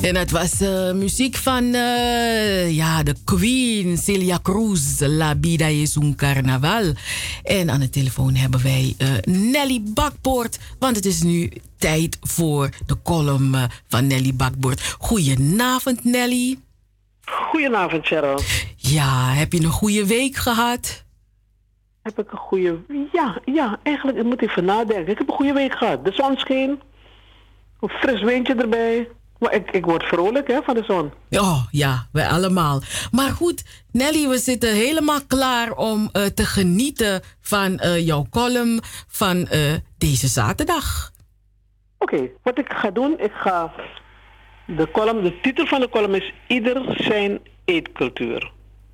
En het was muziek van de Queen, Celia Cruz, La Vida es un Carnaval. En aan de telefoon hebben wij Nelly Bakboord, want het is nu tijd voor de column van Nelly Bakboord. Goedenavond, Nelly. Goedenavond, Cheryl. Ja, heb je een goede week gehad? Heb ik een goede... Ja, eigenlijk moet ik even nadenken. Ik heb een goede week gehad. De zon scheen. Een fris windje erbij. Maar ik word vrolijk van de zon. Oh, ja, wij allemaal. Maar goed, Nelly, we zitten helemaal klaar om te genieten van jouw column van deze zaterdag. Oké, wat ik ga doen, de titel van de column is Ieder zijn eetcultuur.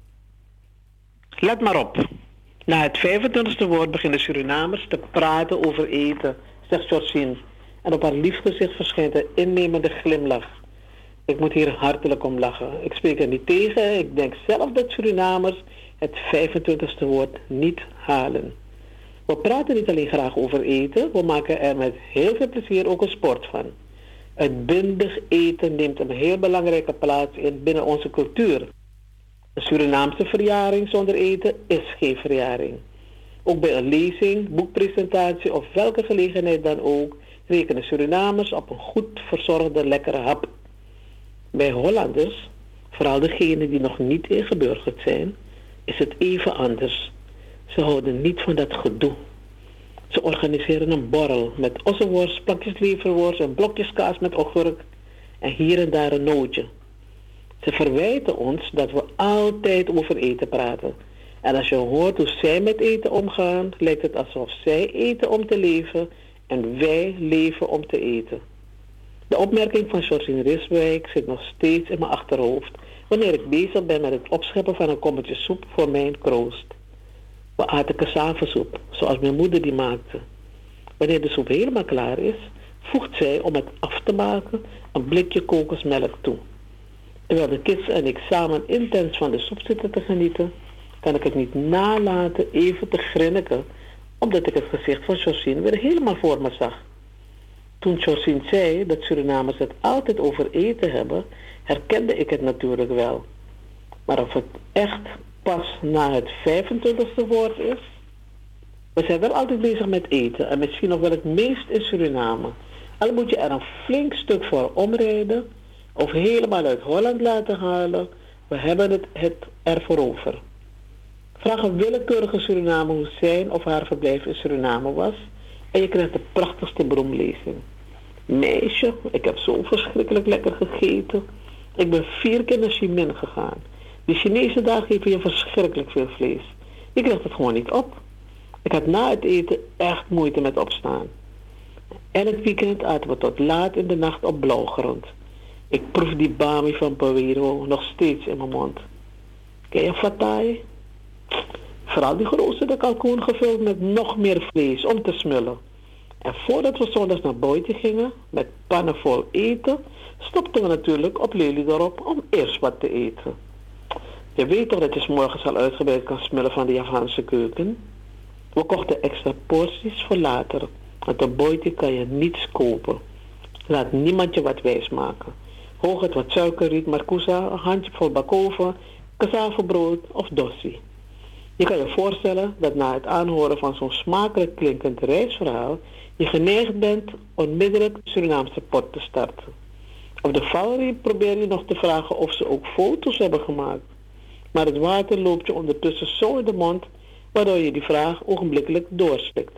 Let maar op. Na het 25e woord beginnen Surinamers te praten over eten, zegt Josine. En op haar lief gezicht verschijnt een innemende glimlach. Ik moet hier hartelijk om lachen. Ik spreek er niet tegen. Ik denk zelf dat Surinamers het 25e woord niet halen. We praten niet alleen graag over eten. We maken er met heel veel plezier ook een sport van. Uitbundig eten neemt een heel belangrijke plaats in binnen onze cultuur. Een Surinaamse verjaring zonder eten is geen verjaring. Ook bij een lezing, boekpresentatie of welke gelegenheid dan ook rekenen Surinamers op een goed verzorgde lekkere hap. Bij Hollanders, vooral degenen die nog niet ingeburgerd zijn, is het even anders. Ze houden niet van dat gedoe. Ze organiseren een borrel met ossenworst, plakjes leverworst en blokjes kaas met augurk en hier en daar een nootje. Ze verwijten ons dat we altijd over eten praten. En als je hoort hoe zij met eten omgaan, lijkt het alsof zij eten om te leven en wij leven om te eten. De opmerking van Josine Riswijk zit nog steeds in mijn achterhoofd wanneer ik bezig ben met het opscheppen van een kommetje soep voor mijn kroost. We aten cassavesoep, zoals mijn moeder die maakte. Wanneer de soep helemaal klaar is, voegt zij om het af te maken een blikje kokosmelk toe. Terwijl de kids en ik samen intens van de soep zitten te genieten, kan ik het niet nalaten even te grinniken, omdat ik het gezicht van Josine weer helemaal voor me zag. Toen Josine zei dat Surinamers het altijd over eten hebben, herkende ik het natuurlijk wel. Maar of het echt pas na het 25e woord is? We zijn wel altijd bezig met eten en misschien nog wel het meest in Suriname. Al moet je er een flink stuk voor omrijden of helemaal uit Holland laten halen, we hebben het ervoor over. Vraag een willekeurige Surinamer hoe zijn of haar verblijf in Suriname was en je krijgt de prachtigste bloemlezing. Meisje, ik heb zo verschrikkelijk lekker gegeten. Ik ben 4 keer naar Chimin gegaan. De Chinese daar geven je verschrikkelijk veel vlees. Je krijgt het gewoon niet op. Ik had na het eten echt moeite met opstaan. Elk weekend aten we tot laat in de nacht op blauwgrond. Ik proef die bami van Pawero nog steeds in mijn mond. Ken je fatai? Vooral die geroosterde kalkoen gevuld met nog meer vlees om te smullen. En voordat we zondags naar buiten gingen, met pannen vol eten, stopten we natuurlijk op Lelydorp om eerst wat te eten. Je weet toch dat je 's morgens al uitgebreid kan smullen van de Javaanse keuken? We kochten extra porties voor later, want op buiten kan je niets kopen. Laat niemand je wat wijs maken. Hooguit wat suikerriet, marcousa, een handjevol bakoven, cassavebrood of dossie. Je kan je voorstellen dat na het aanhoren van zo'n smakelijk klinkend reisverhaal je geneigd bent onmiddellijk Surinaamse pot te starten. Op de valreep probeer je nog te vragen of ze ook foto's hebben gemaakt. Maar het water loopt je ondertussen zo in de mond, waardoor je die vraag ogenblikkelijk doorslikt.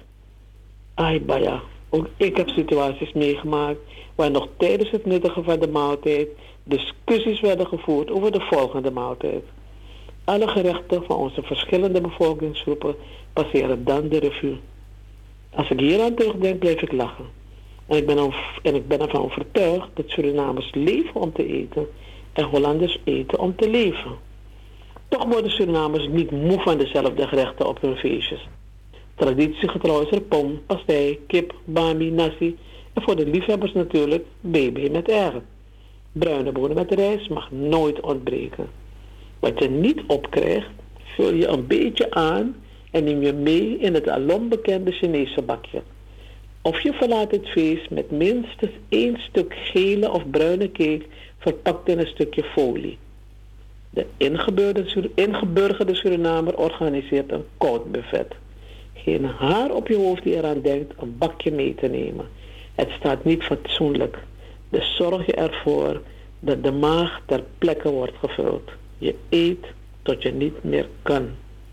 Ai baya, ook ik heb situaties meegemaakt waar nog tijdens het nuttigen van de maaltijd discussies werden gevoerd over de volgende maaltijd. Alle gerechten van onze verschillende bevolkingsgroepen passeren dan de revue. Als ik hieraan terugdenk, blijf ik lachen. En ik ben ervan overtuigd dat Surinamers leven om te eten en Hollanders eten om te leven. Toch worden Surinamers niet moe van dezelfde gerechten op hun feestjes. Traditiegetrouw is er pom, pastei, kip, bami, nasi en voor de liefhebbers natuurlijk BB met R. Bruine bonen met rijst mag nooit ontbreken. Wat je niet opkrijgt, vul je een beetje aan en neem je mee in het alom bekende Chinese bakje. Of je verlaat het feest met minstens 1 stuk gele of bruine cake verpakt in een stukje folie. De ingeburgerde Surinamer organiseert een koud buffet. Geen haar op je hoofd die eraan denkt een bakje mee te nemen. Het staat niet fatsoenlijk. Dus zorg je ervoor dat de maag ter plekke wordt gevuld. Je eet tot je niet meer kan.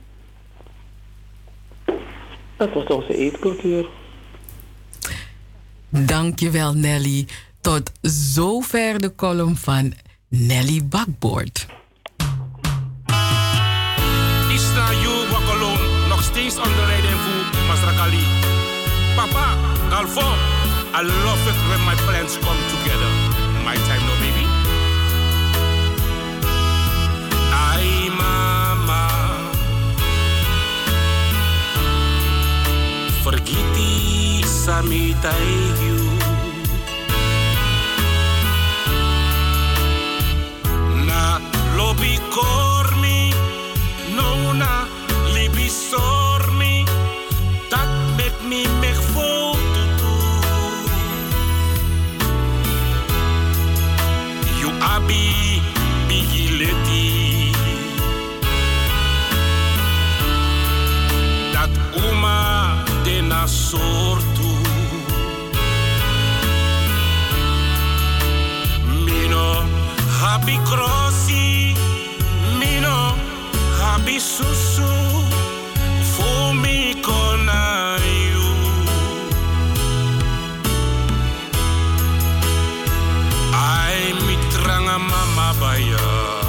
Dat was onze eetcultuur. Dankjewel Nelly. Tot zover de column van Nelly Bakboord. Isna you wakolon nog steeds onder leiding van Masrakali. Papa, Galfo, I love it when my plans come together. My time no baby. Ay mama, forgiti samita you. Na lobi kormi, no na libi sormi, dat met me meg foto tu. You abi bigileti, dat uma de na sortu. Mino happy crossi, mino happy susu, for me kona you. I mitranga mama baya,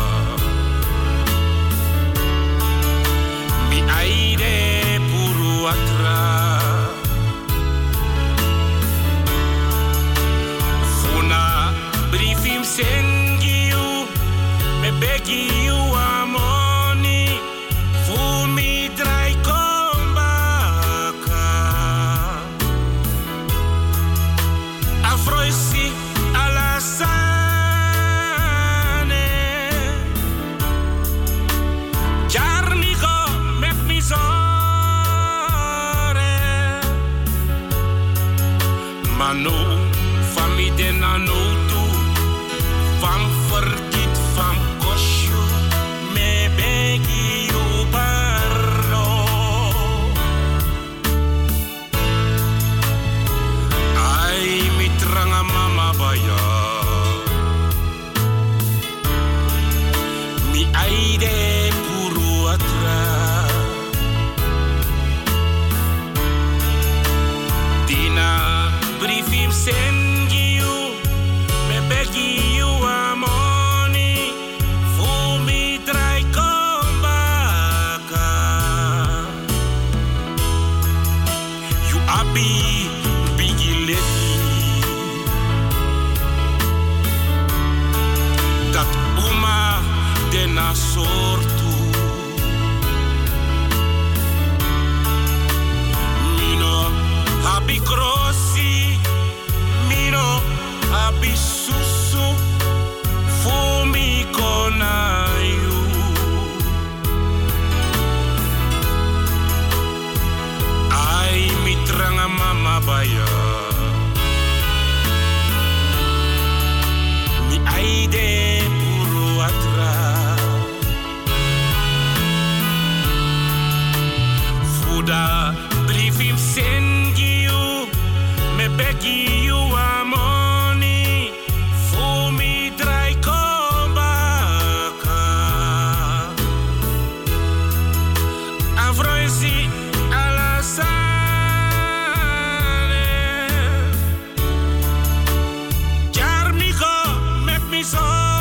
mi aide puru atra, funa briefing sengi you, me begi you amoni, for me dry kombaka. Afroisi alasane, jarnigo met misore, mano famide na no tu, van verkiet van kosju, me begi you barro. Ai mitranga mama baya, mi aide puru atra, dina briefim sengi you, me begi you amoni, for me dry kombaka. You abi bigileti, dat uma de na sortu. Mino habi crossi, mino habi susu, for me kona you. Ai mitranga mama baya, mi aide puru atra, fuda briefim sengi you, me begi you amoni, for me dry kombaka. Afroisi alasane, jarmigo met me so.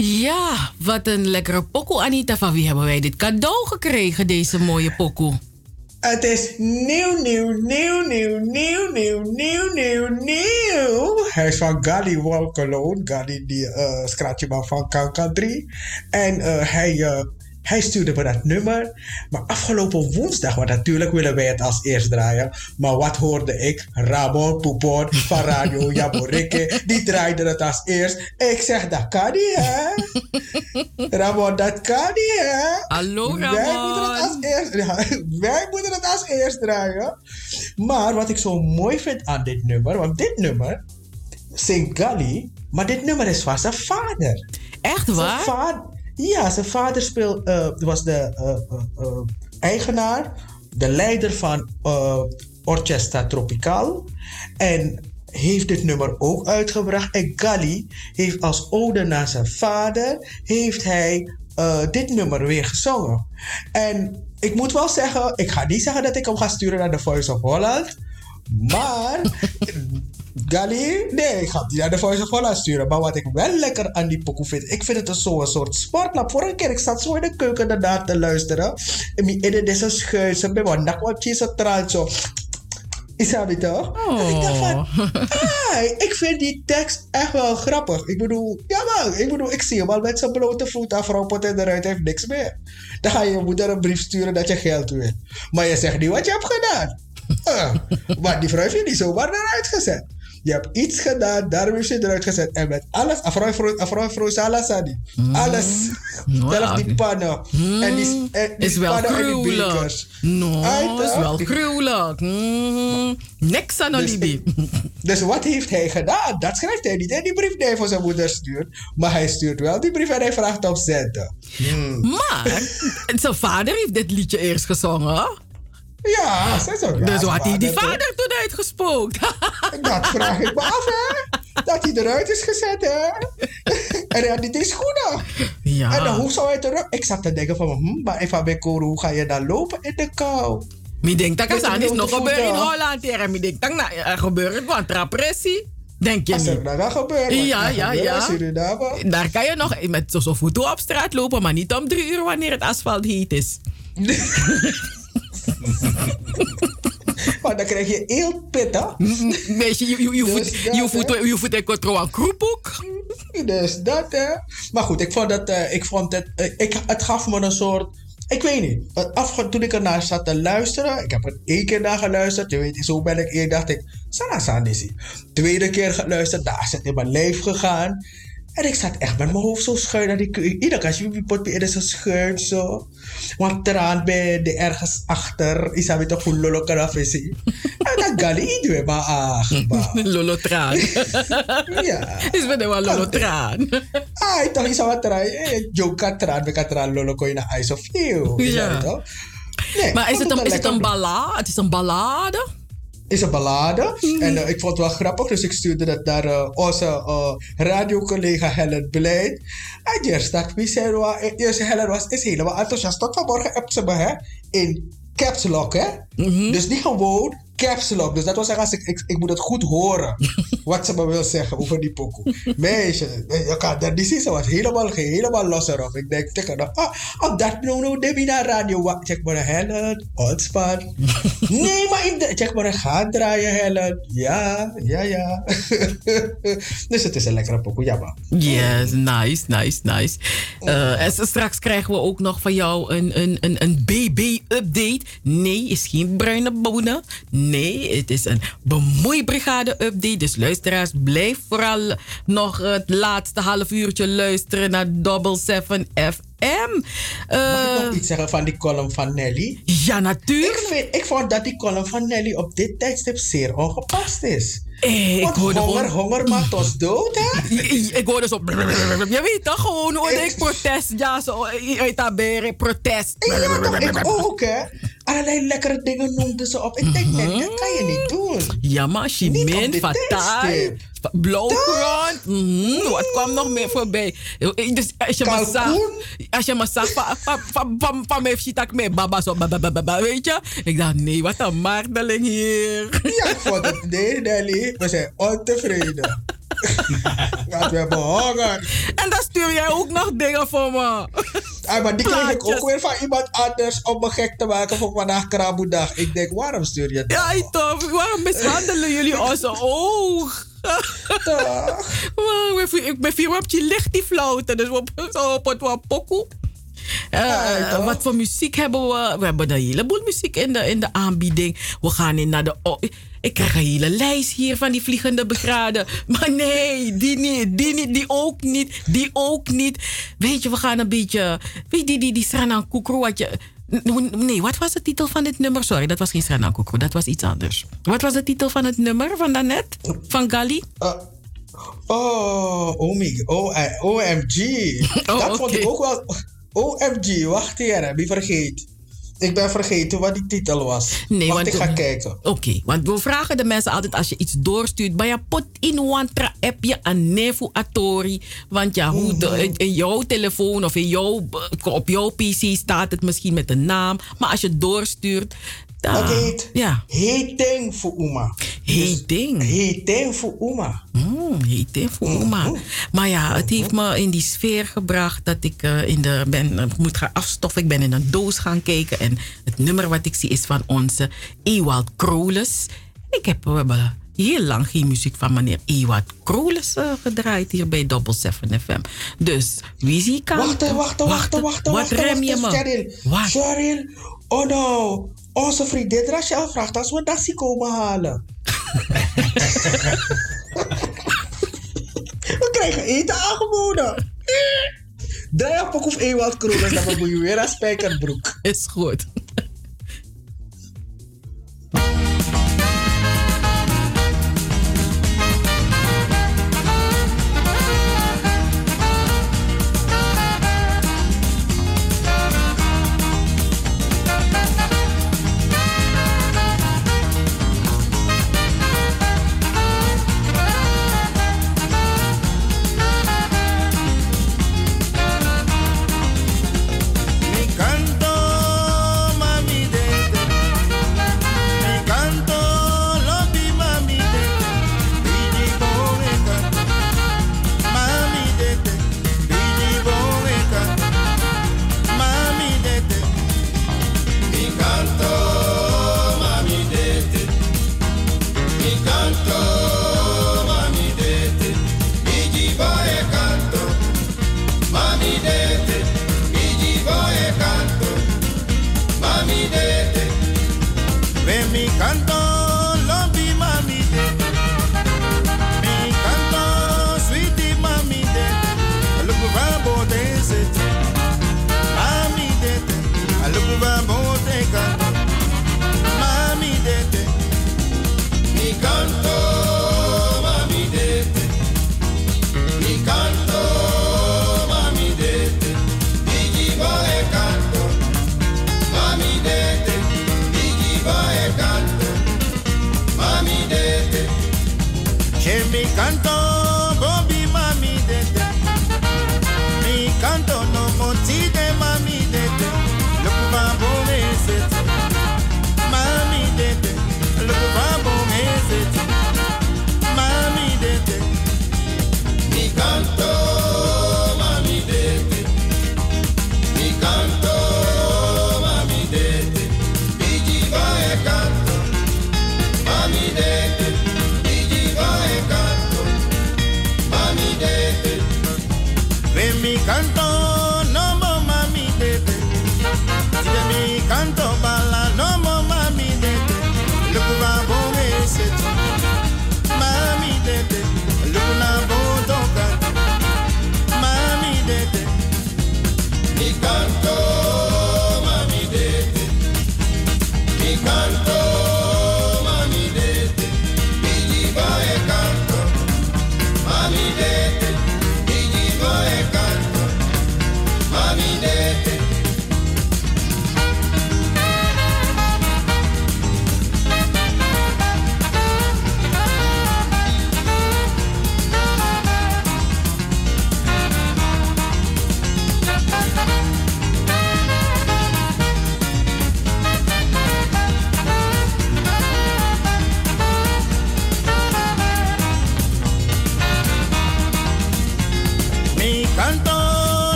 Ja, wat een lekkere pokoe, Anita. Van wie hebben wij dit cadeau gekregen, deze mooie pokoe? Het is nieuw. Hij is van Gali Wolkeloon. Gali, die scratchman van Kanka 3. En hij stuurde me dat nummer. Maar afgelopen woensdag, want natuurlijk willen wij het als eerst draaien. Maar wat hoorde ik? Ramon Poupon van Radio Jaborike. Die draaide het als eerst. Ik zeg, dat kan niet, hè? Ramon, dat kan niet, hè? Hallo, Ramon. Wij moeten het als eerst draaien. Maar wat ik zo mooi vind aan dit nummer. Want dit nummer zingt Gali. Maar dit nummer is van zijn vader. Echt waar? Ja, zijn vader was de eigenaar, de leider van Orchestra Tropical. En heeft dit nummer ook uitgebracht. En Gali heeft als ode naar zijn vader, heeft hij dit nummer weer gezongen. En ik moet wel zeggen, ik ga niet zeggen dat ik hem ga sturen naar de Voice of Holland. Maar Gali, nee, ik ga het niet naar de Voice of Holland sturen. Maar wat ik wel lekker aan die pokoe vind, ik vind het zo'n soort sportlap. Vorige keer, ik zat zo in de keuken daarna te luisteren. En in deze schuizen, bij me, dat je zo traalt zo. Is dat niet toch? Oh. En ik dacht van, ik vind die tekst echt wel grappig. Ik bedoel, ik zie hem al met zijn blote voet afroppen en eruit heeft niks meer. Dan ga je moeder een brief sturen dat je geld wil. Maar je zegt niet wat je hebt gedaan. Maar die vrouw heeft je niet zomaar eruit gezet. Je hebt iets gedaan, daarom heeft ze eruit gezet. En met alles, afrouw Salasadi. Alles. Zelfs die pannen. En die is wel pannen en die gruwelijk. bekers. Is wel gruwelijk. Niks aan alibi. Dus wat heeft hij gedaan? Dat schrijft hij niet in die brief die hij voor zijn moeder stuurt. Maar hij stuurt wel die brief en hij vraagt op zenden. Maar zijn vader heeft dit liedje eerst gezongen. Ja, dus wat heeft die vader toen uitgespookt? Dat vraag ik me af, hè? Dat hij eruit is gezet, hè? En hij had niet eens schoenen. Ja. En dan hoe zou hij terug? Ik zat te denken van, maar even bij Koro, hoe ga je dan lopen in de kou? Ik denk dat het is nog gebeuren in Holland. Ik denk dat er gebeurt wat trapressie. Denk je niet? Als er dan gaat gebeuren. Ja. Suriname. Daar kan je nog met zo'n voet op straat lopen, maar niet om 3 uur wanneer het asfalt heet is. Maar dan krijg je eeltpit, hè? Meisje, je voet ik wat een kroephoek. Dus dat, hè? Maar goed, het gaf me een soort, ik weet niet. Toen ik ernaar zat te luisteren, ik heb er 1 keer naar geluisterd. Je weet, zo ben ik dacht ik, Sanasandisi. 2e keer geluisterd, daar is het in mijn lijf gegaan. En ik zat echt met mijn hoofd zo schuin naar die keuken. Iedere keer als je pot in zo schuin zo. Want traan bij de ergens achter. Is dat toch hoe lolo kan afvissen. En dan Gali doen maar lolo traan. Ja. Is bij de wel lolo traan. Toch is wat traan. Joke traan lolo kon je naar Ice of You. Ja. Nee, maar is het een ballade? Het is een ballade? Is een ballade. En ik vond het wel grappig, dus ik stuurde dat naar onze radiocollega Helen Beleid. En hier stak Helen is helemaal enthousiast. Tot vanmorgen hebt ze me, hè, in caps lock, hè. Dus niet gewoon caps lock. Dus dat wil zeggen, als ik moet het goed horen wat ze me wil zeggen over die pokoe. Meisje, je kan dat niet zien. Ze was helemaal los erop. Ik denk tegen haar, op dat neem naar radio. Check maar Helen, ontspan. Nee, maar check maar ga draaien, Helen. Ja. Dus het is een lekkere pokoe, ja maar. Yes, nice. En straks krijgen we ook nog van jou een BB-update. Nee, is geen bruine bonen. Nee, het is een bemoeibrigade-update. Dus luisteraars, blijf vooral nog het laatste half uurtje luisteren naar Double 7 FM. Mag ik nog iets zeggen van die column van Nelly? Ja, natuurlijk. Ik vond dat die column van Nelly op dit tijdstip zeer ongepast is. Want honger maakt ons dood, hè? Ik hoorde zo... Je weet toch gewoon hoe ik protest. Ja, zo uit Abere, protest. Ik ook, hè? Allerlei lekkere dingen noemden ze op. Ik denk, dat kan je niet doen. Ja, maar Chimin, Fatai, Blauwgrond. Wat kwam nog meer voorbij? Dus als je me zag, van mij ziet ik mee, baba zo, weet je? Ik dacht, nee, wat een marteling hier. Ja, ik vond het, nee, Nelly, we zijn ontevreden. Want we hebben honger. En dan stuur jij ook nog dingen voor me. Maar die krijg ik ook weer van iemand anders om me gek te maken voor vandaag Kraboedag. Ik denk, waarom stuur je dat? Ja, toch. Waarom mishandelen jullie onze oog? Ik ben vier op je licht die fluiten. Dus we op het pokoe. Wat voor muziek hebben we? We hebben een heleboel muziek in de aanbieding. We gaan in naar de... Ik krijg een hele lijst hier van die vliegende begraden. Maar nee, die niet, die ook niet. Weet je, we gaan een beetje... Weet je, die Sranan Kukru, wat je... Nee, wat was de titel van dit nummer? Sorry, dat was geen Sranan Kukru, dat was iets anders. Wat was de titel van het nummer van daarnet? Van Gali? OMG. Dat vond ik ook wel... OMG, wacht hier, heb je vergeten. Ik ben vergeten wat die titel was. Nee, want ik ga kijken. Oké, want we vragen de mensen altijd als je iets doorstuurt. Maar je pot in wantra app je een nefu atori. Want ja, in jouw telefoon of op jouw PC staat het misschien met een naam. Maar als je het doorstuurt... Dat heet Heeting voor Uma. Heeting? Heeting voor Uma. Heeting voor Uma. Maar ja, het heeft me in die sfeer gebracht dat ik moet gaan afstoffen. Ik ben in een doos gaan kijken. En het nummer wat ik zie is van onze Ewald Kroles. We hebben heel lang geen muziek van meneer Ewald Kroles gedraaid hier bij Double 7 FM. Dus, wie zie ik aan? Wacht. Wat rem je me? Cheryl, oh no. Onze vriendin Rachel vraagt als we dassie komen halen. We krijgen eten aangeboden. Draai op of Ewald Kroes, dan moet je weer een spijkerbroek. Is goed.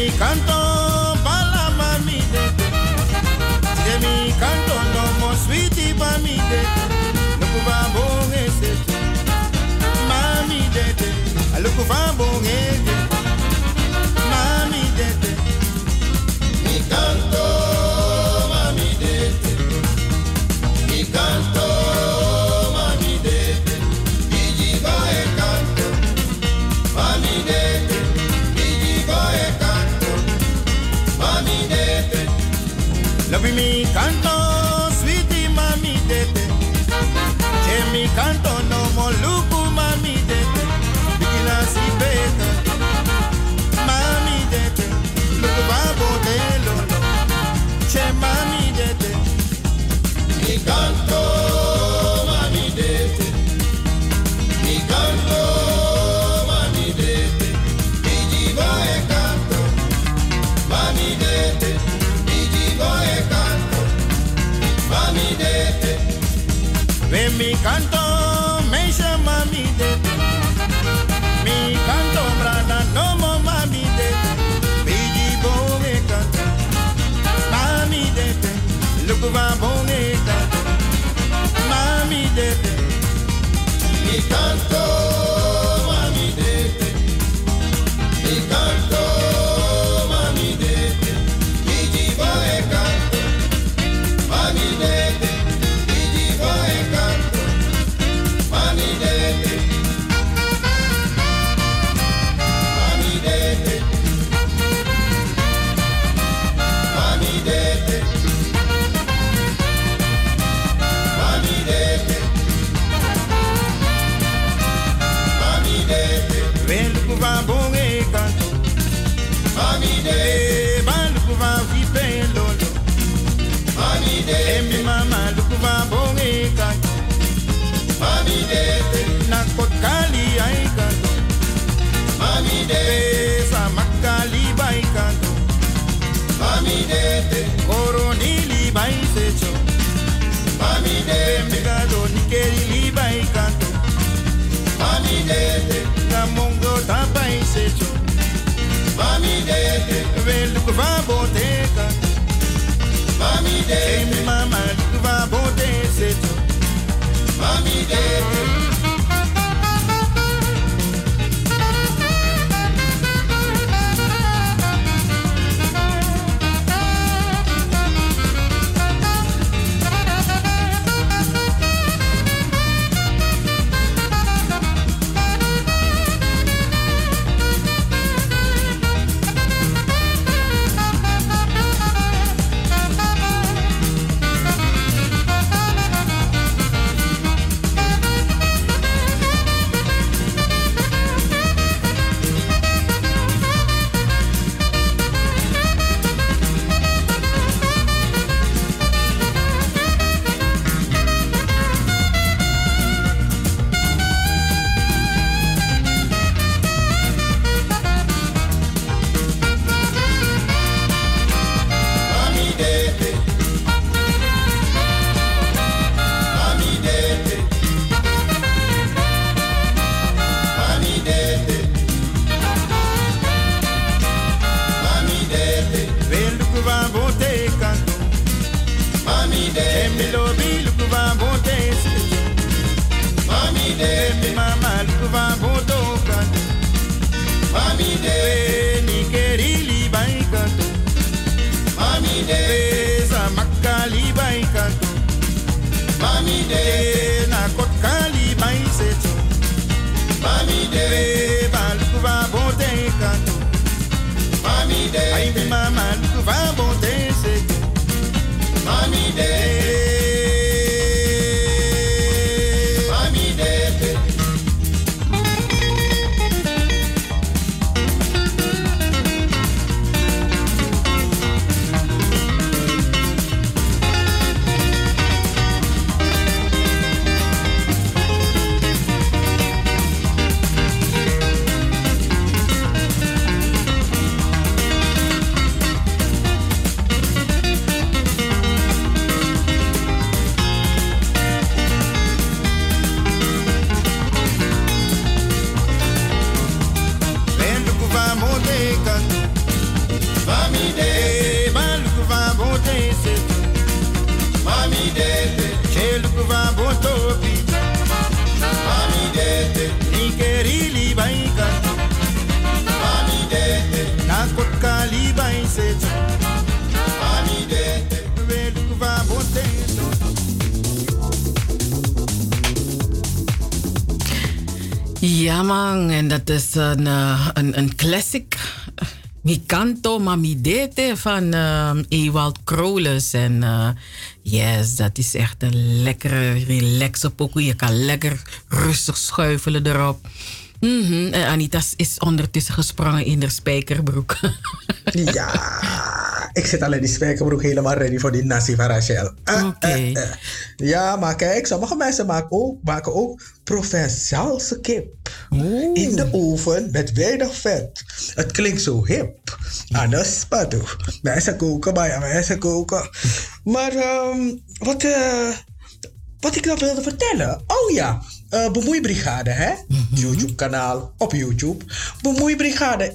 mi canto bala mami dete. Se mi canto no mo sweetie mami dete. Look va bon ese. Mami dete. Look va bon ese. Mami dete. Mi canto mami dete. Mi canto mami dete. Gigi va e canto. Mami dete. Love me canto, sweetie mami dete. Che mi canto no mo luku mami dete. Bikina si beta, mami dete. Luku babo de lolo. Che mami dete. Mi canto mami dete. Mi canto mami dete. Gigi va e canto, mami dete. Mami dete, ven mi canto, me llama mami dete. Mi canto brada no mo mami dete. Bigi bone canto, mami dete. Look va bone canto, mami dete. Mi canto, mami dete. Mi canto, mami dete. Bigi bone canto. Mami dete, Gigi vai canto. Mami dete, mami dete, mami dete, mami dete, mami dete. Ven ku va bon e canto. Mami dete, van ku va vipe lolo. Mami dete, mi mama luku va bonge kanto. Mami dete, na kotkali ai kanto. Mami dete, sa makali bai kanto. Mami dete, koronili bai secho. Mami dete, megado nikeri li bai kanto. Mami dete, na mongo tapai secho. Mami dete, ve luku va bote kanto. Mami dete, mi mama va bote seto. Mami dete. Ja man, en dat is een classic. Mi canto, ma mi dete van Ewald Krolus. En yes, dat is echt een lekkere, relaxe pokoe. Je kan lekker rustig schuifelen erop. En Anita is ondertussen gesprongen in de spijkerbroek. Ja, ik zit al in die spijkerbroek helemaal ready voor die nasi van Rachel. Ja, maar kijk, sommige mensen maken ook Provençaalse kip. In de oven met weinig vet. Het klinkt zo hip. Anders spatu. Mensen koken, maar ja, mensen koken. Maar wat ik nog wilde vertellen. Oh ja. Bemoeibrigade, hè? YouTube-kanaal op YouTube. Bemoeibrigade.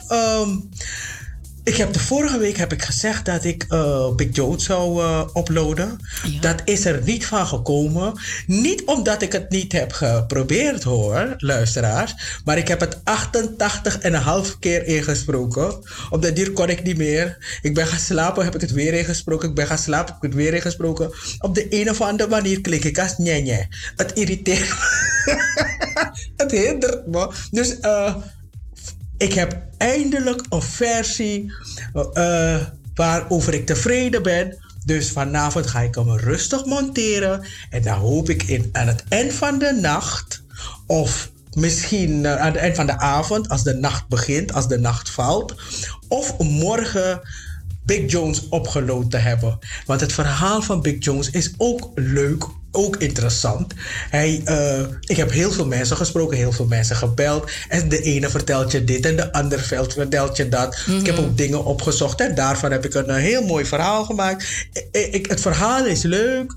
Ik heb de vorige week gezegd dat ik Big Jones zou uploaden. Ja. Dat is er niet van gekomen. Niet omdat ik het niet heb geprobeerd hoor, luisteraars. Maar ik heb het 88,5 keer ingesproken. Op dat duur kon ik niet meer. Ik ben gaan slapen, heb ik het weer ingesproken. Ik ben gaan slapen, heb ik het weer ingesproken. Op de een of andere manier klink ik als njenje. Het irriteert me. Het hindert me. Dus ik heb eindelijk een versie waarover ik tevreden ben. Dus vanavond ga ik hem rustig monteren. En dan hoop ik aan het eind van de nacht, of misschien aan het eind van de avond, als de nacht begint, als de nacht valt, of morgen Big Jones opgeload te hebben. Want het verhaal van Big Jones is ook leuk, ook interessant. Ik heb heel veel mensen gesproken, heel veel mensen gebeld. En de ene vertelt je dit en de ander vertelt je dat. Ik heb ook dingen opgezocht en daarvan heb ik een heel mooi verhaal gemaakt. Het verhaal is leuk.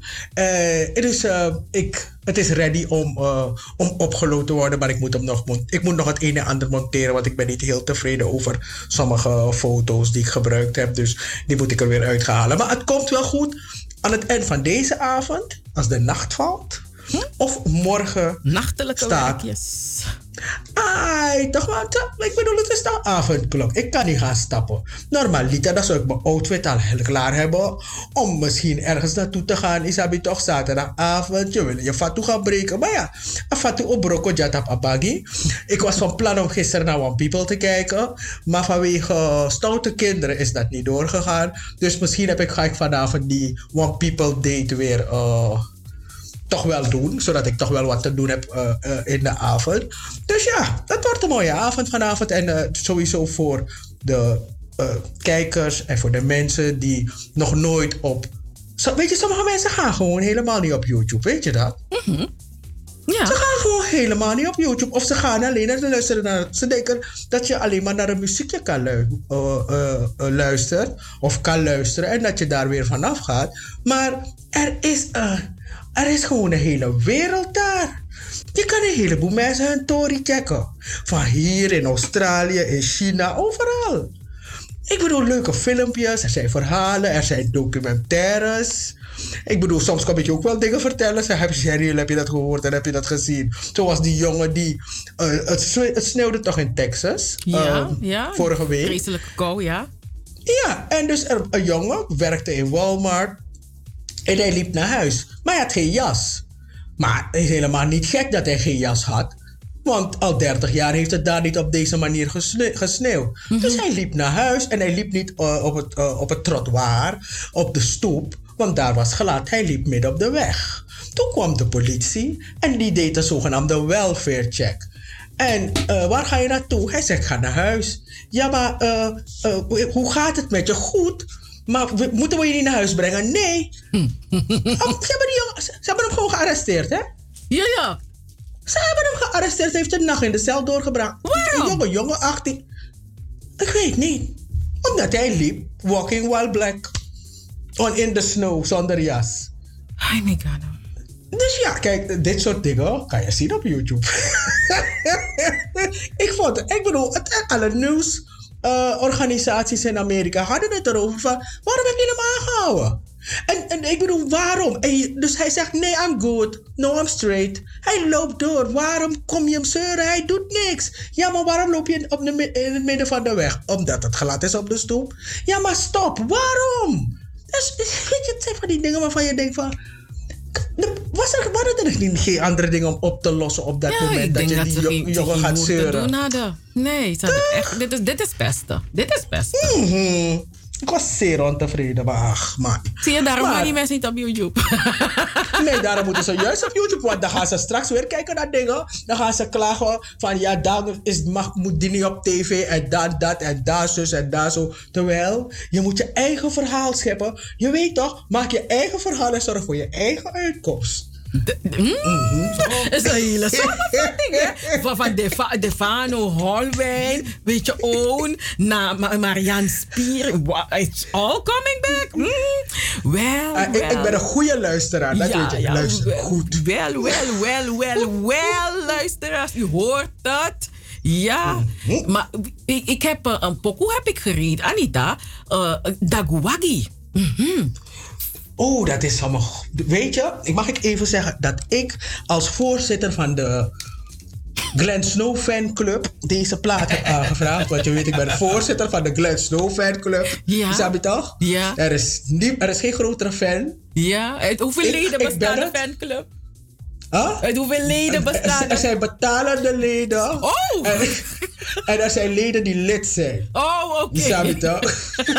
Het is ready om opgeload te worden, maar ik moet nog het een en ander monteren, want ik ben niet heel tevreden over sommige foto's die ik gebruikt heb. Dus die moet ik er weer uithalen. Maar het komt wel goed aan het eind van deze avond, als de nacht valt, of morgen nachtelijke werkjes. Toch wel. Ik bedoel, het is dan avondklok. Ik kan niet gaan stappen. Normaliter, dan zou ik mijn outfit al heel klaar hebben om misschien ergens naartoe te gaan. Isabi toch zaterdagavond. Je wil je fatu gaan breken. Maar ja, een fatu obroko jatap apagi. Ik was van plan om gisteren naar One People te kijken. Maar vanwege stoute kinderen is dat niet doorgegaan. Dus misschien ga ik vanavond die One People date weer toch wel doen, zodat ik toch wel wat te doen heb in de avond. Dus ja, dat wordt een mooie avond vanavond. En sowieso voor de kijkers en voor de mensen die nog nooit op... Weet je, sommige mensen gaan gewoon helemaal niet op YouTube, weet je dat? Ja. Ze gaan gewoon helemaal niet op YouTube. Of ze gaan alleen en luisteren naar... Ze denken dat je alleen maar naar een muziekje kan luisteren. Of kan luisteren en dat je daar weer vanaf gaat. Maar er is gewoon een hele wereld daar. Je kan een heleboel mensen hun story checken. Van hier in Australië, in China, overal. Ik bedoel, leuke filmpjes, er zijn verhalen, er zijn documentaires. Ik bedoel, soms kan ik je ook wel dingen vertellen. Heb je dat gehoord en heb je dat gezien? Zoals die jongen die... het sneeuwde toch in Texas? Ja. Vorige week. Vreselijke kou, ja. Ja, en dus een jongen werkte in Walmart. En hij liep naar huis. Maar hij had geen jas. Maar het is helemaal niet gek dat hij geen jas had. Want al 30 jaar heeft het daar niet op deze manier gesneeuwd. Dus hij liep naar huis en hij liep niet op het trottoir, op de stoep. Want daar was glad. Hij liep midden op de weg. Toen kwam de politie en die deed een zogenaamde welfare check. En waar ga je naartoe? Hij zegt, ga naar huis. Ja, maar hoe gaat het met je? Goed. Maar moeten we je niet naar huis brengen? Nee. Ze hebben hem gewoon gearresteerd, hè? Ja. Ze hebben hem gearresteerd. Hij heeft een nacht in de cel doorgebracht. Waarom? Een jongen, 18. Ik weet niet. Omdat hij liep, walking while black. In the snow, zonder jas. Oh my god. Dus ja, kijk, dit soort dingen kan je zien op YouTube. Ik bedoel, alle nieuwsorganisaties in Amerika hadden het erover van, waarom heb je hem aangehouden? En ik bedoel, waarom? Dus hij zegt, nee, I'm good. No, I'm straight. Hij loopt door. Waarom kom je hem zeuren? Hij doet niks. Ja, maar waarom loop je in het midden van de weg? Omdat het glad is op de stoep. Ja, maar stop. Waarom? Dus, weet je, het zijn van die dingen waarvan je denkt van, Waren er geen andere dingen om op te lossen op dat moment dat je die jongen gaat zeuren? Nee, ze hadden echt, dit is beste. Dit is beste. Ik was zeer ontevreden, maar ach, man. Zie je, daarom gaan die mensen niet op YouTube. Nee, daarom moeten ze juist op YouTube, want dan gaan ze straks weer kijken naar dingen. Dan gaan ze klagen van, ja, dan moet die niet op tv en dan dat en daar zus en daar zo. Terwijl, je moet je eigen verhaal scheppen. Je weet toch, maak je eigen verhaal en zorg voor je eigen uitkomst. Dat is een hele samenvatting, hè? Van Defano, Holwijn, weet je, Oon, naar Marianne Spier. It's all coming back. Ik ben een goede luisteraar, dat weet je. Ja, luister goed. Wel, luisteraars, u hoort dat. Ja, maar ik heb een pokoe heb ik gereed, Anita. Daguwagi. Oh, dat is allemaal... Weet je, mag ik even zeggen dat ik als voorzitter van de Glenn Snow fanclub deze plaat heb aangevraagd. Want je weet, ik ben voorzitter van de Glenn Snow fanclub. Ja. Snap je toch? Ja. Er is geen grotere fan. Ja, uit hoeveel leden bestaat de fanclub? Huh? Uit hoeveel leden bestaat er zijn betalende leden. Oh! En er zijn leden die lid zijn. Oh, oké. Snap je toch?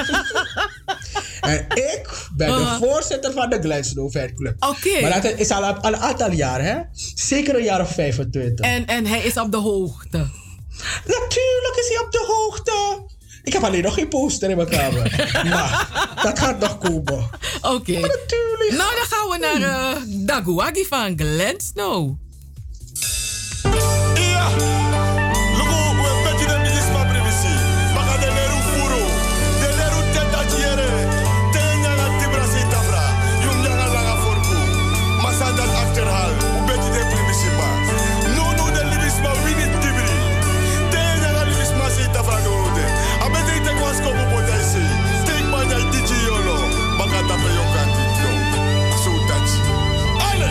En ik ben de voorzitter van de Glenn Snow fanclub. Oké. Maar dat is al een aantal jaar, hè? Zeker een jaar of 25. En hij is op de hoogte? Natuurlijk is hij op de hoogte. Ik heb alleen nog geen poster in mijn kamer. Maar dat gaat nog komen. Oké. Natuurlijk. Nou, dan gaan we naar Daguwagi van Glenn Snow. Ja. Lugu, we petje de minister privacy. Maka de leru furo. De leru teta tiere. Tenya la tibrasi tabra. Yung jaga laga forku. Masa dat achterhaal. We petje de privacy ba. No, de libisma winit tibri. Tenya la libisma si tabra no de. Abete ite kwas kopo potaisi. Steek banya digi yolo. Maka tape yo kantito. So touch. Ale.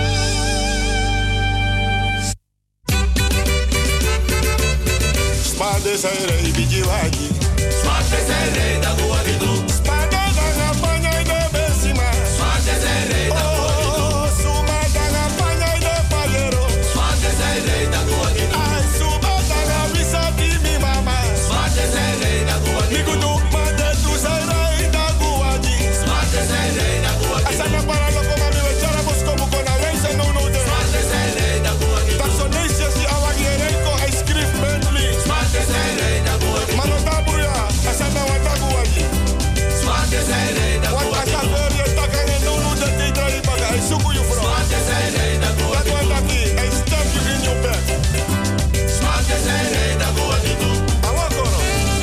Spade sai rei bijiwagi. Spade sai rei da guagidu. Spade da panya de besima. Spade sai rei da guagidu. Suma da panya de payero. Spade sai rei da guagidu. Ai suma da visa di mi mama. Spade sai rei da guagidu. Mi gudu made tu sai rei da guagi. Spade sai rei da guagidu. Asana para lo como mi vechara busco buco na reise no no de. Spade sai rei da guagidu. Taxonesia si awagirenko I script Bentley. Spade sai rei da guagidu. Mano tabuya, asana wata guagi. Spade sai rei da guagidu. Wata gloria takane no no de titra ibaga I suku you from. Spade sai rei da guagidu. That one taki I stamp you in your back. Spade sai rei da guagidu. Awakoro.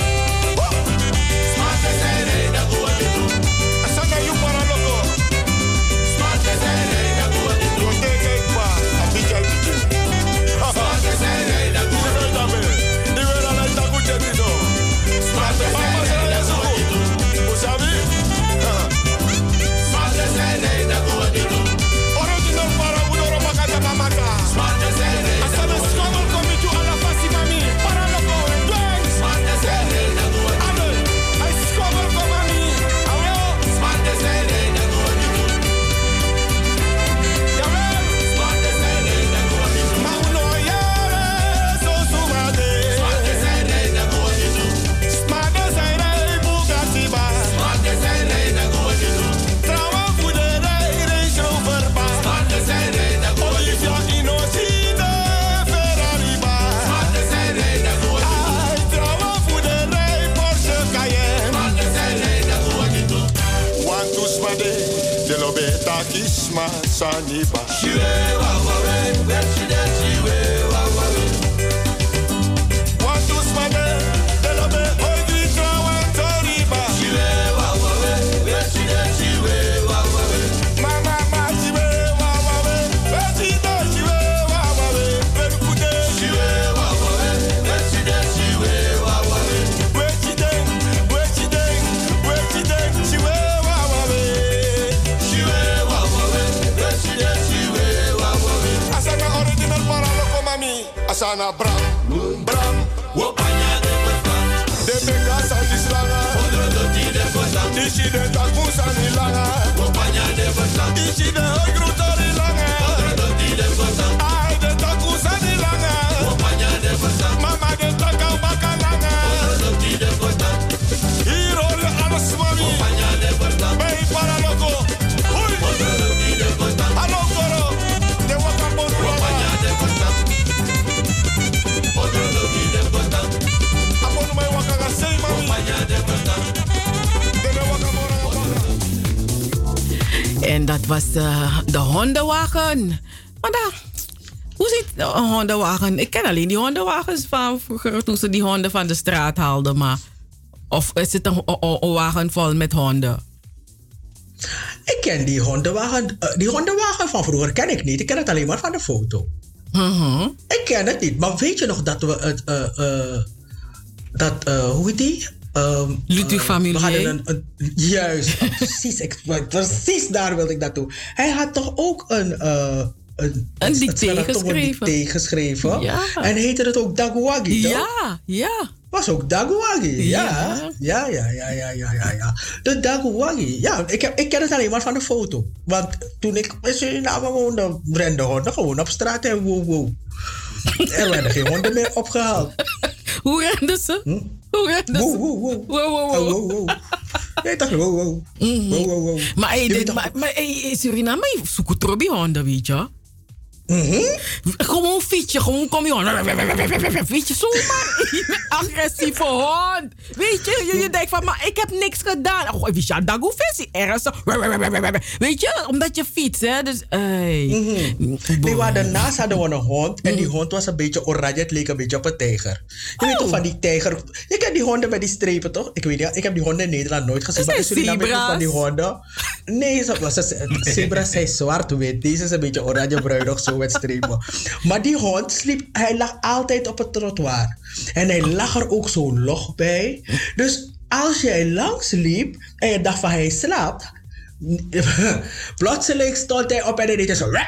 Spade sai rei da guagidu. Asana you para loco. Spade sai rei da guagidu. Yo te que pa, abija biju. Spade sai rei da guagidu. Ibera la ita kuchenido. Spade sai rei da guagidu. Usabi? Spade sai rei da guagidu. Original para udoro makata mamata. Spade sai rei da guagidu. Asana skomal komitu ala fasi mami. Para loco, dwen. Spade sai rei da guagidu. Ale, I skomal komami. Aweo. Spade sai rei da guagidu. Yawel. Spade sai rei da guagidu. Mauno yere, so sumade. Spade sai rei da guagidu. Spade sai rei Bugatti ba. Spade sai rei da guagidu. Trawa fudere Range Rover ba. Spade sai rei da guagidu. Olivia Inoside Ferrari ba. Spade sai rei da guagidu. Ai trawa fudere Porsche Cayenne. Spade sai rei da guagidu. Want to spade de lo beta kisma saniba. Shiwe wa wa we, wechide shiwe wa wa we. Want to spade de lo be oigi trawa toriba. Shiwe wa wa we, wechide shiwe wa wa we. Mama ma shiwe wa wa we, wechide shiwe wa wa we. Verkude shiwe wa wa we, wechide shiwe wa wa we. Wechide shiwe wa wa we. Shiwe wa wa we, wechide shiwe wa wa we. Asana original para loco mami. Asana bram, wopanya de porfa. De pega sa dislanga. Odro do ti de porta. Ishi de takusa ni langa. Kopanya de basa. Ishi de ogruto ni langa. Ogruto de basa. Ay de takusa ni langa. Kopanya de basa. Mama de takau baka langa. Ogruto de basa. Hiro le alles mami. Kopanya de basa. Bei para loco. Hui. Ogruto de basa. Alo koro. De waka boru. Kopanya de basa. Ogruto de basa. Abonu mai waka ga sei mami. Kopanya de basa. En dat was de hondenwagen. Maar hoe ziet een hondenwagen? Ik ken alleen die hondenwagens van vroeger toen ze die honden van de straat haalden. Maar, of is het een wagen vol met honden? Ik ken die hondenwagen. Die hondenwagen van vroeger ken ik niet. Ik ken het alleen maar van de foto. Ik ken het niet. Maar weet je nog dat we het... hoe heet die? Ludwig Familie. We hadden juist, precies daar wilde ik naartoe. Hij had toch ook een dicté geschreven. Ja. En heette het ook Daguagi, toch? Ja, ja. Was ook Daguagi, ja. Ja. De Daguagi, ja. Ik ken het alleen maar van de foto. Want toen ik in Suriname woonde, renden honden gewoon op straat en wow. Er werden geen honden meer opgehaald. Hoe renden ze? Hoe renden ze? Wow. Ja, ik dacht wow. Maar in Suriname zoek het trobi honden, weet je? Gewoon fietsje, gewoon kom je hond. Weet je, zomaar agressieve hond. Weet je denkt van, maar ik heb niks gedaan. Oh, wie ja, dago visie ergens. Weet je, omdat je fietst, hè. Dus, nee, daarnaast hadden we een hond. En die hond was een beetje oranje. Het leek een beetje op een tijger. Je weet toch van die tijger. Je kent die honden met die strepen, toch? Ik weet niet, ik heb die honden in Nederland nooit gezien. Maar in Suriname van die honden. Nee, zebra's zijn zwart-wit. Deze is een beetje oranje-bruinig, zo met strepen. Maar die hond hij lag altijd op het trottoir. En hij lag er ook zo log bij. Dus als jij langs liep en je dacht van hij slaapt, plotseling stond hij op en hij deed zo.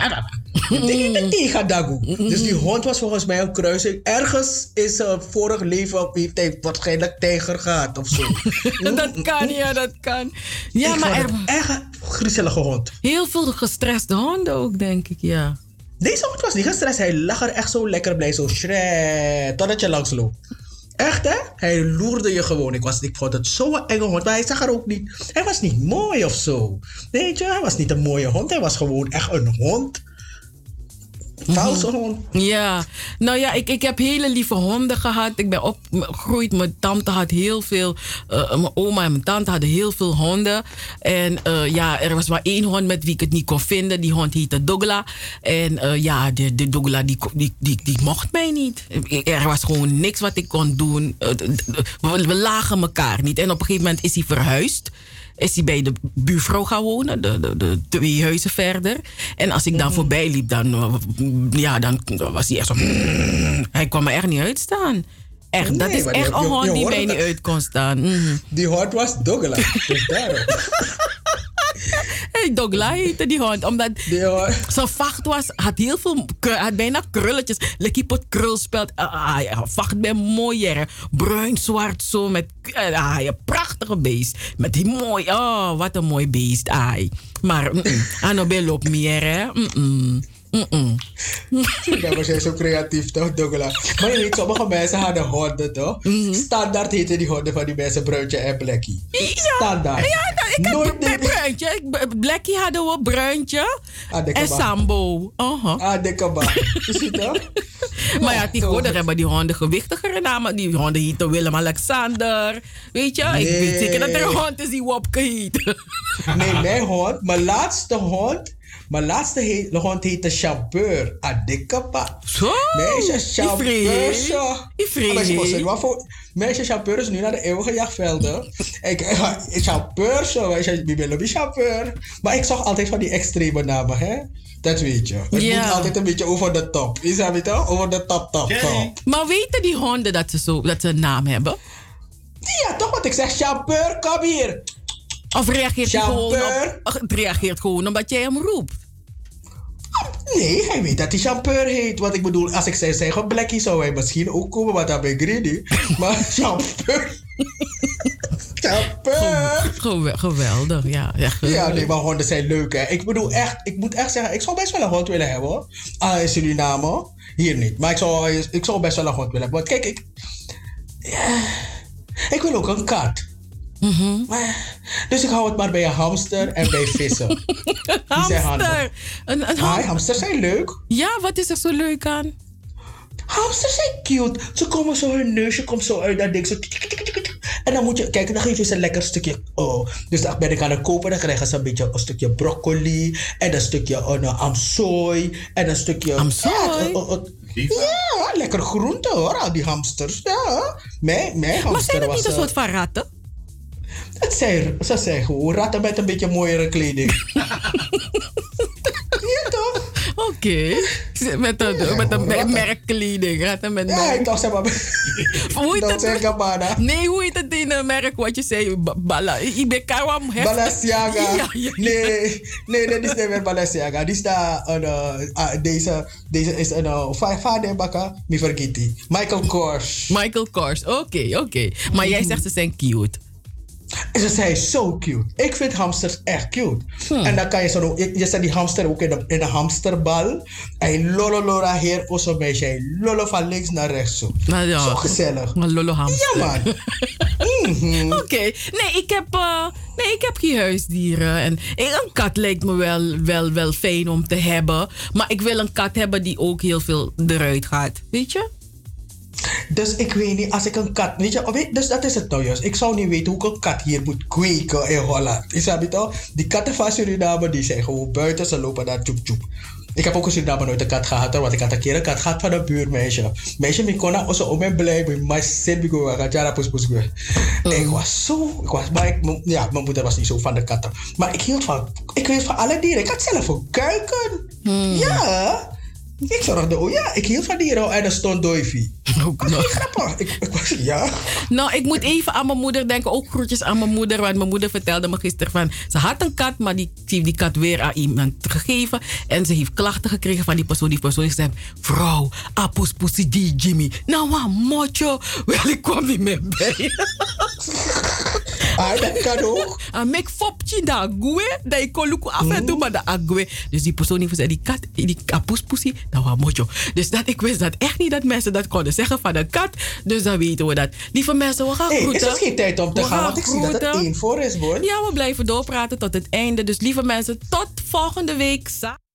Tegen Dagu. Dus die hond was volgens mij een kruising. Ergens in zijn vorig leven heeft hij waarschijnlijk tijger gehad of zo. Dat kan. Ja, ik maar echt een griezelige hond. Heel veel gestreste honden ook, denk ik, ja. Deze hond was niet gestrest. Hij lag er echt zo lekker blij, zo shred, totdat je langs loopt. Echt, hè? Hij loerde je gewoon. Ik vond het zo'n enge hond, maar hij zag er ook niet. Hij was niet mooi of zo. Weet je, hij was niet een mooie hond. Hij was gewoon echt een hond. Valse hond. Ja, nou ja, ik heb hele lieve honden gehad. Ik ben opgegroeid. Mijn tante had heel veel. Mijn oma en mijn tante hadden heel veel honden. En er was maar één hond met wie ik het niet kon vinden. Die hond heette Dogla. En de Dogla die mocht mij niet. Er was gewoon niks wat ik kon doen. We lagen elkaar niet. En op een gegeven moment is hij verhuisd. Is hij bij de buurvrouw gaan wonen, de 2 huizen verder. En als ik dan voorbij liep, dan was hij echt zo. Hij kwam me echt niet uitstaan. Echt, nee, dat is echt een hond die mij niet uit kon staan. Die hond was Dogla. Dus daarom. Hey, Dogla heette die hond. Omdat zijn vacht had bijna krulletjes. Lekker pot krulspeld. Vacht bij mooier. Bruin-zwart zo. Met een prachtige beest. Met die mooi. Oh, wat een mooi beest. Maar Annabel loopt meer, hè. Dat was jij zo creatief, toch, Dogla? Maar je weet, sommige mensen hadden honden, toch? Standaard heten die honden van die mensen Bruintje en Blackie. Standaard. Ja, ik heb Bruintje. Blackie hadden we Bruintje en Sambo. Dekaba. Is het toch? Maar ja, tegenwoordig hebben die honden gewichtigere namen. Die honden heten Willem-Alexander. Weet je? Nee. Ik weet zeker dat er een hond is die Wopke heet. Nee, mijn hond, mijn laatste hond heette Champeur. Adekapa. Zo? Meisje Champeur. Meisje Champeur is nu naar de eeuwige jachtvelden. Champeur zo. Champeur. Maar ik zag altijd van die extreme namen, hè? Dat weet je. Het moet altijd een beetje over de top. Is dat toch? Over de top. Maar weten die honden dat ze een naam hebben? Ja, toch wat ik zeg. Champeur, kom hier. Of reageert gewoon omdat jij hem roept? Nee, hij weet dat hij Champeur heet. Want ik bedoel, als ik zou zeggen Blackie, zou hij misschien ook komen, want dan ben ik greedy. Maar Champeur... Geweldig, ja. Ja, nee, maar honden zijn leuk, hè. Ik bedoel echt, ik moet echt zeggen, ik zou best wel een hond willen hebben, hoor. In Suriname. Hier niet. Maar ik zou best wel een hond willen hebben. Want kijk, ik wil ook een kat. Dus ik hou het maar bij een hamster en bij vissen. Hamster! Hamsters zijn leuk. Ja, wat is er zo leuk aan? Hamsters zijn cute. Ze komen zo, hun neusje komt zo uit dat ding. Zo. En dan moet je, kijk, dan geef je ze een lekker stukje. Dus dan ben ik aan het kopen. Dan krijgen ze een stukje broccoli. En een stukje amsooi. En een stukje... Amsooi? Ja, lekker groente hoor, al die hamsters. Ja, mijn hamster maar zijn het was... niet een soort van ratten? Ze zijn gewoon ratten met een beetje mooiere kleding. Ja, toch? Oké. Met een merkkleding. Ratten met merk. Ja, ik dacht, zeg maar... Hoe heet dat? Gabbana. Nee, hoe heet het in een merk wat je zei? Balenciaga. Ja. Nee, dit is niet meer Balenciaga. Die staat... deze is een... Vader Bakka, mi vergeti. Michael Kors. Oké. Maar jij zegt ze zijn cute. Ze zijn zo cute. Ik vind hamsters echt cute. En dan kan je zo... Je zet die hamster ook in de hamsterbal. En lollo heer of zo'n meisje. Hij lollo van links naar rechts zo. Nou ja, zo gezellig. Een lollo hamster. Ja, man. Oké. Nee, ik heb geen huisdieren. En een kat lijkt me wel fijn om te hebben. Maar ik wil een kat hebben die ook heel veel eruit gaat. Weet je? Dus ik weet niet, als ik een kat... Weet je, dus dat is het nou juist. Ik zou niet weten hoe ik een kat hier moet kweken in Holland. Is dat toch? Die katten van Suriname, die zijn gewoon buiten. Ze lopen daar tjoep tjoep. Ik heb ook in Suriname nooit een kat gehad. Want ik had een keer een kat gehad van een buurmeisje. Meisje, ik kon ook zo ben blij. Maar ik was zo... mijn moeder was niet zo van de katten. Maar ik hield van alle dieren. Ik had zelf een kuiken. Ja... Ik hield van dieren en er stond Doivie. Ook nog. Grappig. Ja. Nou, ik moet even aan mijn moeder denken. Ook groetjes aan mijn moeder. Want mijn moeder vertelde me gisteren van... Ze had een kat, maar die heeft die kat weer aan iemand gegeven. En ze heeft klachten gekregen van die persoon. Die persoon zei... Vrouw, apus pussy die Jimmy. Nou, wat motjo. Wel, ik kwam niet meer bij. Dat kan ook. Ik fopje da agwe. Dat ik kon lukken af en toe, maar da agwe. Dus die persoon heeft gezegd... Die kat, die apus pussy... Nou, wat motjo. Dus ik wist dat echt niet dat mensen dat konden zeggen van een kat. Dus dan weten we dat. Lieve mensen, we gaan groeten. Is het geen tijd om te gaan? Want ik zie dat het 1 voor is, hoor. Ja, we blijven doorpraten tot het einde. Dus lieve mensen, tot volgende week.